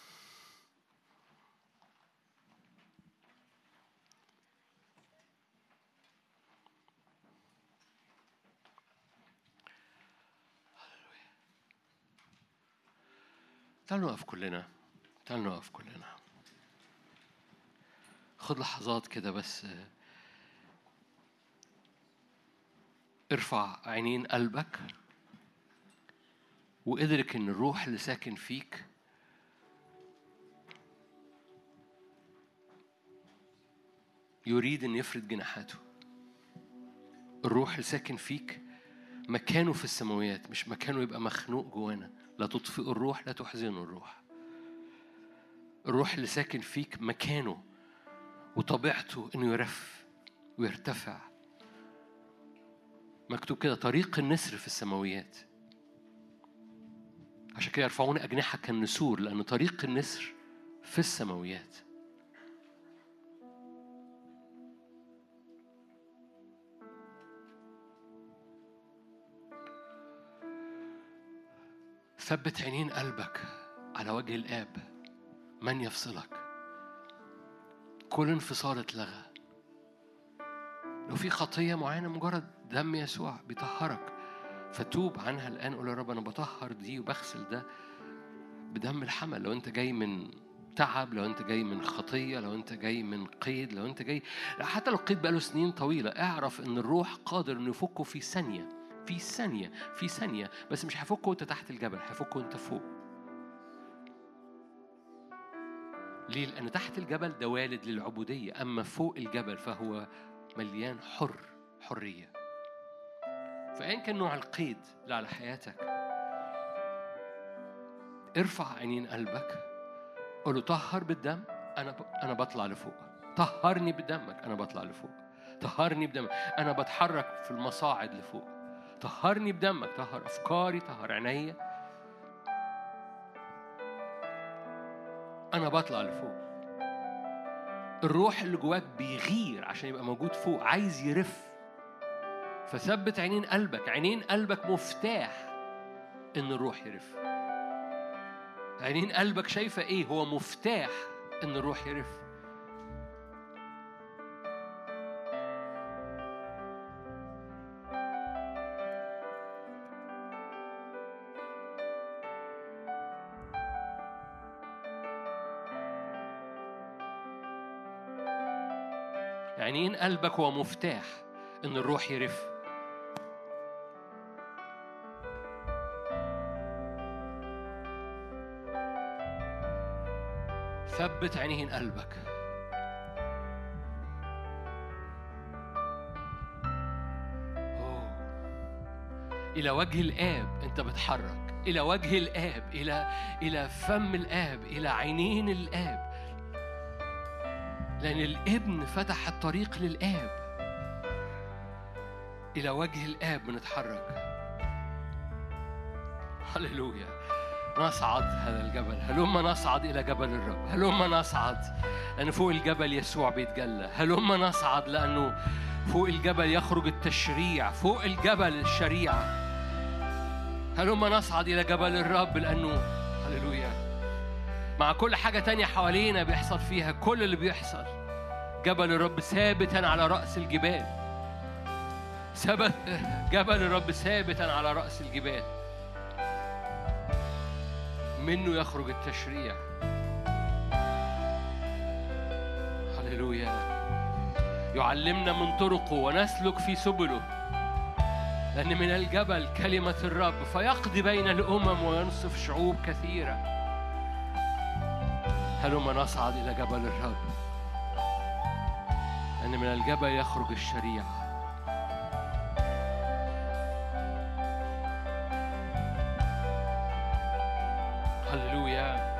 تعالوا نقف كلنا، تعالوا نقف كلنا. خد لحظات كده بس. ارفع عينين قلبك وادرك ان الروح اللي ساكن فيك يريد ان يفرد جناحاته. الروح اللي ساكن فيك مكانه في السماويات، مش مكانه يبقى مخنوق جوانا. لا تطفئ الروح، لا تحزن الروح. الروح اللي ساكن فيك مكانه وطبيعته انه يرف ويرتفع. مكتوب كده طريق النسر في السماويات. عشان كده يرفعون أجنحة كالنسور، لأن طريق النسر في السماويات. ثبت عينين قلبك على وجه الآب. من يفصلك؟ كل انفصال اتلغى. لو في خطية معينة مجرد دم يسوع بيطهرك، فتوب عنها الآن. قول يا رب أنا بطهر دي وبغسل ده بدم الحمل. لو أنت جاي من تعب، لو أنت جاي من خطية، لو أنت جاي من قيد، لو أنت جاي حتى لو قيد بقاله سنين طويلة، اعرف أن الروح قادر أنه يفكه في ثانية في ثانية في ثانية. بس مش هيفكه وأنت تحت الجبل، هيفكه وأنت فوق. ليه؟ لأن تحت الجبل ده والد للعبودية، أما فوق الجبل فهو مليان حر حرية. فأين كان نوع القيد اللي على حياتك، ارفع عينين قلبك، قوله طهر بالدم. أنا أنا بطلع لفوق. طهرني بدمك، أنا بطلع لفوق. طهرني بدمك، أنا بتحرك في المصاعد لفوق. طهرني بدمك، طهر أفكاري، طهر عيني، أنا بطلع لفوق. الروح اللي جواك بيغير عشان يبقى موجود فوق، عايز يرف. فثبت عينين قلبك. عينين قلبك مفتاح إن الروح يرف. عينين قلبك شايفة إيه؟ هو مفتاح إن الروح يرف. عينين قلبك هو مفتاح إن الروح يرف. ثبت عينين قلبك. أوه. إلى وجه الآب أنت بتحرك، إلى وجه الآب، إلى إلى فم الآب، إلى عينين الآب، لأن الابن فتح الطريق للآب. إلى وجه الآب بنتحرك. هللويا. نصعد هذا الجبل، هلما نصعد إلى جبل الرب، هلما نصعد لأن فوق الجبل يسوع بيتجلى، هلما نصعد لأنه فوق الجبل يخرج التشريع، فوق الجبل الشريعة. هلما نصعد إلى جبل الرب لأنه هللويا مع كل حاجة تانية حوالينا بيحصل فيها كل اللي بيحصل، جبل الرب ثابتا على رأس الجبال، ثبت جبل الرب ثابتا على رأس الجبال، منه يخرج التشريع. هللويا. يعلمنا من طرقه ونسلك في سبله، لأن من الجبل كلمة الرب فيقضي بين الأمم وينصف شعوب كثيرة. هلما نصعد إلى جبل الرب لأن من الجبل يخرج الشريعة. هللويا.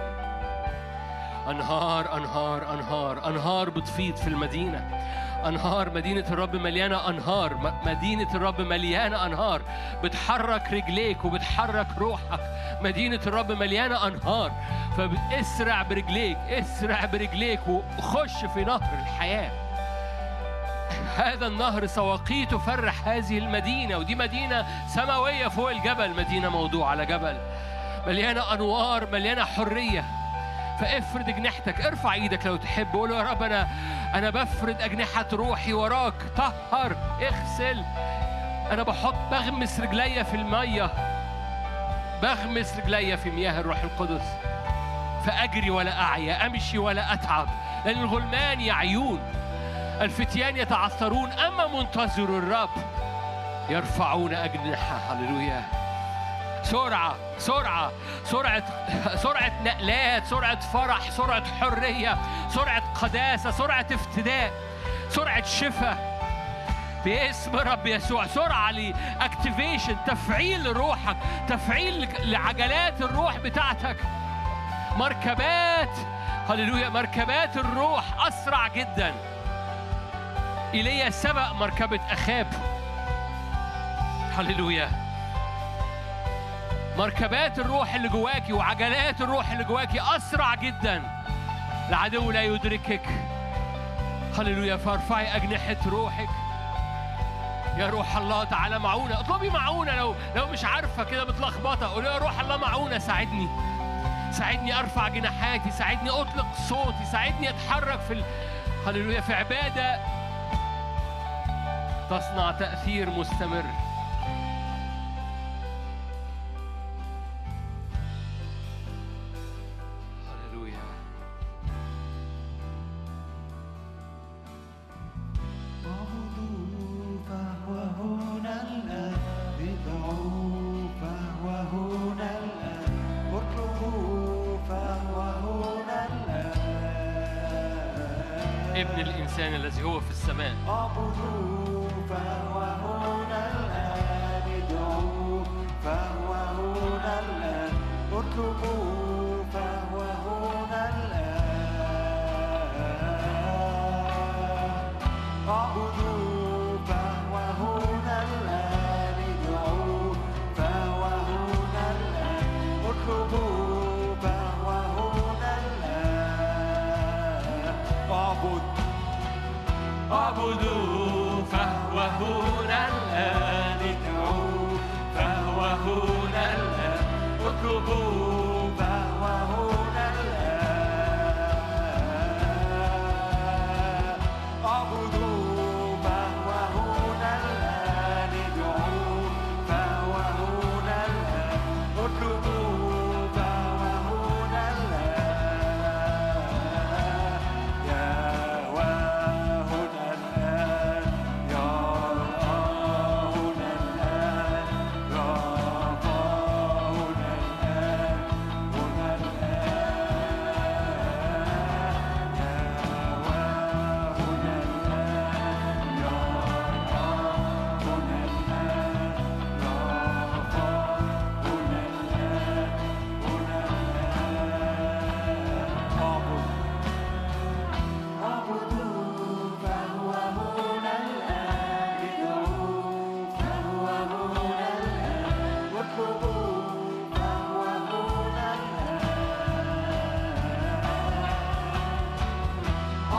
أنهار أنهار أنهار أنهار بتفيض في المدينة، أنهار. مدينة الرب مليانة أنهار، مدينة الرب مليانة أنهار بتحرك رجليك وبتحرك روحك. مدينة الرب مليانة أنهار، فاسرع برجليك، اسرع برجليك وخش في نهر الحياة. هذا النهر سواقيه تفرح هذه المدينة، ودي مدينة سماوية فوق الجبل، مدينة موضوع على جبل مليانة أنوار، مليانة حرية. فافرد أجنحتك، ارفع ايدك لو تحب، قول يا رب أنا أنا بفرد أجنحة روحي وراك، طهر، اغسل. أنا بحط بغمس رجليا في المية، بغمس رجليا في مياه الروح القدس، فأجري ولا أعيا، أمشي ولا أتعب، لأن الغلمان يعيون، الفتيان يتعثرون، أما منتظر الرب يرفعون أجنحة. هللويا. سرعة سرعة سرعة سرعة نقلات، سرعة فرح، سرعة حرية، سرعة قداسة، سرعة افتداء، سرعة شفاء باسم رب يسوع. سرعة لأكتيفيشن، تفعيل روحك، تفعيل لعجلات الروح بتاعتك. مركبات هللويا، مركبات الروح أسرع جدا. إلي سبق مركبة أخاب. هللويا. مركبات الروح اللي جواكي وعجلات الروح اللي جواكي أسرع جدا، العدو لا يدركك. هللويا. فارفعي أجنحة روحك يا روح الله، تعالى معونة. اطلبي معونة لو لو مش عارفة كده متلخبطة، قولي يا روح الله معونة، ساعدني ساعدني أرفع جناحاتي، ساعدني أطلق صوتي، ساعدني أتحرك في ال... هللويا في عبادة تصنع تأثير مستمر. ابن الإنسان الذي هو في السماء. اعبدوا فهو هنا الآن، ادعوا فهو هنا الآن، اطلبوا فهو هنا الآن. اعبدوا فهو هنا الآن، ادعوا فهو هنا الآن، اطلبوا فهو هنا الآن. اعبد اعبدوا فهو هنا الآن، ادعوا فهو هنا الآن، اطلبوا فهو هنا الآن. اعبدوا فهو هنا الآن، ادعوا فهو هنا الآن، اطلبوا فهو هنا الآن. يا هنا الآن، رافع هنا الآن،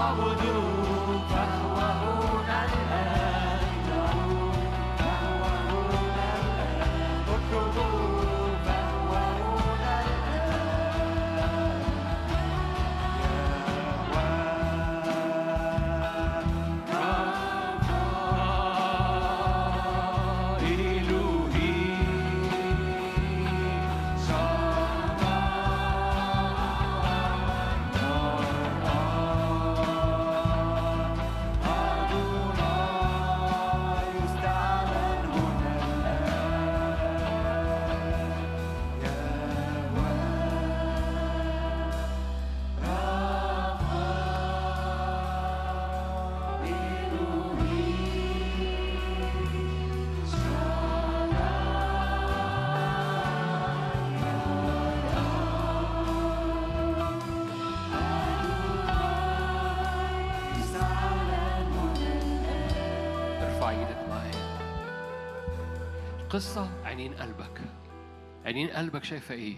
القصة عينين قلبك. عينين قلبك شايفة ايه؟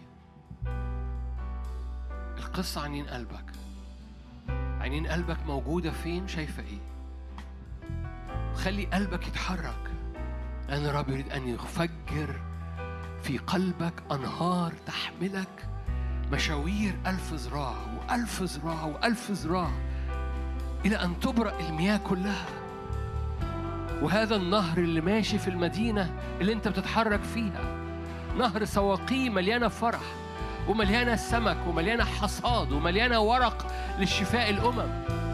القصة عينين قلبك. عينين قلبك موجودة فين؟ شايفة ايه؟ خلي قلبك يتحرك، لأن الرب يريد أن يفجر في قلبك أنهار تحملك مشاوير ألف ذراع وألف ذراع وألف ذراع إلى أن تبرأ المياه كلها. وهذا النهر اللي ماشي في المدينة اللي أنت بتتحرك فيها، نهر سواقيه مليانة فرح ومليانة سمك ومليانة حصاد ومليانة ورق للشفاء الأمم.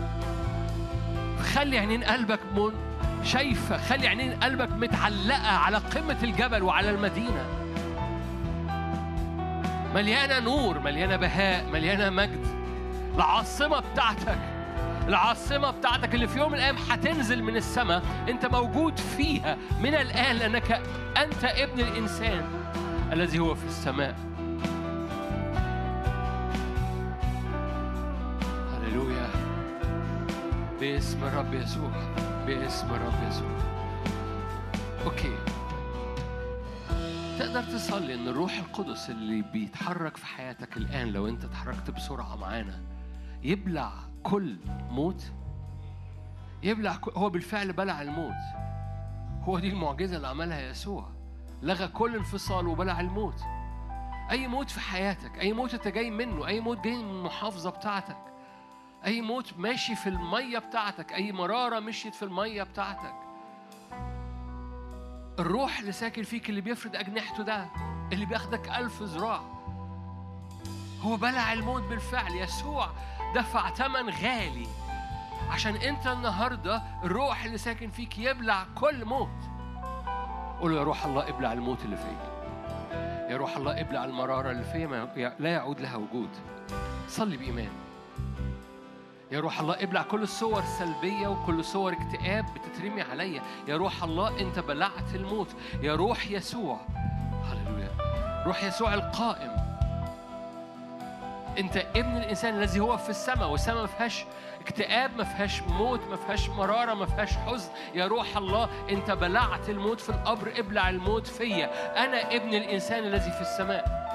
خلي عينين قلبك من شايفة، خلي عينين قلبك متعلقة على قمة الجبل وعلى المدينة، مليانة نور، مليانة بهاء، مليانة مجد. العاصمة بتاعتك، العاصمة بتاعتك اللي في يوم من الأيام هتنزل من السماء، أنت موجود فيها من الآن، لأنك أنت ابن الإنسان الذي هو في السماء. هللويا، باسم الرب يسوع، باسم الرب يسوع. أوكي، تقدر تصلي إن الروح القدس اللي بيتحرك في حياتك الآن، لو أنت اتحركت بسرعة معانا، يبلع كل موت، يبلع كل... هو بالفعل بلع الموت. هو دي المعجزة اللي عملها يسوع، لغى كل انفصال وبلع الموت. أي موت في حياتك، أي موت أنت جاي منه، أي موت جاي من المحافظة بتاعتك، أي موت ماشي في المية بتاعتك، أي مرارة مشيت في المية بتاعتك، الروح اللي ساكن فيك اللي بيفرد أجنحته ده، اللي بياخدك ألف ذراع، هو بلع الموت بالفعل. يسوع دفع ثمن غالي عشان أنت النهاردة الروح اللي ساكن فيك يبلع كل موت. قول يا روح الله ابلع الموت اللي فيا، يا روح الله ابلع المرارة اللي فيا ما لا يعود لها وجود. صلي بإيمان. يا روح الله ابلع كل الصور السلبية وكل صور اكتئاب بتترمي عليا. يا روح الله أنت بلعت الموت. يا روح يسوع، هللويا، روح يسوع القائم، أنت ابن الإنسان الذي هو في السماء، والسماء ما فيهاش اكتئاب، ما فيهاش موت، ما فيهاش مرارة، ما فيهاش حزن. يا روح الله أنت بلعت الموت في القبر، ابلع الموت فيا. أنا ابن الإنسان الذي في السماء،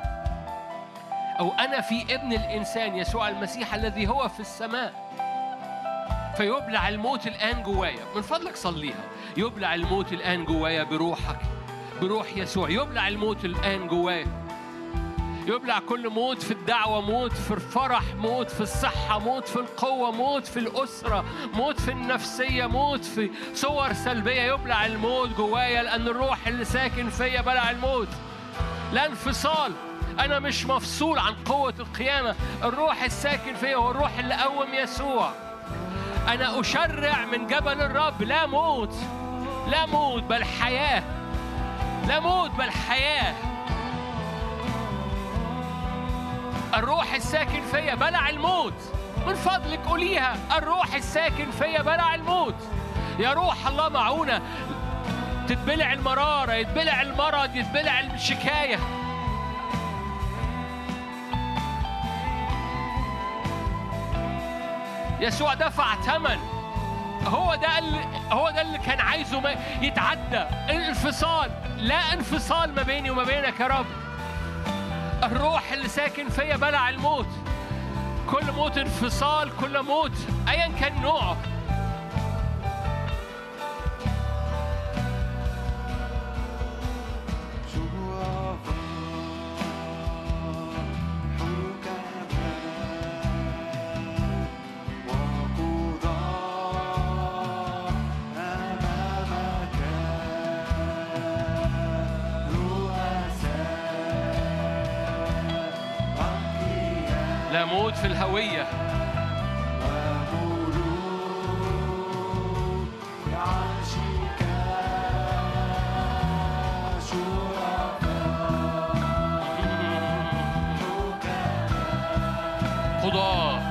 أو أنا في ابن الإنسان يسوع المسيح الذي هو في السماء. فيبلع الموت الآن جوايا. من فضلك صليها. يبلع الموت الآن جوايا بروحك، بروح يسوع. يبلع الموت الآن جوايا، يبلع كل موت في الدعوة، موت في الفرح، موت في الصحة، موت في القوة، موت في الأسرة، موت في النفسية، موت في صور سلبية. يبلع الموت جوايا لأن الروح اللي ساكن فيا بلع الموت. لا انفصال، أنا مش مفصول عن قوة القيامة. الروح الساكن فيا هو الروح اللي قوم يسوع. أنا أشرع من جبل الرب لا موت، لا موت بل حياة، لا موت بل حياة. الروح الساكن فيا بلع الموت. من فضلك قوليها، الروح الساكن فيا بلع الموت. يا روح الله معونة، تتبلع المرارة، يتبلع المرض، يتبلع الشكاية. يسوع دفع ثمن. هو ده اللي هو ده اللي كان عايزه ما يتعدى الانفصال. لا انفصال ما بيني وما بينك يا رب. الروح اللي ساكن فيا بلع الموت. كل موت انفصال، كل موت أيا كان نوعه. لا موت في الهوية. قضاء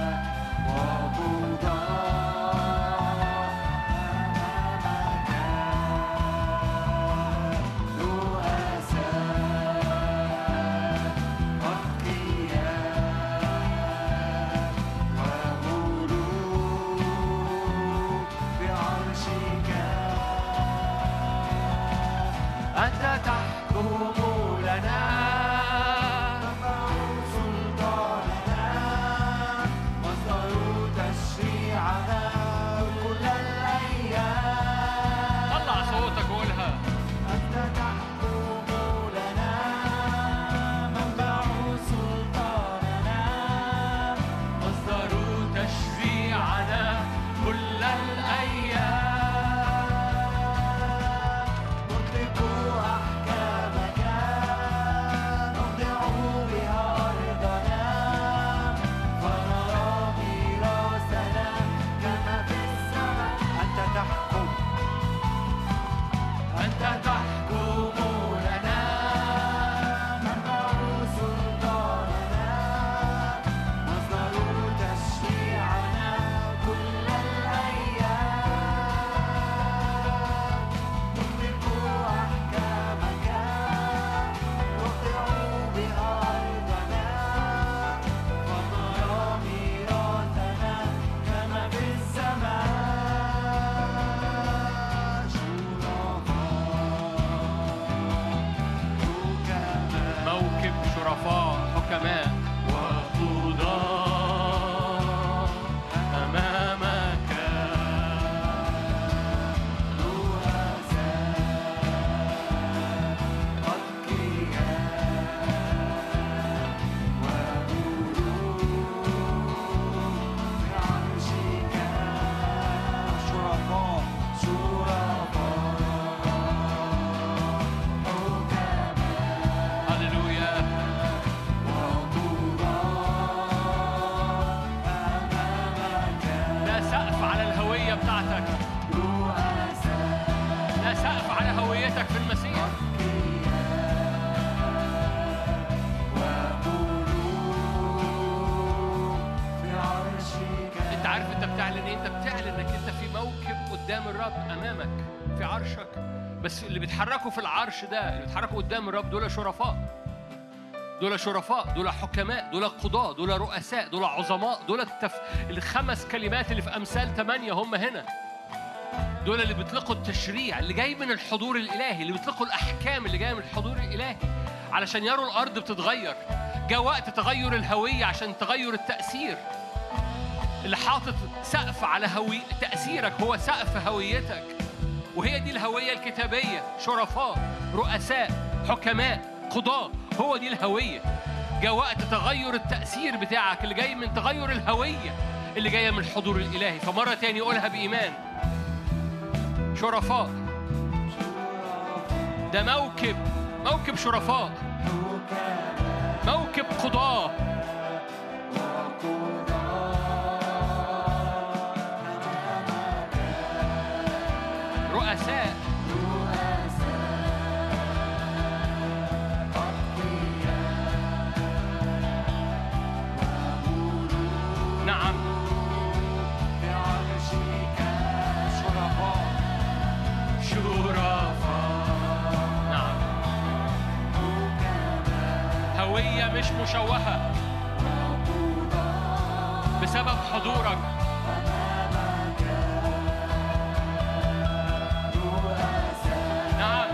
بس اللي بيتحركوا في العرش ده، اللي بيتحركوا قدام الرب، دول شرفاء، دول شرفاء، دول حكماء، دول قضاة، دول رؤساء، دول عظماء، دول التف... الخمس كلمات اللي في أمثال ثمانية هم هنا. دول اللي بيطلقوا التشريع اللي جاي من الحضور الإلهي، اللي بيطلقوا الأحكام اللي جاية من الحضور الإلهي علشان يروا الأرض بتتغير. جاء وقت تغير الهوية عشان تغير التأثير. اللي حاطط سقف على هوي تأثيرك هو سقف هويتك، وهي دي الهوية الكتابية. شرفاء، رؤساء، حكماء، قضاة، هو دي الهوية. جاء وقت تغير التأثير بتاعك اللي جاي من تغير الهوية اللي جاية من الحضور الإلهي. فمرة تاني قولها بإيمان. شرفاء ده موكب، موكب شرفاء، موكب قضاة، رؤساء، نعم، شرفاء، نعم، هوية مش مشوهة بسبب حضورك. نعم،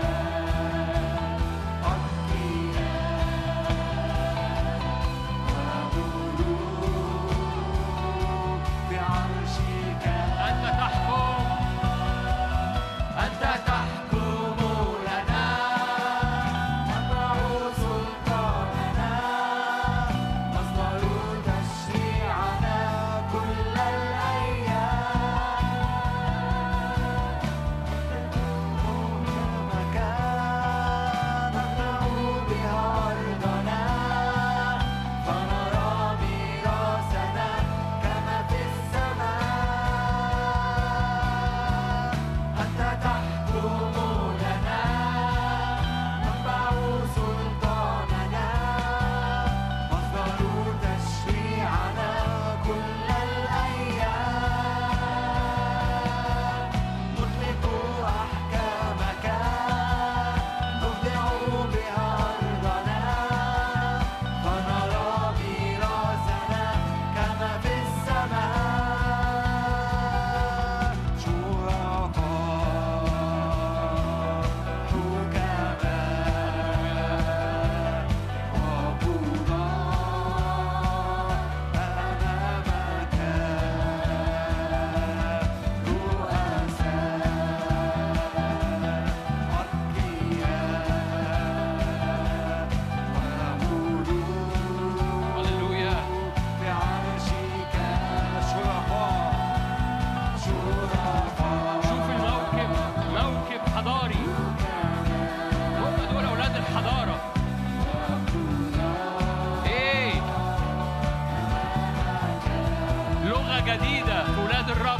جديدة في ولاد الرب،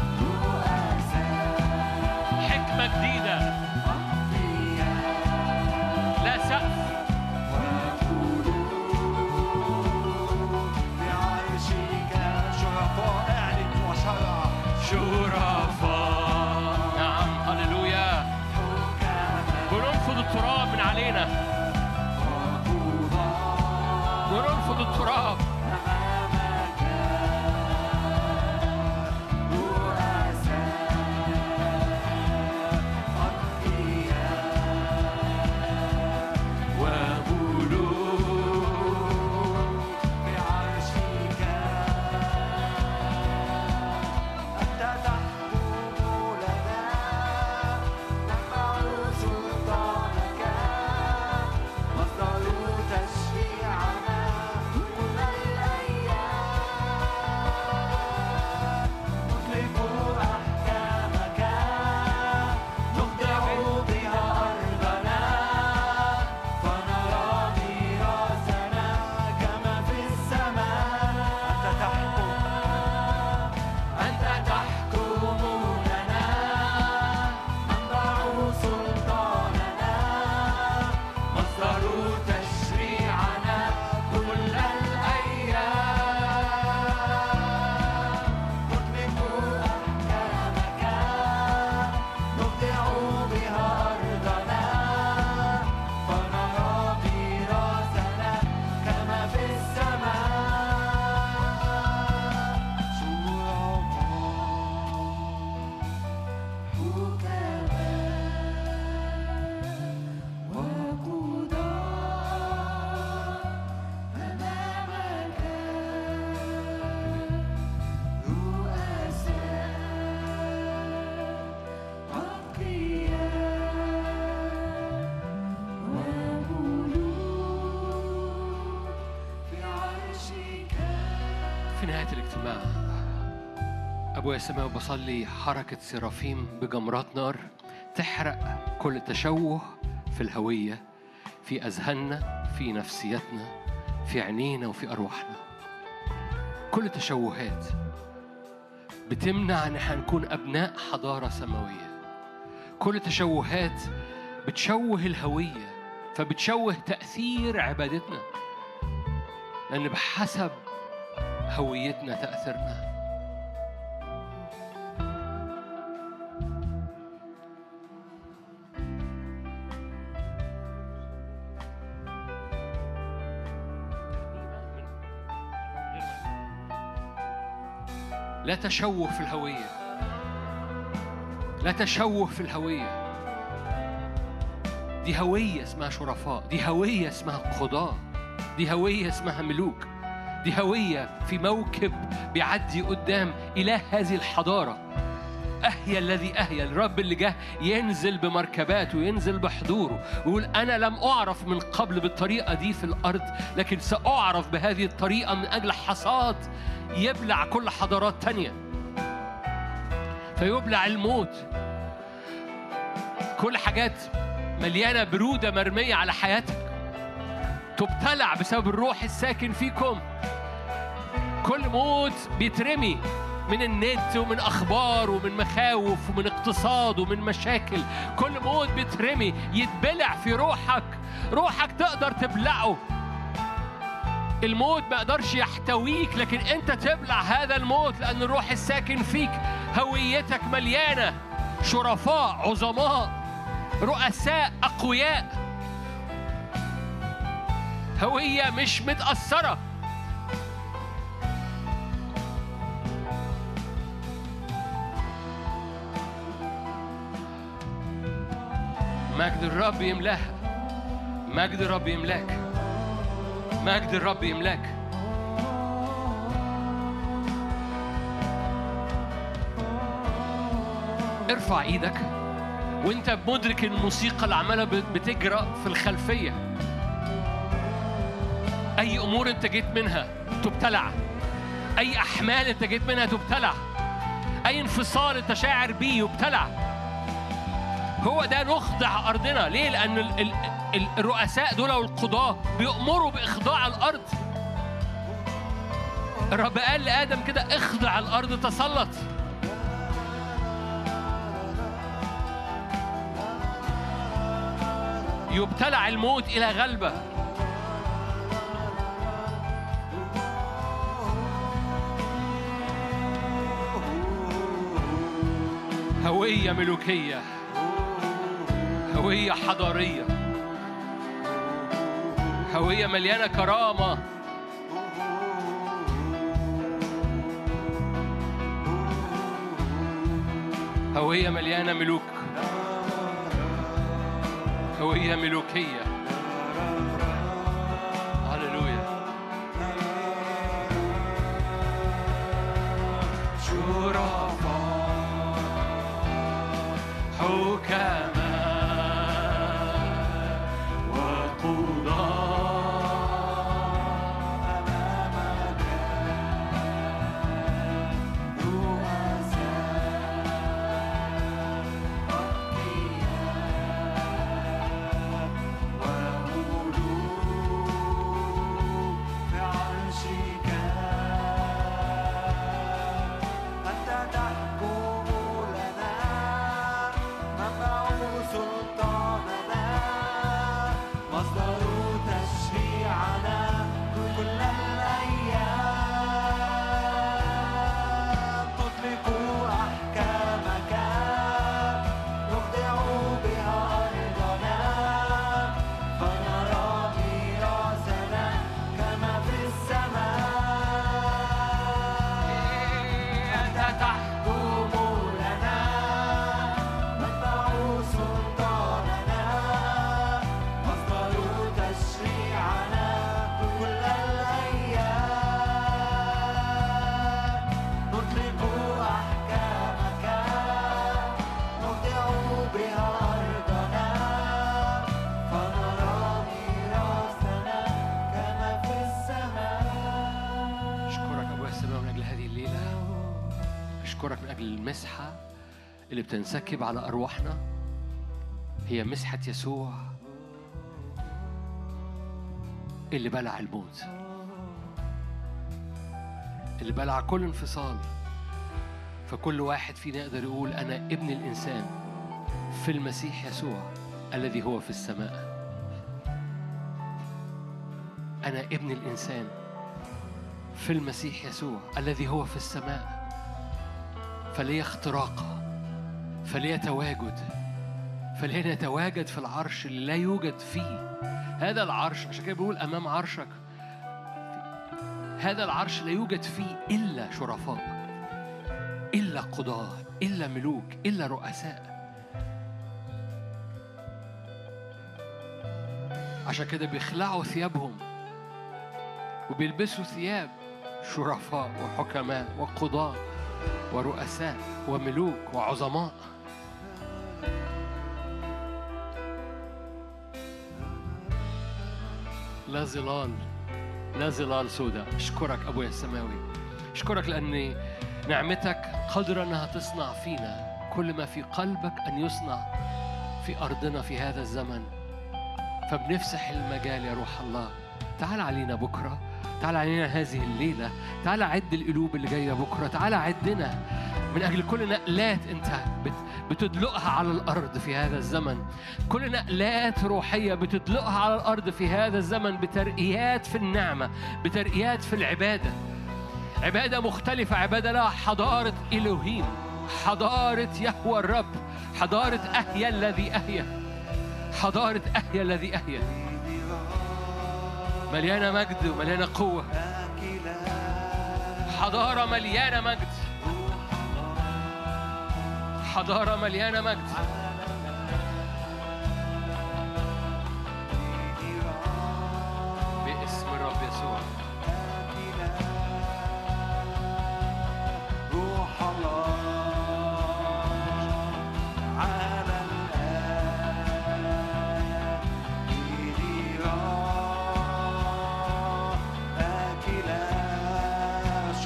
حكمة جديدة، لا سقف. شرفاء، نعم، هللويا. وننفض التراب من علينا، وننفض التراب. أبويا السماوي بصلي حركة سرافيم بجمرات نار تحرق كل تشوه في الهوية، في أذهاننا، في نفسيتنا، في عينينا وفي أرواحنا. كل تشوهات بتمنع أن احنا نكون أبناء حضارة سماوية. كل تشوهات بتشوه الهوية، فبتشوه تأثير عبادتنا، لأن بحسب هويتنا تأثيرنا. لا تشوه في الهوية، لا تشوه في الهوية. دي هوية اسمها شرفاء، دي هوية اسمها قضاة، دي هوية اسمها ملوك، دي هوية في موكب بيعدي قدام إله هذه الحضارة. أهيا الذي أهيا، الرب اللي جه ينزل بمركباته وينزل بحضوره ويقول أنا لم أعرف من قبل بالطريقة دي في الأرض، لكن سأعرف بهذه الطريقة من أجل حصاد يبلع كل حضارات تانية، فيبلع الموت. كل حاجات مليانة برودة مرمية على حياتك تبتلع بسبب الروح الساكن فيكم. كل موت بيترمي من النت ومن أخبار ومن مخاوف ومن اقتصاد ومن مشاكل. كل موت بيترمي يتبلع في روحك، روحك تقدر تبلعه. الموت ما يقدرش يحتويك، لكن أنت تبلع هذا الموت لأن الروح الساكن فيك. هويتك مليانة شرفاء، عظماء، رؤساء، أقوياء. هوية مش متأثرة. مجد الرب يملاها، مجد الرب يملاك، مجد الرب يملاك. ارفع ايدك وانت مدرك الموسيقى اللي عماله بتجرى في الخلفيه. اي امور انت جيت منها تبتلع، اي احمال انت جيت منها تبتلع، اي انفصال انت شاعر بيه يبتلع. هو ده نخضع أرضنا. ليه؟ لأن ال ال ال الرؤساء دول والقضاة بيأمروا بإخضاع الأرض. الرب قال لآدم كده اخضع الأرض تسلط. يبتلع الموت إلى غلبة. هوية ملوكية، هوية حضارية، هوية مليانة كرامة. هوية مليانة ملوك، هوية ملوكية. هللويا. شرفاء حكماء المسحة اللي بتنسكب على أرواحنا هي مسحة يسوع اللي بلع الموت، اللي بلع كل انفصال. فكل واحد فينا يقدر يقول أنا ابن الإنسان في المسيح يسوع الذي هو في السماء. أنا ابن الإنسان في المسيح يسوع الذي هو في السماء. فليه اختراق، فليه تواجد، فليه نتواجد في العرش اللي لا يوجد فيه. هذا العرش عشان كده بيقول أمام عرشك، هذا العرش لا يوجد فيه إلا شرفاء، إلا قضاة، إلا ملوك، إلا رؤساء. عشان كده بيخلعوا ثيابهم وبيلبسوا ثياب شرفاء وحكماء وقضاة ورؤساء وملوك وعظماء. لا ظلال، لا ظلال سوداء. أشكرك أبويا السماوي، أشكرك لأن نعمتك قادرة أنها تصنع فينا كل ما في قلبك أن يصنع في أرضنا في هذا الزمن. فبنفسح المجال يا روح الله. تعال علينا بكرة، تعال علينا هذه الليلة، تعال عد القلوب اللي جاية بكرة، تعال عدنا من أجل كل نقلات أنت بتدلقها على الأرض في هذا الزمن، كل نقلات روحية بتدلقها على الأرض في هذا الزمن، بترقيات في النعمة، بترقيات في العبادة، عبادة مختلفة، عبادة لها حضارة إلهيم، حضارة يهوى الرب، حضارة أحيا الذي أحيا، حضارة أحيا الذي أحيا، مليانة مجد ومليانة قوة، حضارة مليانة مجد، حضارة مليانة مجد. باسم الرب يسوع. روح الله على الآن إليرا آكلا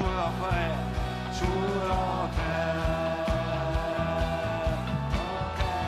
شرفاء شرفاء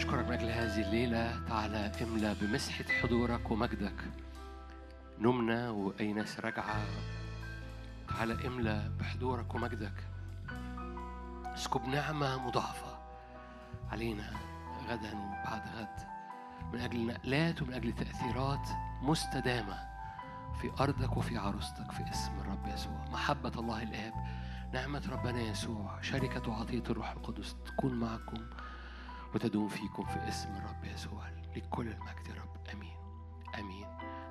أشكرك من أجل هذه الليلة. تعالى املى بمسحة حضورك ومجدك نمنا وأي ناس راجعة. تعالى املى بحضورك ومجدك. اسكب نعمة مضاعفة علينا غدا وبعد غد، من أجل نقلات ومن أجل تأثيرات مستدامة في أرضك وفي عروستك في اسم الرب يسوع. محبة الله الآب، نعمة ربنا يسوع، شركة وعطية الروح القدس تكون معكم وتدوم فيكم في اسم الرب يسوع. لكل المجد يا رب. آمين آمين.